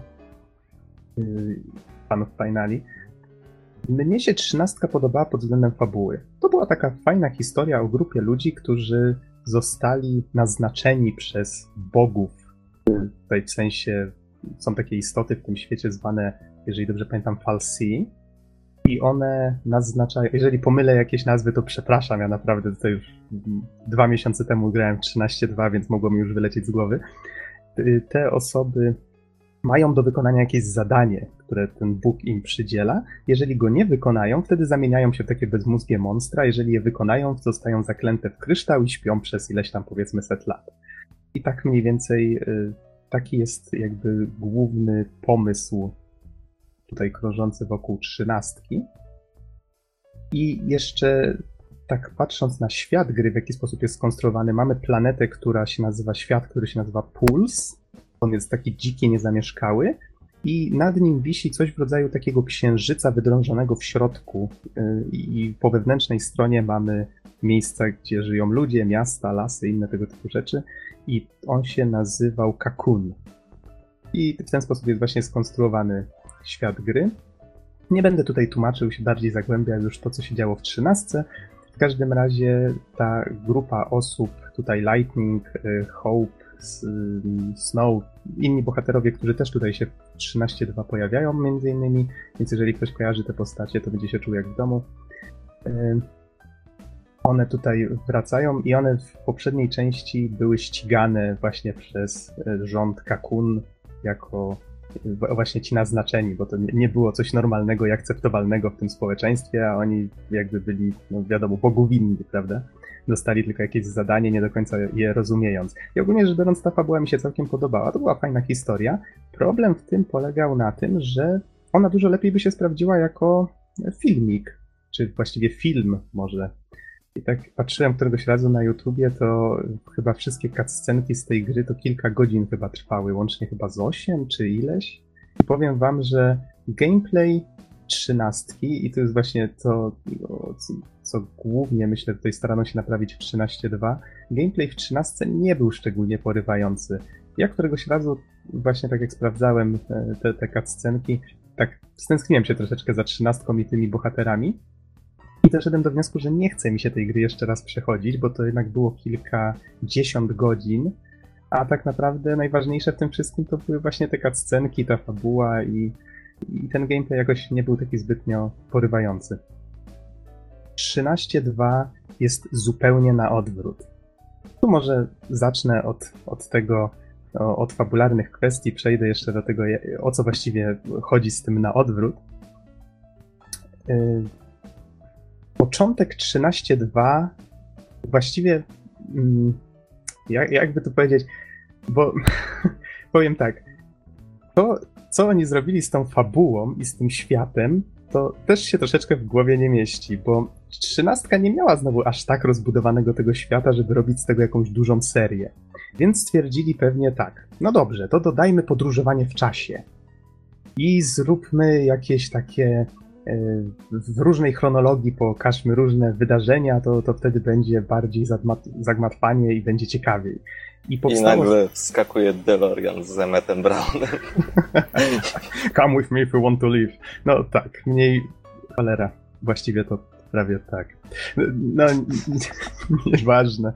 Fanów finali. Mnie się trzynastka podobała pod względem fabuły. To była taka fajna historia o grupie ludzi, którzy zostali naznaczeni przez bogów. Tutaj w sensie są takie istoty w tym świecie zwane, jeżeli dobrze pamiętam, Fal'Cie. I one naznaczają, jeżeli pomylę jakieś nazwy, to przepraszam, ja naprawdę tutaj już dwa miesiące temu grałem w trzynaście dwa, więc mogło mi już wylecieć z głowy. Te osoby mają do wykonania jakieś zadanie, które ten Bóg im przydziela. Jeżeli go nie wykonają, wtedy zamieniają się w takie bezmózgie monstra. Jeżeli je wykonają, zostają zaklęte w kryształ i śpią przez ileś tam, powiedzmy, set lat. I tak mniej więcej taki jest jakby główny pomysł tutaj krążący wokół trzynastki. I jeszcze tak patrząc na świat gry, w jaki sposób jest skonstruowany, mamy planetę, która się nazywa, świat, który się nazywa Puls. On jest taki dziki, niezamieszkały i nad nim wisi coś w rodzaju takiego księżyca wydrążonego w środku i po wewnętrznej stronie mamy miejsca, gdzie żyją ludzie, miasta, lasy, inne tego typu rzeczy i on się nazywał Cocoon. I w ten sposób jest właśnie skonstruowany świat gry. Nie będę tutaj tłumaczył, się bardziej zagłębiał już to, co się działo w trzynastce. W każdym razie ta grupa osób, tutaj Lightning, Hope, Snow, inni bohaterowie, którzy też tutaj się w trzynaście dwa pojawiają między innymi, więc jeżeli ktoś kojarzy te postacie, to będzie się czuł jak w domu. One tutaj wracają i one w poprzedniej części były ścigane właśnie przez rząd Cocoon jako właśnie ci naznaczeni, bo to nie było coś normalnego i akceptowalnego w tym społeczeństwie, a oni jakby byli, no wiadomo, Bogu winni, prawda? Dostali tylko jakieś zadanie, nie do końca je rozumiejąc. I ogólnie rzecz biorąc, ta fabuła mi się całkiem podobała. To była fajna historia. Problem w tym polegał na tym, że ona dużo lepiej by się sprawdziła jako filmik, czy właściwie film może. I tak patrzyłem któregoś razu na YouTubie, to chyba wszystkie cutscenki z tej gry to kilka godzin chyba trwały, łącznie chyba z osiem czy ileś. I powiem wam, że gameplay trzynastki, i to jest właśnie to, co, co głównie myślę tutaj starano się naprawić w trzynaście dwa, gameplay w trzynastce nie był szczególnie porywający. Ja któregoś razu, właśnie tak jak sprawdzałem te, te cutscenki, tak stęskniłem się troszeczkę za trzynastką i tymi bohaterami. I doszedłem do wniosku, że nie chce mi się tej gry jeszcze raz przechodzić, bo to jednak było kilkadziesiąt godzin, a tak naprawdę najważniejsze w tym wszystkim to były właśnie te cutscenki, ta fabuła i, i ten gameplay jakoś nie był taki zbytnio porywający. trzynaście dwa jest zupełnie na odwrót. Tu może zacznę od, od tego, od fabularnych kwestii, przejdę jeszcze do tego, o co właściwie chodzi z tym na odwrót. Początek trzynaście dwa właściwie, jak, jakby to powiedzieć, bo powiem tak, to co oni zrobili z tą fabułą i z tym światem, to też się troszeczkę w głowie nie mieści, bo trzynastka nie miała znowu aż tak rozbudowanego tego świata, żeby robić z tego jakąś dużą serię. Więc stwierdzili pewnie tak, no dobrze, to dodajmy podróżowanie w czasie i zróbmy jakieś takie w różnej chronologii, pokażmy różne wydarzenia, to, to wtedy będzie bardziej zagmatwanie i będzie ciekawiej. I, powstało... I nagle wskakuje DeLorean z Emmettem Brownem. Come with me if you want to live. No tak, mniej cholera. Właściwie to prawie tak. No, nieważne.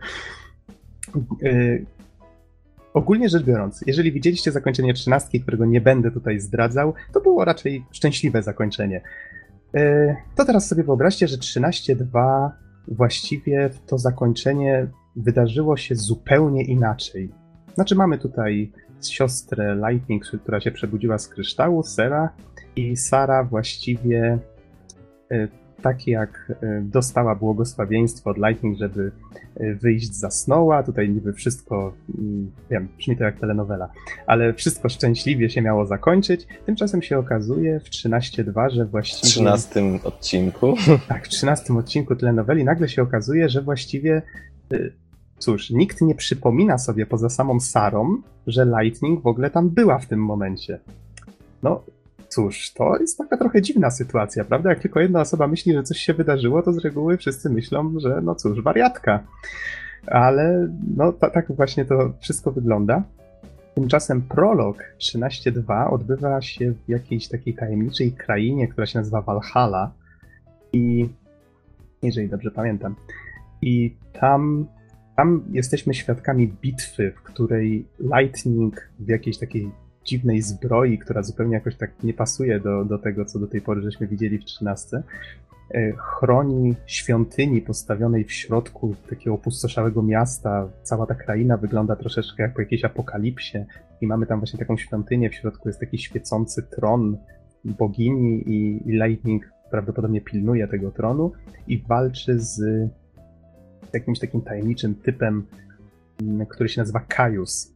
Yy, ogólnie rzecz biorąc, jeżeli widzieliście zakończenie trzynastki, którego nie będę tutaj zdradzał, to było raczej szczęśliwe zakończenie. Yy, to teraz sobie wyobraźcie, że trzynaście dwa właściwie to zakończenie wydarzyło się zupełnie inaczej. Znaczy mamy tutaj siostrę Lightning, która się przebudziła z kryształu, Sara, i Sara właściwie y, tak jak y, dostała błogosławieństwo od Lightning, żeby y, wyjść zasnęła, tutaj niby wszystko, y, wiem, brzmi to jak telenowela, ale wszystko szczęśliwie się miało zakończyć, tymczasem się okazuje w trzynaście dwa, że właściwie... W trzynastym odcinku? Tak, w trzynastym odcinku telenoweli nagle się okazuje, że właściwie y, cóż, nikt nie przypomina sobie poza samą Sarą, że Lightning w ogóle tam była w tym momencie. No cóż, to jest taka trochę dziwna sytuacja, prawda? Jak tylko jedna osoba myśli, że coś się wydarzyło, to z reguły wszyscy myślą, że no cóż, wariatka. Ale no ta, tak właśnie to wszystko wygląda. Tymczasem prolog trzynaście dwa odbywa się w jakiejś takiej tajemniczej krainie, która się nazywa Valhalla. I jeżeli dobrze pamiętam. I tam Tam jesteśmy świadkami bitwy, w której Lightning w jakiejś takiej dziwnej zbroi, która zupełnie jakoś tak nie pasuje do, do tego, co do tej pory żeśmy widzieli w trzynastce, chroni świątyni postawionej w środku takiego opustoszałego miasta. Cała ta kraina wygląda troszeczkę jak po jakiejś apokalipsie i mamy tam właśnie taką świątynię, w środku jest taki świecący tron bogini i, i Lightning prawdopodobnie pilnuje tego tronu i walczy z jakimś takim tajemniczym typem, który się nazywa Kaius.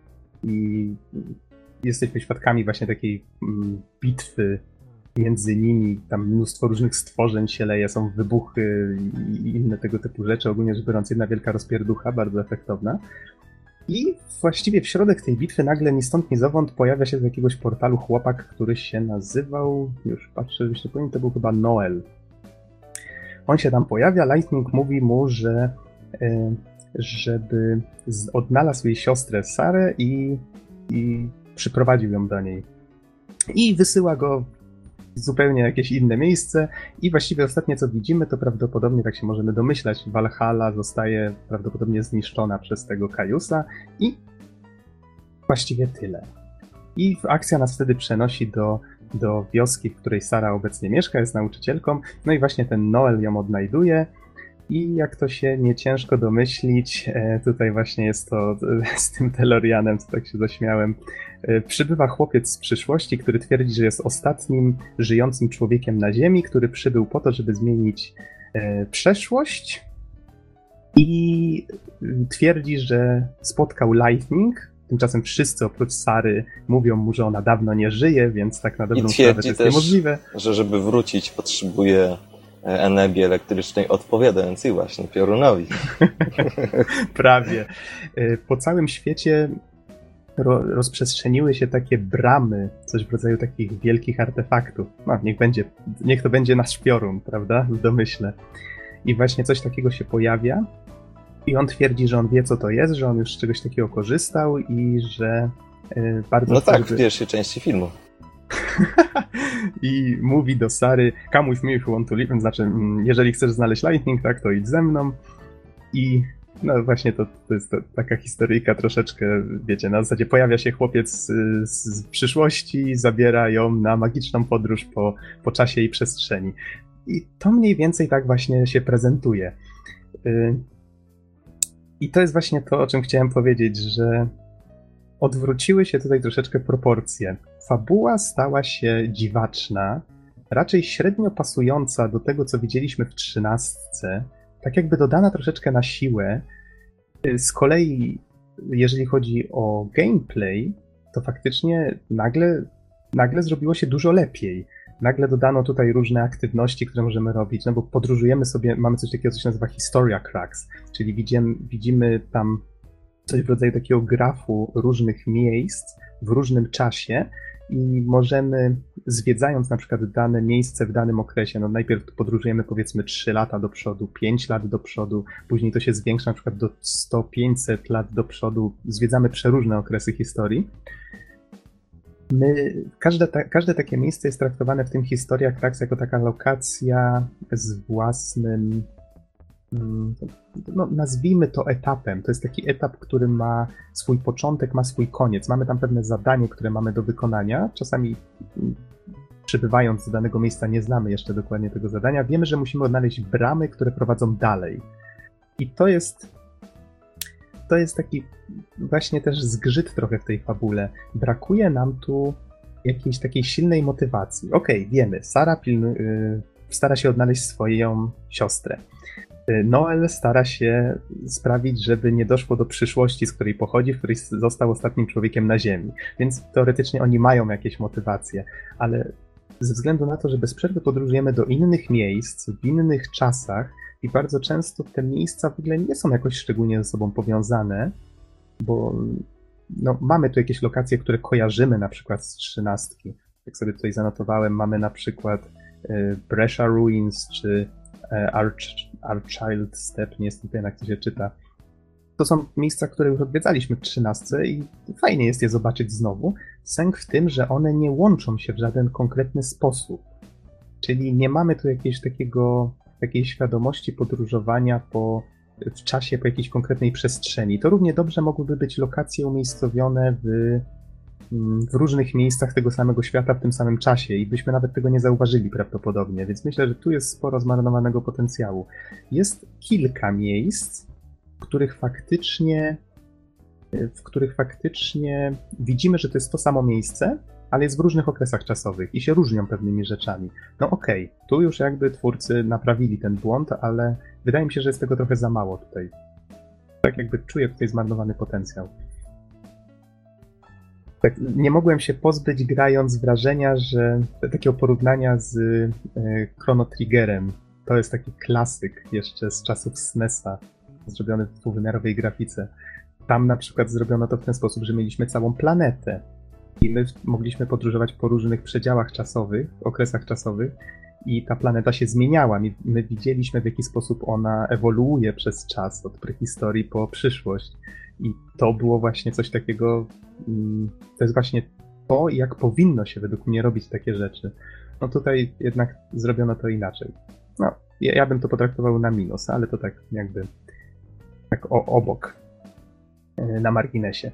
I jesteśmy świadkami właśnie takiej bitwy między nimi. Tam mnóstwo różnych stworzeń się leje, są wybuchy i inne tego typu rzeczy. Ogólnie rzecz biorąc, jedna wielka rozpierducha, bardzo efektowna. I właściwie w środek tej bitwy nagle ni stąd, ni zowąd pojawia się z jakiegoś portalu chłopak, który się nazywał, już patrzę, jeśli powiem, to był chyba Noel. On się tam pojawia, Lightning mówi mu, że y, żeby z, odnalazł jej siostrę Sarę i, i przyprowadził ją do niej. I wysyła go w zupełnie jakieś inne miejsce i właściwie ostatnie co widzimy, to prawdopodobnie, tak się możemy domyślać, Valhalla zostaje prawdopodobnie zniszczona przez tego Kaiusa i właściwie tyle. I akcja nas wtedy przenosi do do wioski, w której Sara obecnie mieszka, jest nauczycielką, no i właśnie ten Noel ją odnajduje i jak to się nie ciężko domyślić, tutaj właśnie jest to z tym DeLoreanem, co tak się zaśmiałem, przybywa chłopiec z przyszłości, który twierdzi, że jest ostatnim żyjącym człowiekiem na Ziemi, który przybył po to, żeby zmienić przeszłość i twierdzi, że spotkał Lightning. Tymczasem wszyscy oprócz Sary mówią mu, że ona dawno nie żyje, więc tak na dobrą sprawę to jest też, niemożliwe. Że żeby wrócić potrzebuje energii elektrycznej odpowiadającej właśnie piorunowi. Prawie. Po całym świecie ro- rozprzestrzeniły się takie bramy, coś w rodzaju takich wielkich artefaktów. No, niech będzie, niech to będzie nasz piorun, prawda? W domyśle. I właśnie coś takiego się pojawia. I on twierdzi, że on wie, co to jest, że on już z czegoś takiego korzystał i że y, bardzo... No tak, żeby... w pierwszej części filmu. I mówi do Sary, come with me if you want to live, znaczy, jeżeli chcesz znaleźć Lightning, tak, to idź ze mną. I no właśnie to, to jest to, taka historyjka troszeczkę, wiecie, na zasadzie pojawia się chłopiec z, z przyszłości, zabiera ją na magiczną podróż po, po czasie i przestrzeni. I to mniej więcej tak właśnie się prezentuje. I to jest właśnie to, o czym chciałem powiedzieć, że odwróciły się tutaj troszeczkę proporcje. Fabuła stała się dziwaczna, raczej średnio pasująca do tego, co widzieliśmy w trzynastce, tak jakby dodana troszeczkę na siłę. Z kolei, jeżeli chodzi o gameplay, to faktycznie nagle, nagle zrobiło się dużo lepiej. Nagle dodano tutaj różne aktywności, które możemy robić, no bo podróżujemy sobie, mamy coś takiego, co się nazywa Historia Cracks, czyli widzimy, widzimy tam coś w rodzaju takiego grafu różnych miejsc w różnym czasie i możemy, zwiedzając na przykład dane miejsce w danym okresie, no najpierw podróżujemy powiedzmy trzy lata do przodu, pięć lat do przodu, później to się zwiększa na przykład do sto pięćset lat do przodu, zwiedzamy przeróżne okresy historii. My, każde, ta, każde takie miejsce jest traktowane w tym Historia Cracks jako taka lokacja z własnym, no, nazwijmy to etapem. To jest taki etap, który ma swój początek, ma swój koniec. Mamy tam pewne zadanie, które mamy do wykonania. Czasami przybywając do danego miejsca nie znamy jeszcze dokładnie tego zadania. Wiemy, że musimy odnaleźć bramy, które prowadzą dalej. I to jest to jest taki właśnie też zgrzyt trochę w tej fabule. Brakuje nam tu jakiejś takiej silnej motywacji. Okej, okay, wiemy, Sarah pilnu- yy, stara się odnaleźć swoją siostrę. Noel stara się sprawić, żeby nie doszło do przyszłości, z której pochodzi, w której został ostatnim człowiekiem na Ziemi. Więc teoretycznie oni mają jakieś motywacje, ale ze względu na to, że bez przerwy podróżujemy do innych miejsc, w innych czasach i bardzo często te miejsca w ogóle nie są jakoś szczególnie ze sobą powiązane, bo no, mamy tu jakieś lokacje, które kojarzymy na przykład z trzynastki. Jak sobie tutaj zanotowałem, mamy na przykład y, Brescia Ruins czy Arch, Archild Steppe, nie jestem pewien, jak to się czyta. To są miejsca, które już odwiedzaliśmy w trzynastce i fajnie jest je zobaczyć znowu. Sęk w tym, że one nie łączą się w żaden konkretny sposób. Czyli nie mamy tu jakiegoś takiego, takiej świadomości podróżowania po, w czasie, po jakiejś konkretnej przestrzeni. To równie dobrze mogłyby być lokacje umiejscowione w w różnych miejscach tego samego świata w tym samym czasie i byśmy nawet tego nie zauważyli prawdopodobnie, więc myślę, że tu jest sporo zmarnowanego potencjału. Jest kilka miejsc, w których faktycznie w których faktycznie widzimy, że to jest to samo miejsce, ale jest w różnych okresach czasowych i się różnią pewnymi rzeczami. No okej, okay, tu już jakby twórcy naprawili ten błąd, ale wydaje mi się, że jest tego trochę za mało tutaj. Tak jakby czuję tutaj zmarnowany potencjał. Tak, nie mogłem się pozbyć, grając, wrażenia, że takiego porównania z y, Chrono Triggerem. To jest taki klasyk jeszcze z czasów S N E S-a, zrobiony w dwuwymiarowej grafice. Tam na przykład zrobiono to w ten sposób, że mieliśmy całą planetę i my mogliśmy podróżować po różnych przedziałach czasowych, okresach czasowych i ta planeta się zmieniała. My, my widzieliśmy, w jaki sposób ona ewoluuje przez czas, od prehistorii po przyszłość. I to było właśnie coś takiego, to jest właśnie to, jak powinno się według mnie robić takie rzeczy. No tutaj jednak zrobiono to inaczej. No, ja, ja bym to potraktował na minus, ale to tak jakby tak o, obok, na marginesie.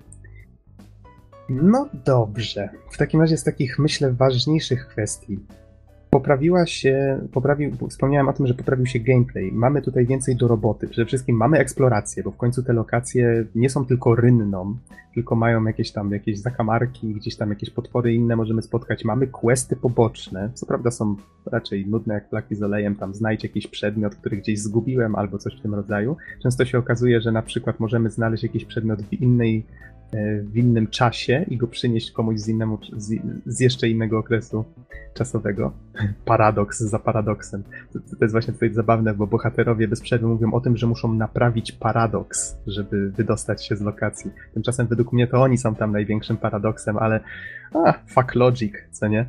No dobrze. W takim razie z takich, myślę, ważniejszych kwestii. Poprawiła się, poprawił, wspomniałem o tym, że poprawił się gameplay. Mamy tutaj więcej do roboty. Przede wszystkim mamy eksplorację, bo w końcu te lokacje nie są tylko rynną, tylko mają jakieś tam jakieś zakamarki, gdzieś tam jakieś potwory inne możemy spotkać. Mamy questy poboczne, co prawda są raczej nudne jak flaki z olejem, tam znajdź jakiś przedmiot, który gdzieś zgubiłem albo coś w tym rodzaju. Często się okazuje, że na przykład możemy znaleźć jakiś przedmiot w innej w innym czasie i go przynieść komuś z, innemu, z, z jeszcze innego okresu czasowego. Paradoks za paradoksem. To, to jest właśnie tutaj zabawne, bo bohaterowie bez przerwy mówią o tym, że muszą naprawić paradoks, żeby wydostać się z lokacji. Tymczasem według mnie to oni są tam największym paradoksem, ale a, fuck logic, co nie?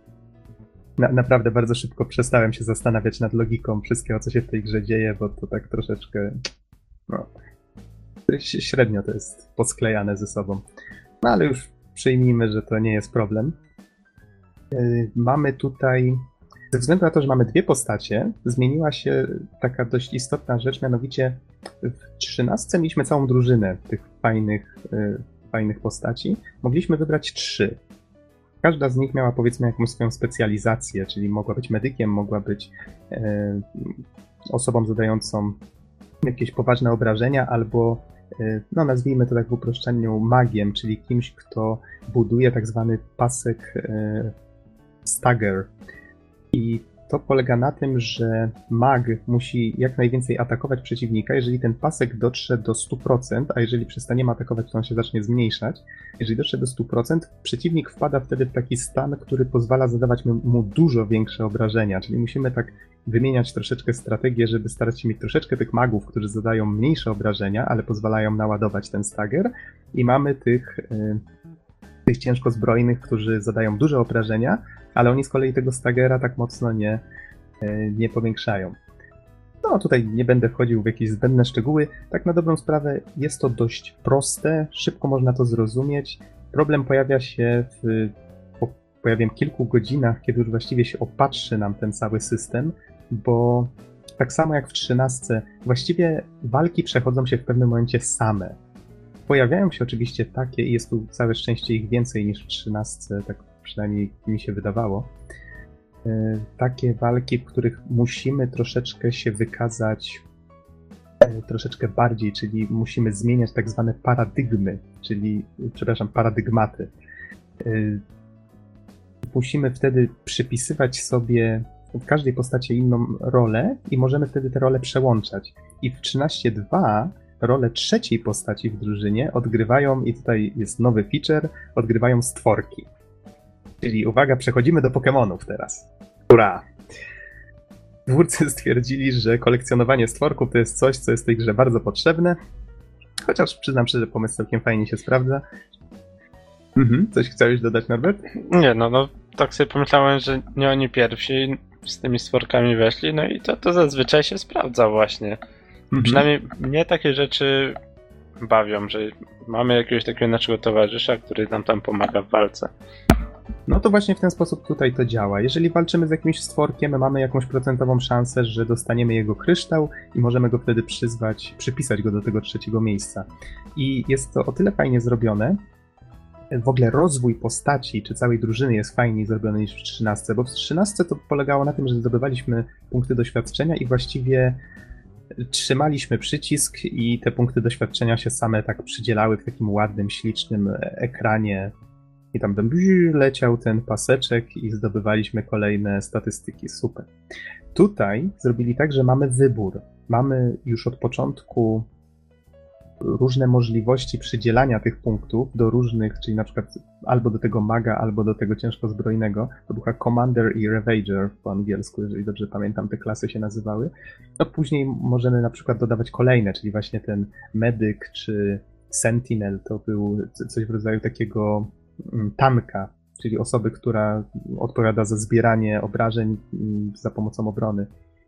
Na, naprawdę bardzo szybko przestałem się zastanawiać nad logiką wszystkiego, co się w tej grze dzieje, bo to tak troszeczkę... No, średnio to jest posklejane ze sobą. No ale już przyjmijmy, że to nie jest problem. Yy, mamy tutaj, ze względu na to, że mamy dwie postacie, zmieniła się taka dość istotna rzecz, mianowicie w trzynastce mieliśmy całą drużynę tych fajnych, yy, fajnych postaci. Mogliśmy wybrać trzy. Każda z nich miała, powiedzmy, jakąś swoją specjalizację, czyli mogła być medykiem, mogła być yy, osobą zadającą jakieś poważne obrażenia, albo no nazwijmy to tak w uproszczeniu magiem, czyli kimś, kto buduje tak zwany pasek e, stagger. I to polega na tym, że mag musi jak najwięcej atakować przeciwnika, jeżeli ten pasek dotrze do stu procent, a jeżeli przestaniemy atakować, to on się zacznie zmniejszać. Jeżeli dotrze do stu procent, przeciwnik wpada wtedy w taki stan, który pozwala zadawać mu dużo większe obrażenia, czyli musimy tak wymieniać troszeczkę strategię, żeby starać się mieć troszeczkę tych magów, którzy zadają mniejsze obrażenia, ale pozwalają naładować ten stagger, i mamy tych, yy, tych ciężko zbrojnych, którzy zadają duże obrażenia, ale oni z kolei tego staggera tak mocno nie, yy, nie powiększają. No tutaj nie będę wchodził w jakieś zbędne szczegóły. Tak na dobrą sprawę jest to dość proste, szybko można to zrozumieć. Problem pojawia się w po pojawiam kilku godzinach, kiedy już właściwie się opatrzy nam ten cały system, bo tak samo jak w trzynastce, właściwie walki przechodzą się w pewnym momencie same. Pojawiają się oczywiście takie, i jest tu całe szczęście ich więcej niż w trzynastce, tak przynajmniej mi się wydawało, takie walki, w których musimy troszeczkę się wykazać troszeczkę bardziej, czyli musimy zmieniać tak zwane paradygmy, czyli, przepraszam, paradygmaty. Musimy wtedy przypisywać sobie w każdej postaci inną rolę i możemy wtedy te role przełączać. I w trzynaście dwa rolę trzeciej postaci w drużynie odgrywają, i tutaj jest nowy feature, odgrywają stworki. Czyli uwaga, przechodzimy do Pokemonów teraz. Ura! Twórcy stwierdzili, że kolekcjonowanie stworków to jest coś, co jest w tej grze bardzo potrzebne. Chociaż przyznam szczerze, pomysł całkiem fajnie się sprawdza. Mhm, coś chciałeś dodać, Norbert? Nie, no, no tak sobie pomyślałem, że nie oni pierwsi z tymi stworkami weszli, no i to, to zazwyczaj się sprawdza właśnie. Mhm. Przynajmniej mnie takie rzeczy bawią, że mamy jakiegoś takiego naszego towarzysza, który nam tam pomaga w walce. No to właśnie w ten sposób tutaj to działa. Jeżeli walczymy z jakimś stworkiem, mamy jakąś procentową szansę, że dostaniemy jego kryształ i możemy go wtedy przyzwać, przypisać go do tego trzeciego miejsca. I jest to o tyle fajnie zrobione, w ogóle rozwój postaci czy całej drużyny jest fajniej zrobiony niż w trzynastce, bo w trzynastce to polegało na tym, że zdobywaliśmy punkty doświadczenia i właściwie trzymaliśmy przycisk i te punkty doświadczenia się same tak przydzielały w takim ładnym, ślicznym ekranie. I tam leciał ten paseczek i zdobywaliśmy kolejne statystyki. Super. Tutaj zrobili tak, że mamy wybór. Mamy już od początku różne możliwości przydzielania tych punktów do różnych, czyli na przykład albo do tego maga, albo do tego ciężko zbrojnego. To była Commander i Ravager po angielsku, jeżeli dobrze pamiętam, te klasy się nazywały. No później możemy na przykład dodawać kolejne, czyli właśnie ten medyk czy sentinel, to był coś w rodzaju takiego tanka, czyli osoby, która odpowiada za zbieranie obrażeń za pomocą obrony.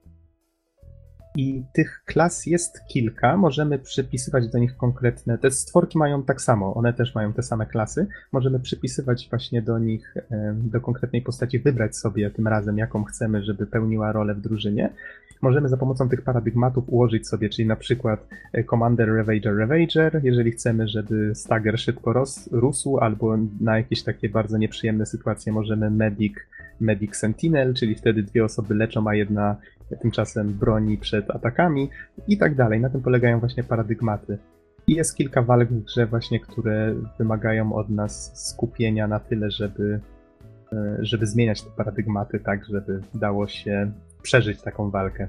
I tych klas jest kilka, możemy przypisywać do nich konkretne, te stworki mają tak samo, one też mają te same klasy, możemy przypisywać właśnie do nich, do konkretnej postaci, wybrać sobie tym razem, jaką chcemy, żeby pełniła rolę w drużynie. Możemy za pomocą tych paradygmatów ułożyć sobie, czyli na przykład Commander, Ravager, Ravager, jeżeli chcemy, żeby Stagger szybko ros, rósł, albo na jakieś takie bardzo nieprzyjemne sytuacje możemy Medic, Medic Sentinel, czyli wtedy dwie osoby leczą, a jedna tymczasem broni przed atakami i tak dalej. Na tym polegają właśnie paradygmaty. I jest kilka walk w grze właśnie, które wymagają od nas skupienia na tyle, żeby, żeby zmieniać te paradygmaty tak, żeby dało się przeżyć taką walkę.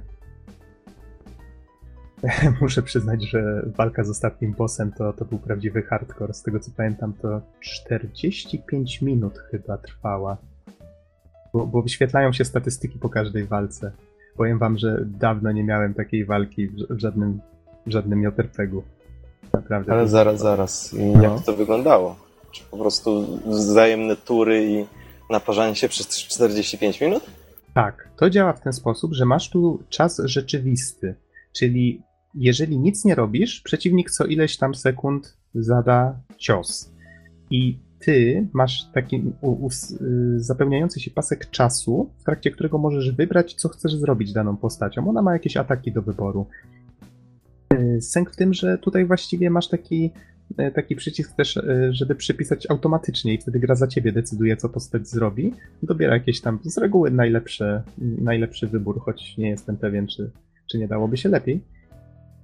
Muszę przyznać, że walka z ostatnim bossem to, to był prawdziwy hardcore. Z tego co pamiętam, to czterdzieści pięć minut chyba trwała. Bo, bo wyświetlają się statystyki po każdej walce. Powiem wam, że dawno nie miałem takiej walki w żadnym, w żadnym J R P G-u. Naprawdę. Ale zaraz, zaraz. I no. Jak to wyglądało? Czy po prostu wzajemne tury i naparzanie się przez czterdzieści pięć minut? Tak, to działa w ten sposób, że masz tu czas rzeczywisty, czyli jeżeli nic nie robisz, przeciwnik co ileś tam sekund zada cios. I ty masz taki u, u, zapełniający się pasek czasu, w trakcie którego możesz wybrać, co chcesz zrobić daną postacią. Ona ma jakieś ataki do wyboru. Sęk w tym, że tutaj właściwie masz taki, taki przycisk też, żeby przypisać automatycznie i wtedy gra za ciebie decyduje, co postać zrobi. Dobiera jakieś tam z reguły najlepsze, najlepszy wybór, choć nie jestem pewien, czy, czy nie dałoby się lepiej.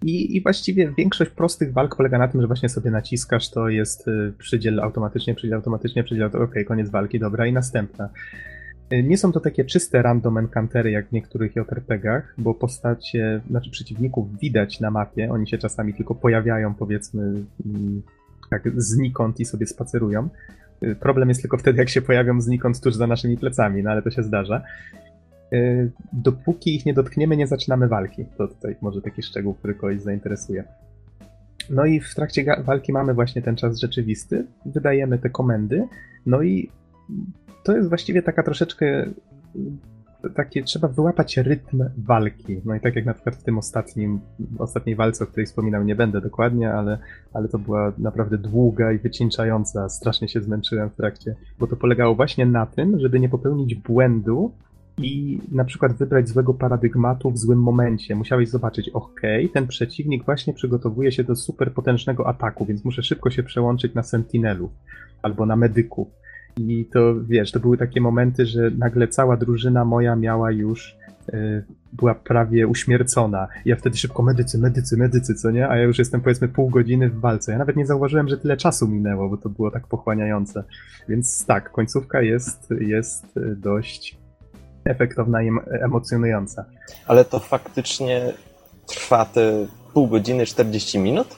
I, I właściwie większość prostych walk polega na tym, że właśnie sobie naciskasz, to jest przydziel automatycznie, przydziel automatycznie, przydziel automatycznie, okej, koniec walki, dobra, i następna. Nie są to takie czyste random encountery jak w niektórych J R P G-ach, bo postacie, znaczy przeciwników widać na mapie, oni się czasami tylko pojawiają, powiedzmy, tak znikąd i sobie spacerują. Problem jest tylko wtedy, jak się pojawią znikąd tuż za naszymi plecami, no ale to się zdarza. Dopóki ich nie dotkniemy, nie zaczynamy walki. To tutaj może taki szczegół, który kogoś zainteresuje. No i w trakcie walki mamy właśnie ten czas rzeczywisty, wydajemy te komendy, no i to jest właściwie taka troszeczkę takie, trzeba wyłapać rytm walki. No i tak jak na przykład w tym ostatnim, ostatniej walce, o której wspominał, nie będę dokładnie, ale, ale to była naprawdę długa i wycieńczająca. Strasznie się zmęczyłem w trakcie, bo to polegało właśnie na tym, żeby nie popełnić błędu i na przykład wybrać złego paradygmatu w złym momencie. Musiałeś zobaczyć, okej, ten przeciwnik właśnie przygotowuje się do super potężnego ataku, więc muszę szybko się przełączyć na sentinelów albo na medyków. I to, wiesz, to były takie momenty, że nagle cała drużyna moja miała już, yy, była prawie uśmiercona. Ja wtedy szybko medycy, medycy, medycy, co nie? A ja już jestem, powiedzmy, pół godziny w walce. Ja nawet nie zauważyłem, że tyle czasu minęło, bo to było tak pochłaniające. Więc tak, końcówka jest, jest dość efektowna i emocjonująca. Ale to faktycznie trwa te pół godziny, czterdzieści minut?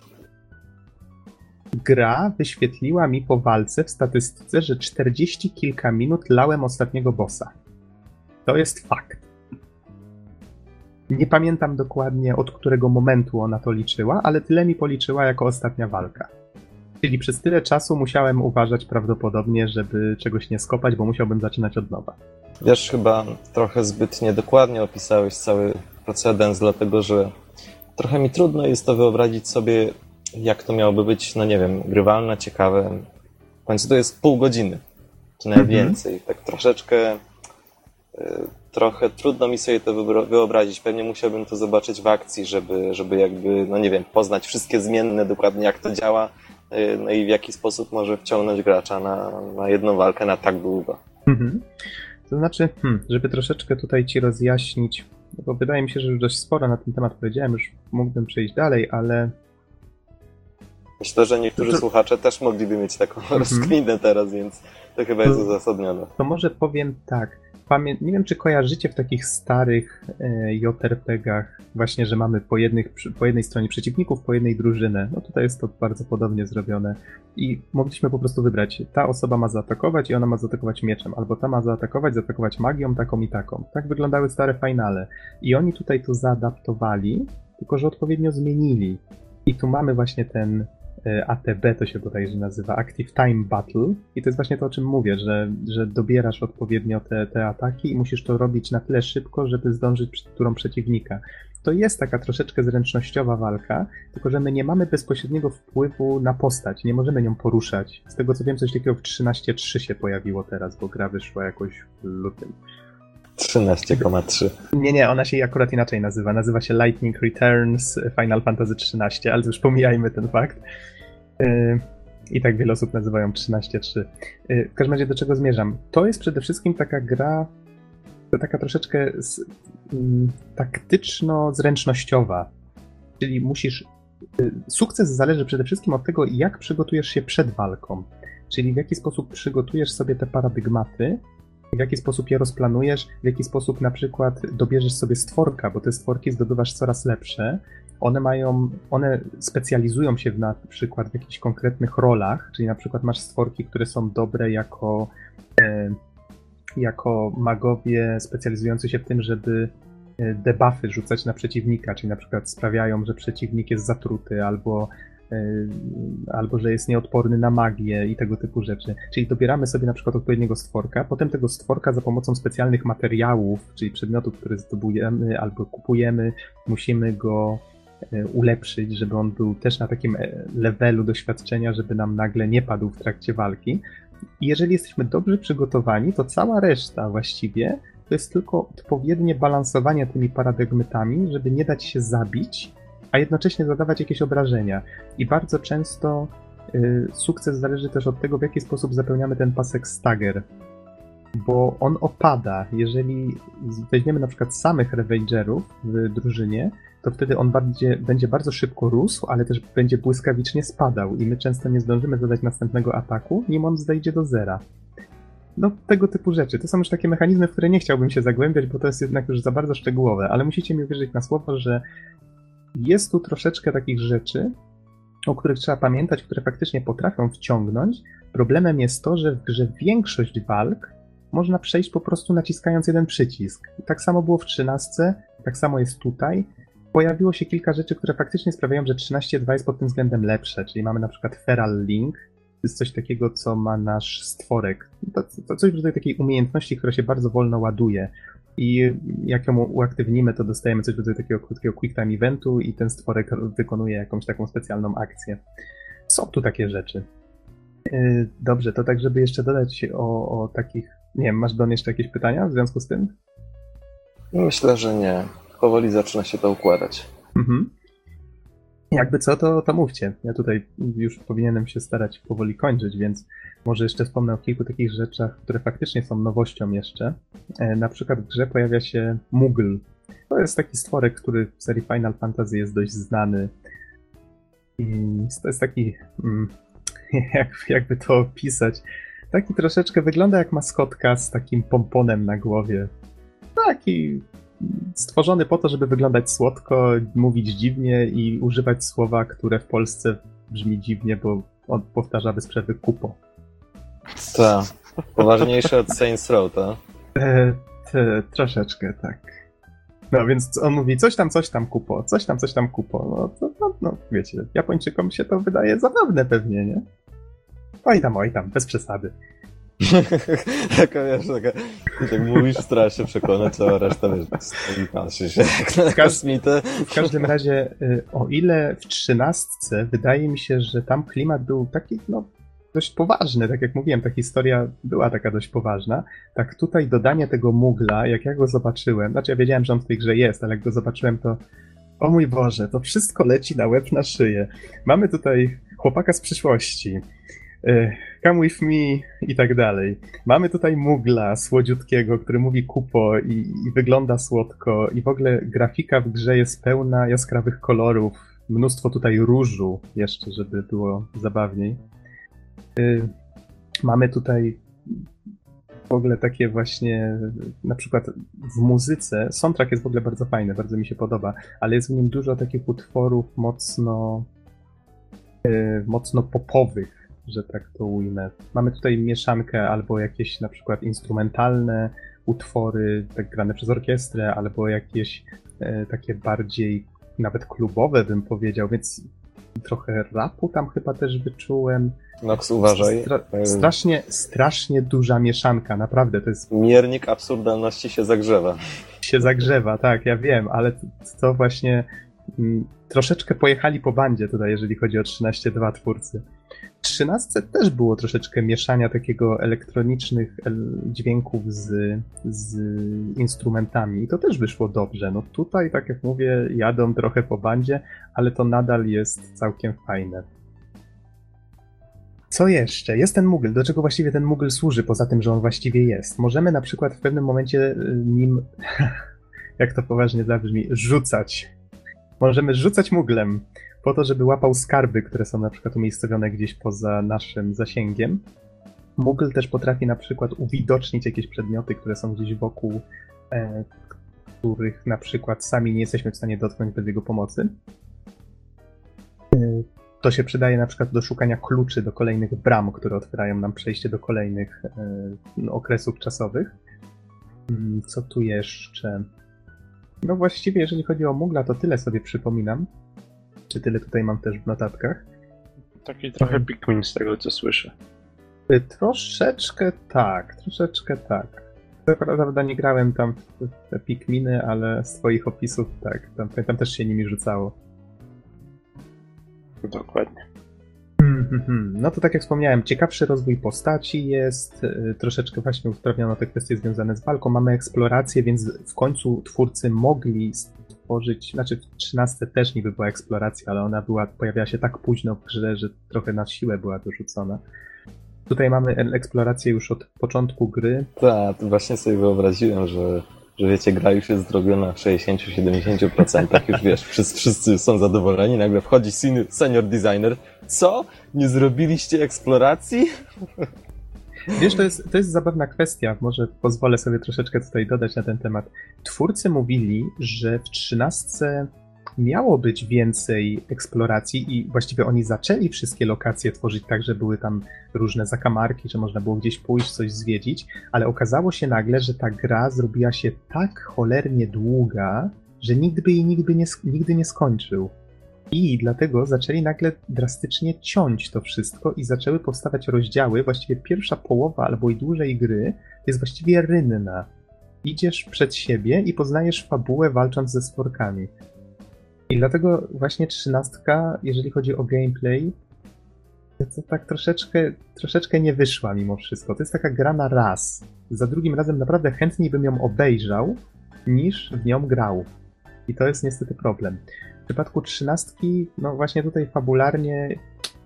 Gra wyświetliła mi po walce w statystyce, że czterdzieści kilka minut lałem ostatniego bossa. To jest fakt. Nie pamiętam dokładnie, od którego momentu ona to liczyła, ale tyle mi policzyła jako ostatnia walka. Czyli przez tyle czasu musiałem uważać prawdopodobnie, żeby czegoś nie skopać, bo musiałbym zaczynać od nowa. Wiesz, chyba trochę zbyt niedokładnie opisałeś cały procedens, dlatego że trochę mi trudno jest to wyobrazić sobie, jak to miałoby być, no nie wiem, grywalne, ciekawe. W końcu to jest pół godziny, czy najwięcej. Mm-hmm. Tak troszeczkę, y, trochę trudno mi sobie to wyobrazić. Pewnie musiałbym to zobaczyć w akcji, żeby, żeby jakby, no nie wiem, poznać wszystkie zmienne, dokładnie jak to działa, y, no i w jaki sposób może wciągnąć gracza na, na jedną walkę na tak długo. Mm-hmm. To znaczy, hmm, żeby troszeczkę tutaj ci rozjaśnić, bo wydaje mi się, że już dość sporo na ten temat powiedziałem, już mógłbym przejść dalej, ale... Myślę, że niektórzy to... słuchacze też mogliby mieć taką mm-hmm. rozkminę teraz, więc to chyba jest to, uzasadnione. To może powiem tak. Pamię... Nie wiem, czy kojarzycie w takich starych e, J R P G-ach właśnie, że mamy po, jednych, po jednej stronie przeciwników, po jednej drużynę. No tutaj jest to bardzo podobnie zrobione. I mogliśmy po prostu wybrać, ta osoba ma zaatakować i ona ma zaatakować mieczem, albo ta ma zaatakować, zaatakować magią taką i taką. Tak wyglądały stare finale. I oni tutaj to zaadaptowali, tylko że odpowiednio zmienili. I tu mamy właśnie ten A T B, to się bodajże nazywa, Active Time Battle. I to jest właśnie to, o czym mówię, że, że dobierasz odpowiednio te, te ataki i musisz to robić na tyle szybko, żeby zdążyć przed turą przeciwnika. To jest taka troszeczkę zręcznościowa walka, tylko że my nie mamy bezpośredniego wpływu na postać, nie możemy nią poruszać. Z tego co wiem, coś takiego w trzynaście trzy się pojawiło teraz, bo gra wyszła jakoś w lutym. trzynaście trzy. Nie, nie, ona się akurat inaczej nazywa. Nazywa się Lightning Returns Final Fantasy trzynaście, ale już pomijajmy ten fakt. Yy, I tak wiele osób nazywają trzynaście trzy. Yy, w każdym razie do czego zmierzam? To jest przede wszystkim taka gra, taka troszeczkę z, yy, taktyczno-zręcznościowa. Czyli musisz... Yy, sukces zależy przede wszystkim od tego, jak przygotujesz się przed walką. Czyli w jaki sposób przygotujesz sobie te paradygmaty, w jaki sposób je rozplanujesz, w jaki sposób na przykład dobierzesz sobie stworka, bo te stworki zdobywasz coraz lepsze. One mają, one specjalizują się w, na przykład w jakichś konkretnych rolach, czyli na przykład masz stworki, które są dobre jako, e, jako magowie specjalizujący się w tym, żeby debuffy rzucać na przeciwnika, czyli na przykład sprawiają, że przeciwnik jest zatruty albo albo że jest nieodporny na magię i tego typu rzeczy. Czyli dobieramy sobie na przykład odpowiedniego stworka, potem tego stworka za pomocą specjalnych materiałów, czyli przedmiotów, które zdobujemy albo kupujemy, musimy go ulepszyć, żeby on był też na takim levelu doświadczenia, żeby nam nagle nie padł w trakcie walki. I jeżeli jesteśmy dobrze przygotowani, to cała reszta właściwie to jest tylko odpowiednie balansowanie tymi paradygmatami, żeby nie dać się zabić, a jednocześnie zadawać jakieś obrażenia. I bardzo często y, sukces zależy też od tego, w jaki sposób zapełniamy ten pasek stagger. bo on opada. Jeżeli weźmiemy na przykład samych Ravagerów w drużynie, to wtedy on będzie, będzie bardzo szybko rósł, ale też będzie błyskawicznie spadał i my często nie zdążymy zadać następnego ataku, nim on zejdzie do zera. No, tego typu rzeczy. To są już takie mechanizmy, w które nie chciałbym się zagłębiać, bo to jest jednak już za bardzo szczegółowe, ale musicie mi uwierzyć na słowo, że jest tu troszeczkę takich rzeczy, o których trzeba pamiętać, które faktycznie potrafią wciągnąć. Problemem jest to, że w grze większość walk można przejść po prostu naciskając jeden przycisk. Tak samo było w trzynastce, tak samo jest tutaj. Pojawiło się kilka rzeczy, które faktycznie sprawiają, że trzynaście dwa jest pod tym względem lepsze, czyli mamy na przykład Feral Link, to jest coś takiego, co ma nasz stworek. To, to coś w rodzaju takiej umiejętności, która się bardzo wolno ładuje. I jak ją uaktywnimy, to dostajemy coś w rodzaju takiego krótkiego quick time eventu i ten stworek wykonuje jakąś taką specjalną akcję. Są tu takie rzeczy. Yy, dobrze, to tak, żeby jeszcze dodać o, o takich... Nie wiem, masz Don jeszcze jakieś pytania w związku z tym? Myślę, że nie. Powoli zaczyna się to układać. Mhm. Jakby co, to, to mówcie. Ja tutaj już powinienem się starać powoli kończyć, więc może jeszcze wspomnę o kilku takich rzeczach, które faktycznie są nowością jeszcze. E, na przykład w grze pojawia się Moogle. To jest taki stworek, który w serii Final Fantasy jest dość znany. I to jest taki... Mm, jak, jakby to opisać? Taki troszeczkę wygląda jak maskotka z takim pomponem na głowie. Taki... stworzony po to, żeby wyglądać słodko, mówić dziwnie i używać słowa, które w Polsce brzmi dziwnie, bo on powtarza bez przerwy kupo. Tak. Poważniejsze od Saints Row, tak? E, te, troszeczkę, tak. No więc on mówi coś tam, coś tam kupo, coś tam, coś tam kupo. No to, no, no wiecie, Japończykom się to wydaje zabawne pewnie, nie? Oj tam, oj tam, bez przesady. Taka, wiesz, taka, jak mówisz, stara się przekonać, cała reszta, wiesz, stoi, patrzy się jak na kosmitę. W każdym razie, o ile w trzynastce wydaje mi się, że tam klimat był taki, no, dość poważny, tak jak mówiłem, ta historia była taka dość poważna, tak tutaj dodanie tego Mugla, jak ja go zobaczyłem, znaczy ja wiedziałem, że on w tej grze jest, ale jak go zobaczyłem, to o mój Boże, to wszystko leci na łeb, na szyję. Mamy tutaj chłopaka z przyszłości, Come with me i tak dalej. Mamy tutaj Mugla słodziutkiego, który mówi kupo i, i wygląda słodko i w ogóle grafika w grze jest pełna jaskrawych kolorów, mnóstwo tutaj różu jeszcze, żeby było zabawniej. Yy, mamy tutaj w ogóle takie właśnie, na przykład w muzyce, soundtrack jest w ogóle bardzo fajny, bardzo mi się podoba, ale jest w nim dużo takich utworów mocno yy, mocno popowych, że tak to ujmę. Mamy tutaj mieszankę albo jakieś na przykład instrumentalne utwory, tak grane przez orkiestrę, albo jakieś e, takie bardziej nawet klubowe, bym powiedział, więc trochę rapu tam chyba też wyczułem. Nox, uważaj. Stra- strasznie, strasznie duża mieszanka, naprawdę, to jest... Miernik absurdalności się zagrzewa. Się zagrzewa, tak, ja wiem, ale to, to właśnie m, troszeczkę pojechali po bandzie tutaj, jeżeli chodzi o trzynaście dwa twórcy. W trzynastce też było troszeczkę mieszania takiego elektronicznych dźwięków z, z instrumentami i to też wyszło dobrze. No tutaj, tak jak mówię, jadą trochę po bandzie, ale to nadal jest całkiem fajne. Co jeszcze? Jest ten Moogle. Do czego właściwie ten Moogle służy, poza tym, że on właściwie jest? Możemy na przykład w pewnym momencie nim, jak to poważnie zabrzmi, rzucać. Możemy rzucać Mooglem po to, żeby łapał skarby, które są na przykład umiejscowione gdzieś poza naszym zasięgiem. Moogle też potrafi na przykład uwidocznić jakieś przedmioty, które są gdzieś wokół, e, których na przykład sami nie jesteśmy w stanie dotknąć bez jego pomocy. E, to się przydaje na przykład do szukania kluczy do kolejnych bram, które otwierają nam przejście do kolejnych e, okresów czasowych. Co tu jeszcze? No właściwie jeżeli chodzi o Moogla, to tyle sobie przypominam. Czy tyle tutaj mam też w notatkach? Taki trochę Pikmin z tego, co słyszę. Troszeczkę tak, troszeczkę tak. Co prawda nie grałem tam w te Pikminy, ale z twoich opisów tak, tam, tam też się nimi rzucało. Dokładnie. No to tak jak wspomniałem, ciekawszy rozwój postaci jest, troszeczkę właśnie usprawniono te kwestie związane z walką, mamy eksplorację, więc w końcu twórcy mogli stworzyć, znaczy w trzynastce też niby była eksploracja, ale ona była, pojawiała się tak późno w grze, że trochę na siłę była dorzucona. Tutaj mamy eksplorację już od początku gry. Tak, właśnie sobie wyobraziłem, że, że wiecie, gra już jest zrobiona w sześćdziesiąt do siedemdziesięciu procent, już wiesz, wszyscy, wszyscy są zadowoleni, nagle wchodzi senior designer. Co? Nie zrobiliście eksploracji? Wiesz, to jest, to jest zabawna kwestia, może pozwolę sobie troszeczkę tutaj dodać na ten temat. Twórcy mówili, że w trzynastce miało być więcej eksploracji i właściwie oni zaczęli wszystkie lokacje tworzyć tak, że były tam różne zakamarki, że można było gdzieś pójść, coś zwiedzić, ale okazało się nagle, że ta gra zrobiła się tak cholernie długa, że nikt by jej nigdy nie, nigdy nie skończył. I dlatego zaczęli nagle drastycznie ciąć to wszystko i zaczęły powstawać rozdziały. Właściwie pierwsza połowa albo i dłużej gry jest właściwie rynna. Idziesz przed siebie i poznajesz fabułę walcząc ze stworkami. I dlatego właśnie trzynastka, jeżeli chodzi o gameplay, to tak troszeczkę, troszeczkę nie wyszła mimo wszystko. To jest taka gra na raz. Za drugim razem naprawdę chętniej bym ją obejrzał, niż w nią grał. I to jest niestety problem. W przypadku trzynastki, no właśnie tutaj fabularnie,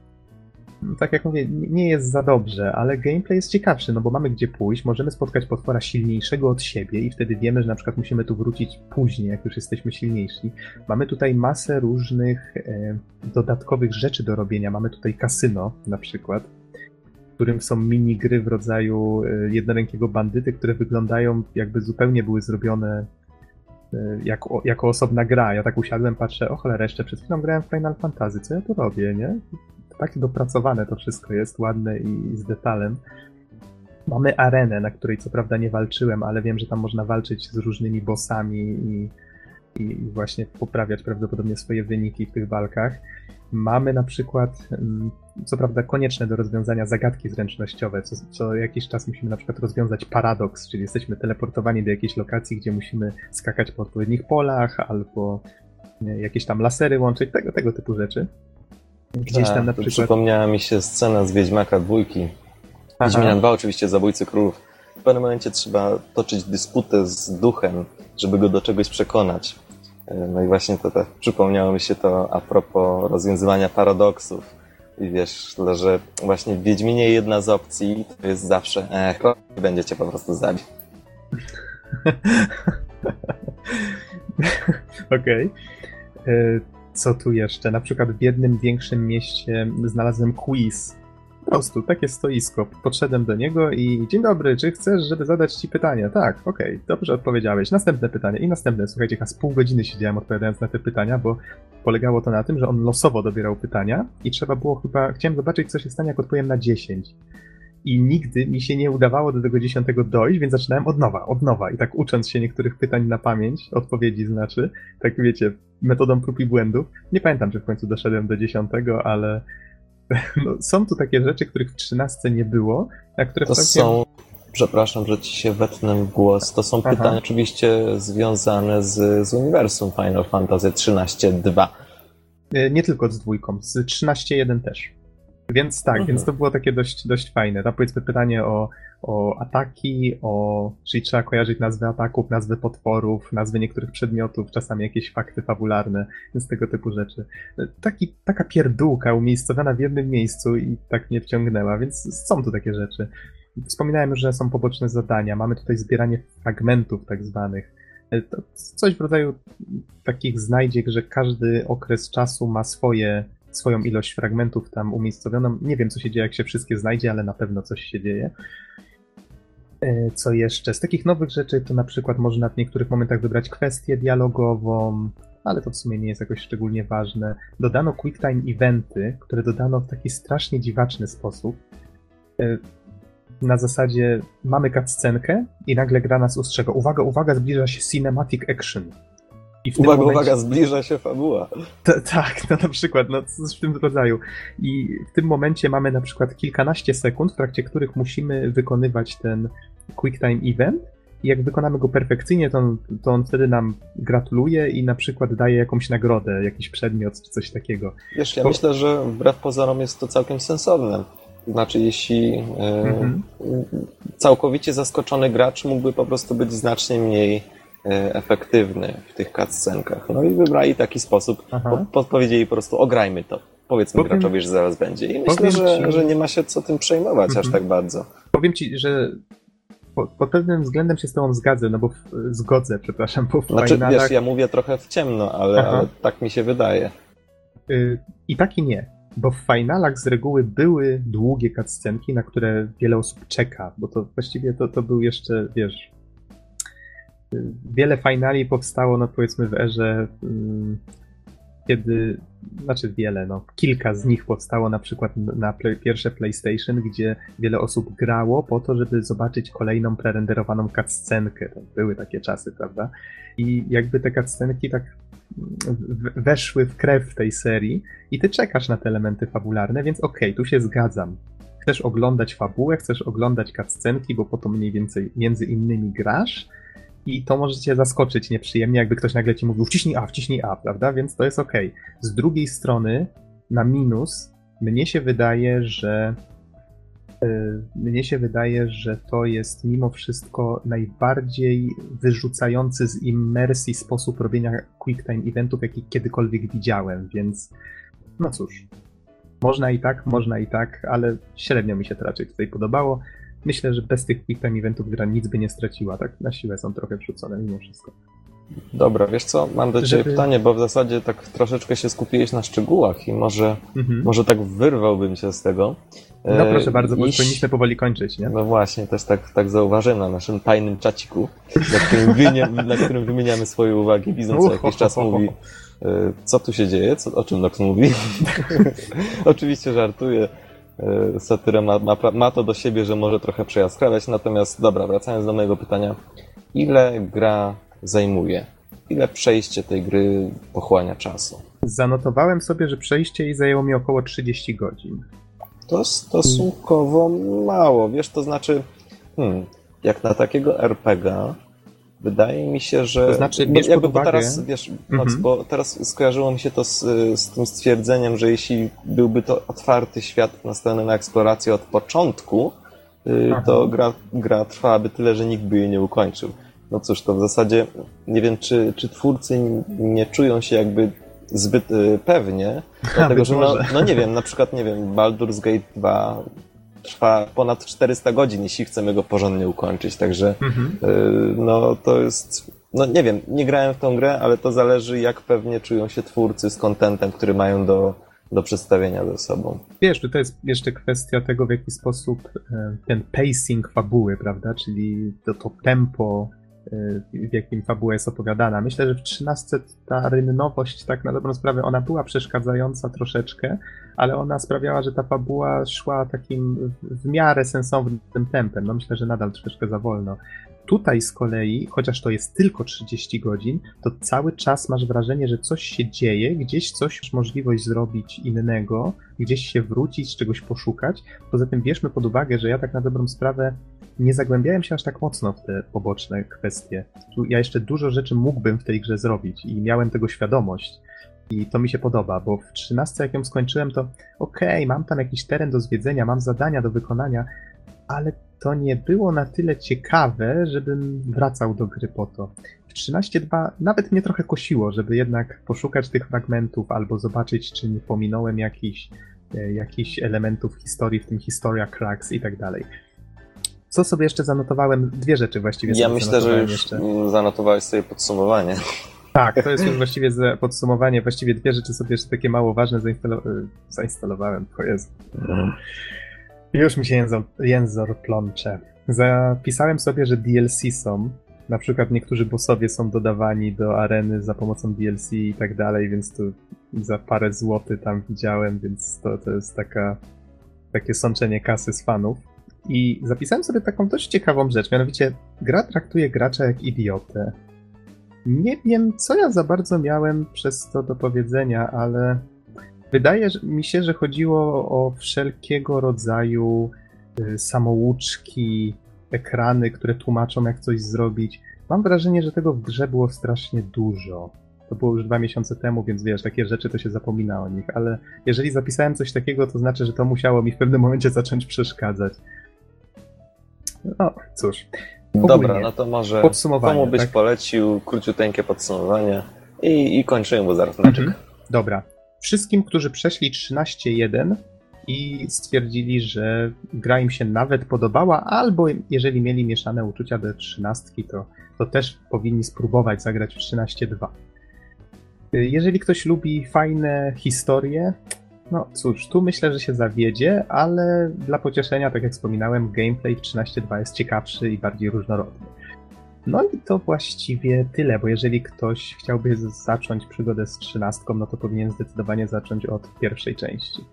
no tak jak mówię, nie jest za dobrze, ale gameplay jest ciekawszy, no bo mamy gdzie pójść, możemy spotkać potwora silniejszego od siebie i wtedy wiemy, że na przykład musimy tu wrócić później, jak już jesteśmy silniejsi. Mamy tutaj masę różnych e, dodatkowych rzeczy do robienia. Mamy tutaj kasyno na przykład, w którym są minigry w rodzaju e, jednorękiego bandyty, które wyglądają jakby zupełnie były zrobione Jako, jako osobna gra. Ja tak usiadłem, patrzę, o cholera, jeszcze przed chwilą grałem w Final Fantasy, co ja tu robię, nie? Tak dopracowane to wszystko jest, ładne i, i z detalem. Mamy arenę, na której co prawda nie walczyłem, ale wiem, że tam można walczyć z różnymi bossami i, i właśnie poprawiać prawdopodobnie swoje wyniki w tych walkach. Mamy na przykład, co prawda konieczne do rozwiązania zagadki zręcznościowe, co, co jakiś czas musimy na przykład rozwiązać paradoks, czyli jesteśmy teleportowani do jakiejś lokacji, gdzie musimy skakać po odpowiednich polach, albo nie, jakieś tam lasery łączyć, tego, tego typu rzeczy. Gdzieś tam na przykład... Przypomniała mi się scena z Wiedźmaka dwójki. Wiedźmina dwa oczywiście, Zabójcy Królów. W pewnym momencie trzeba toczyć dysputę z duchem, żeby go do czegoś przekonać. No i właśnie to tak przypomniało mi się to a propos rozwiązywania paradoksów. I wiesz, że właśnie w Wiedźminie jedna z opcji to jest zawsze ech, będzie cię po prostu zabić. Okej. Okay. Co tu jeszcze? Na przykład w jednym większym mieście znalazłem quiz. Po prostu takie stoisko. Podszedłem do niego i dzień dobry, czy chcesz, żeby zadać ci pytanie? Tak, okej, okay, dobrze odpowiedziałeś. Następne pytanie i następne. Słuchajcie, chyba z pół godziny siedziałem odpowiadając na te pytania, bo polegało to na tym, że on losowo dobierał pytania i trzeba było chyba, chciałem zobaczyć, co się stanie, jak odpowiem na dziesięć. I nigdy mi się nie udawało do tego dziesiątego dojść, więc zaczynałem od nowa, od nowa. I tak ucząc się niektórych pytań na pamięć, odpowiedzi znaczy, tak wiecie, metodą prób i błędów. Nie pamiętam, czy w końcu doszedłem do dziesiątego, ale no, są tu takie rzeczy, których w trzynastce nie było, a które to w całkiem... są, przepraszam, że ci się wetnę w głos, to są Aha. pytania oczywiście związane z, z uniwersum Final Fantasy trzynaście dwa. Nie tylko z dwójką, z trzynaście jeden też. Więc tak, mhm. więc to było takie dość, dość fajne. Tam powiedzmy pytanie o, o ataki, o, czyli trzeba kojarzyć nazwy ataków, nazwy potworów, nazwy niektórych przedmiotów, czasami jakieś fakty fabularne, więc tego typu rzeczy. Taki, taka pierdółka umiejscowiona w jednym miejscu i tak mnie wciągnęła, więc są tu takie rzeczy. Wspominałem już, że są poboczne zadania. Mamy tutaj zbieranie fragmentów tak zwanych. To coś w rodzaju takich znajdziek, że każdy okres czasu ma swoje swoją ilość fragmentów tam umiejscowioną. Nie wiem, co się dzieje, jak się wszystkie znajdzie, ale na pewno coś się dzieje. Co jeszcze? Z takich nowych rzeczy to na przykład można w niektórych momentach wybrać kwestię dialogową, ale to w sumie nie jest jakoś szczególnie ważne. Dodano quicktime eventy, które dodano w taki strasznie dziwaczny sposób. Na zasadzie mamy cutscenkę i nagle gra nas ustrzega. Uwaga, uwaga, zbliża się cinematic action. I w uwaga, tym momencie... uwaga, zbliża się fabuła. T- tak, no na przykład, no coś w tym rodzaju. I w tym momencie mamy na przykład kilkanaście sekund, w trakcie których musimy wykonywać ten quicktime event i jak wykonamy go perfekcyjnie, to on, to on wtedy nam gratuluje i na przykład daje jakąś nagrodę, jakiś przedmiot czy coś takiego. Wiesz, ja Bo... myślę, myślę, że wbrew pozorom jest to całkiem sensowne. Znaczy, jeśli yy, mhm. całkowicie zaskoczony gracz mógłby po prostu być znacznie mniej efektywny w tych cutscenkach. No i wybrali taki sposób, po, podpowiedzieli po prostu ograjmy to. powiedzmy Powiem- graczowi, że zaraz będzie. I myślę, powiem że, ci- że nie ma się co tym przejmować aż Mhm. tak bardzo. Powiem ci, że po- pod pewnym względem się z tobą zgadzę, no bo w, zgodzę, przepraszam, bo w Znaczy, finalach wiesz, ja mówię trochę w ciemno, ale, Aha. ale tak mi się wydaje. y, i tak i nie. Bo w finalach z reguły były długie cutscenki, na które wiele osób czeka, bo to właściwie to, to był jeszcze, wiesz, y, wiele finali powstało, no powiedzmy w erze, y, kiedy, znaczy wiele, no kilka z nich powstało na przykład na play, pierwsze PlayStation, gdzie wiele osób grało po to, żeby zobaczyć kolejną prerenderowaną cutscenkę. To były takie czasy, prawda? I jakby te cutscenki tak w- weszły w krew tej serii i ty czekasz na te elementy fabularne, więc okej, tu się zgadzam. Chcesz oglądać fabułę, chcesz oglądać cutscenki, bo po to mniej więcej między innymi grasz i to może cię zaskoczyć nieprzyjemnie, jakby ktoś nagle ci mówił wciśnij A, wciśnij A, prawda? Więc to jest okej. Z drugiej strony, na minus, mnie się wydaje, że yy, mnie się wydaje, że to jest mimo wszystko najbardziej wyrzucający z immersji sposób robienia quick time eventów, jaki kiedykolwiek widziałem, więc no cóż. Można i tak, można i tak, ale średnio mi się to raczej tutaj podobało. Myślę, że bez tych quick time eventów gra nic by nie straciła, tak na siłę są trochę wrzucone mimo wszystko. Dobra, wiesz co, mam do ciebie Żeby- pytanie, bo w zasadzie tak troszeczkę się skupiłeś na szczegółach i może, Mhm. może tak wyrwałbym się z tego. No E, proszę bardzo, bo już iść- powinniśmy powoli kończyć, nie? No właśnie, też tak, tak zauważyłem na naszym tajnym czaciku, na którym, wynie, na którym wymieniamy swoje uwagi. Bizon co jakiś czas mówi, e, co tu się dzieje, co, o czym Nox mówi. Oczywiście żartuję. E, Satyra ma, ma, ma to do siebie, że może trochę przejaskrawiać, natomiast dobra, wracając do mojego pytania. Ile gra zajmuje? Ile przejście tej gry pochłania czasu? Zanotowałem sobie, że przejście jej zajęło mi około trzydzieści godzin. To stosunkowo mało, wiesz, to znaczy, hmm, jak na takiego er pe gie a, wydaje mi się, że... To znaczy, bo bierz jakby, pod bo uwagę- teraz, wiesz, Max, Mhm. bo teraz skojarzyło mi się to z, z tym stwierdzeniem, że jeśli byłby to otwarty świat nastawiony na eksplorację od początku, y, Aha. to gra, gra trwałaby tyle, że nikt by jej nie ukończył. No cóż, to w zasadzie nie wiem, czy, czy twórcy nie czują się jakby zbyt y, pewnie, dlatego być że no, może. no nie wiem, na przykład nie wiem, Baldur's Gate dwa trwa ponad czterysta godzin, jeśli chcemy go porządnie ukończyć, także Mhm. y, no to jest, no nie wiem, nie grałem w tą grę, ale to zależy jak pewnie czują się twórcy z contentem, który mają do, do przedstawienia ze sobą. Wiesz, to jest jeszcze kwestia tego, w jaki sposób e, ten pacing fabuły, prawda, czyli to, to tempo, e, w jakim fabuła jest opowiadana. Myślę, że w trzynastce ta rynnowość, tak na dobrą sprawę, ona była przeszkadzająca troszeczkę, ale ona sprawiała, że ta fabuła szła takim w miarę sensownym tempem. No myślę, że nadal troszeczkę za wolno. Tutaj z kolei, chociaż to jest tylko trzydzieści godzin, to cały czas masz wrażenie, że coś się dzieje, gdzieś coś masz możliwość zrobić innego, gdzieś się wrócić, czegoś poszukać. Poza tym bierzmy pod uwagę, że ja tak na dobrą sprawę nie zagłębiałem się aż tak mocno w te poboczne kwestie. Tu ja jeszcze dużo rzeczy mógłbym w tej grze zrobić i miałem tego świadomość. I to mi się podoba, bo w trzynastce jak ją skończyłem, to okej, okay, mam tam jakiś teren do zwiedzenia, mam zadania do wykonania, ale to nie było na tyle ciekawe, żebym wracał do gry po to. W trzynaście dwa nawet mnie trochę kosiło, żeby jednak poszukać tych fragmentów albo zobaczyć, czy nie pominąłem jakichś jakichś elementów historii, w tym Historia Cracks i tak dalej. Co sobie jeszcze zanotowałem? Dwie rzeczy właściwie Ja sobie myślę, że już jeszcze. zanotowałeś sobie podsumowanie. Tak, to jest już właściwie podsumowanie. Właściwie dwie rzeczy sobie jeszcze takie mało ważne zainstalo- zainstalowałem. To jest... Już mi się jęzor, jęzor plącze. Zapisałem sobie, że D L C są. Na przykład niektórzy bossowie są dodawani do areny za pomocą D L C i tak dalej, więc to za parę złotych tam widziałem, więc to, to jest taka, takie sączenie kasy z fanów. I zapisałem sobie taką dość ciekawą rzecz, mianowicie gra traktuje gracza jak idiotę. Nie wiem, co ja za bardzo miałem przez to do powiedzenia, ale wydaje mi się, że chodziło o wszelkiego rodzaju y, samouczki, ekrany, które tłumaczą, jak coś zrobić. Mam wrażenie, że tego w grze było strasznie dużo. To było już dwa miesiące temu, więc wiesz, takie rzeczy to się zapomina o nich, ale jeżeli zapisałem coś takiego, to znaczy, że to musiało mi w pewnym momencie zacząć przeszkadzać. No, cóż. Ogólnie, dobra, no to może komu byś tak? polecił króciuteńkie podsumowanie i, i kończymy, bo zaraz meczek. Mhm. Dobra. wszystkim, którzy przeszli trzynaście jeden i stwierdzili, że gra im się nawet podobała, albo jeżeli mieli mieszane uczucia do trzynastki, to, to też powinni spróbować zagrać w trzynaście dwa. Jeżeli ktoś lubi fajne historie, no cóż, tu myślę, że się zawiedzie, ale dla pocieszenia, tak jak wspominałem, gameplay w trzynaście dwa jest ciekawszy i bardziej różnorodny. No i to właściwie tyle, bo jeżeli ktoś chciałby zacząć przygodę z trzynastką, no to powinien zdecydowanie zacząć od pierwszej części.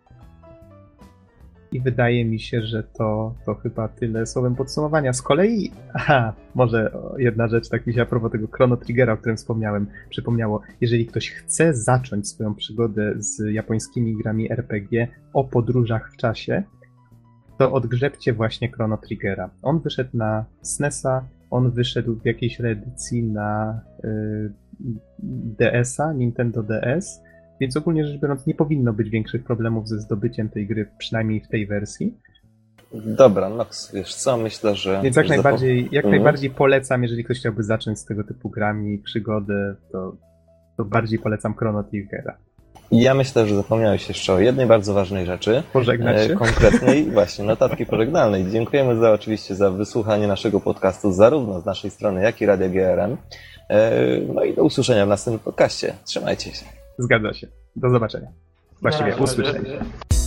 I wydaje mi się, że to, to chyba tyle słowem podsumowania. Z kolei, aha, może jedna rzecz, tak mi się a propos tego Chrono Triggera, o którym wspomniałem, przypomniało, jeżeli ktoś chce zacząć swoją przygodę z japońskimi grami R P G o podróżach w czasie, to odgrzebcie właśnie Chrono Triggera. On wyszedł na S N E S-a, on wyszedł w jakiejś reedycji na y, D S-a, Nintendo D S, więc ogólnie rzecz biorąc nie powinno być większych problemów ze zdobyciem tej gry, przynajmniej w tej wersji. Dobra, Nox, wiesz co, myślę, że... Więc jak, najbardziej, jak mhm. najbardziej polecam, jeżeli ktoś chciałby zacząć z tego typu grami przygodę, to, to bardziej polecam Chrono Triggera. Ja myślę, że zapomniałeś jeszcze o jednej bardzo ważnej rzeczy. Pożegnać się? E, konkretnej, właśnie, notatki pożegnalnej. Dziękujemy za, oczywiście za wysłuchanie naszego podcastu zarówno z naszej strony, jak i Radia G R M. E, no i do usłyszenia w następnym podcaście. Trzymajcie się. Zgadza się. Do zobaczenia. Właściwie usłyszenia.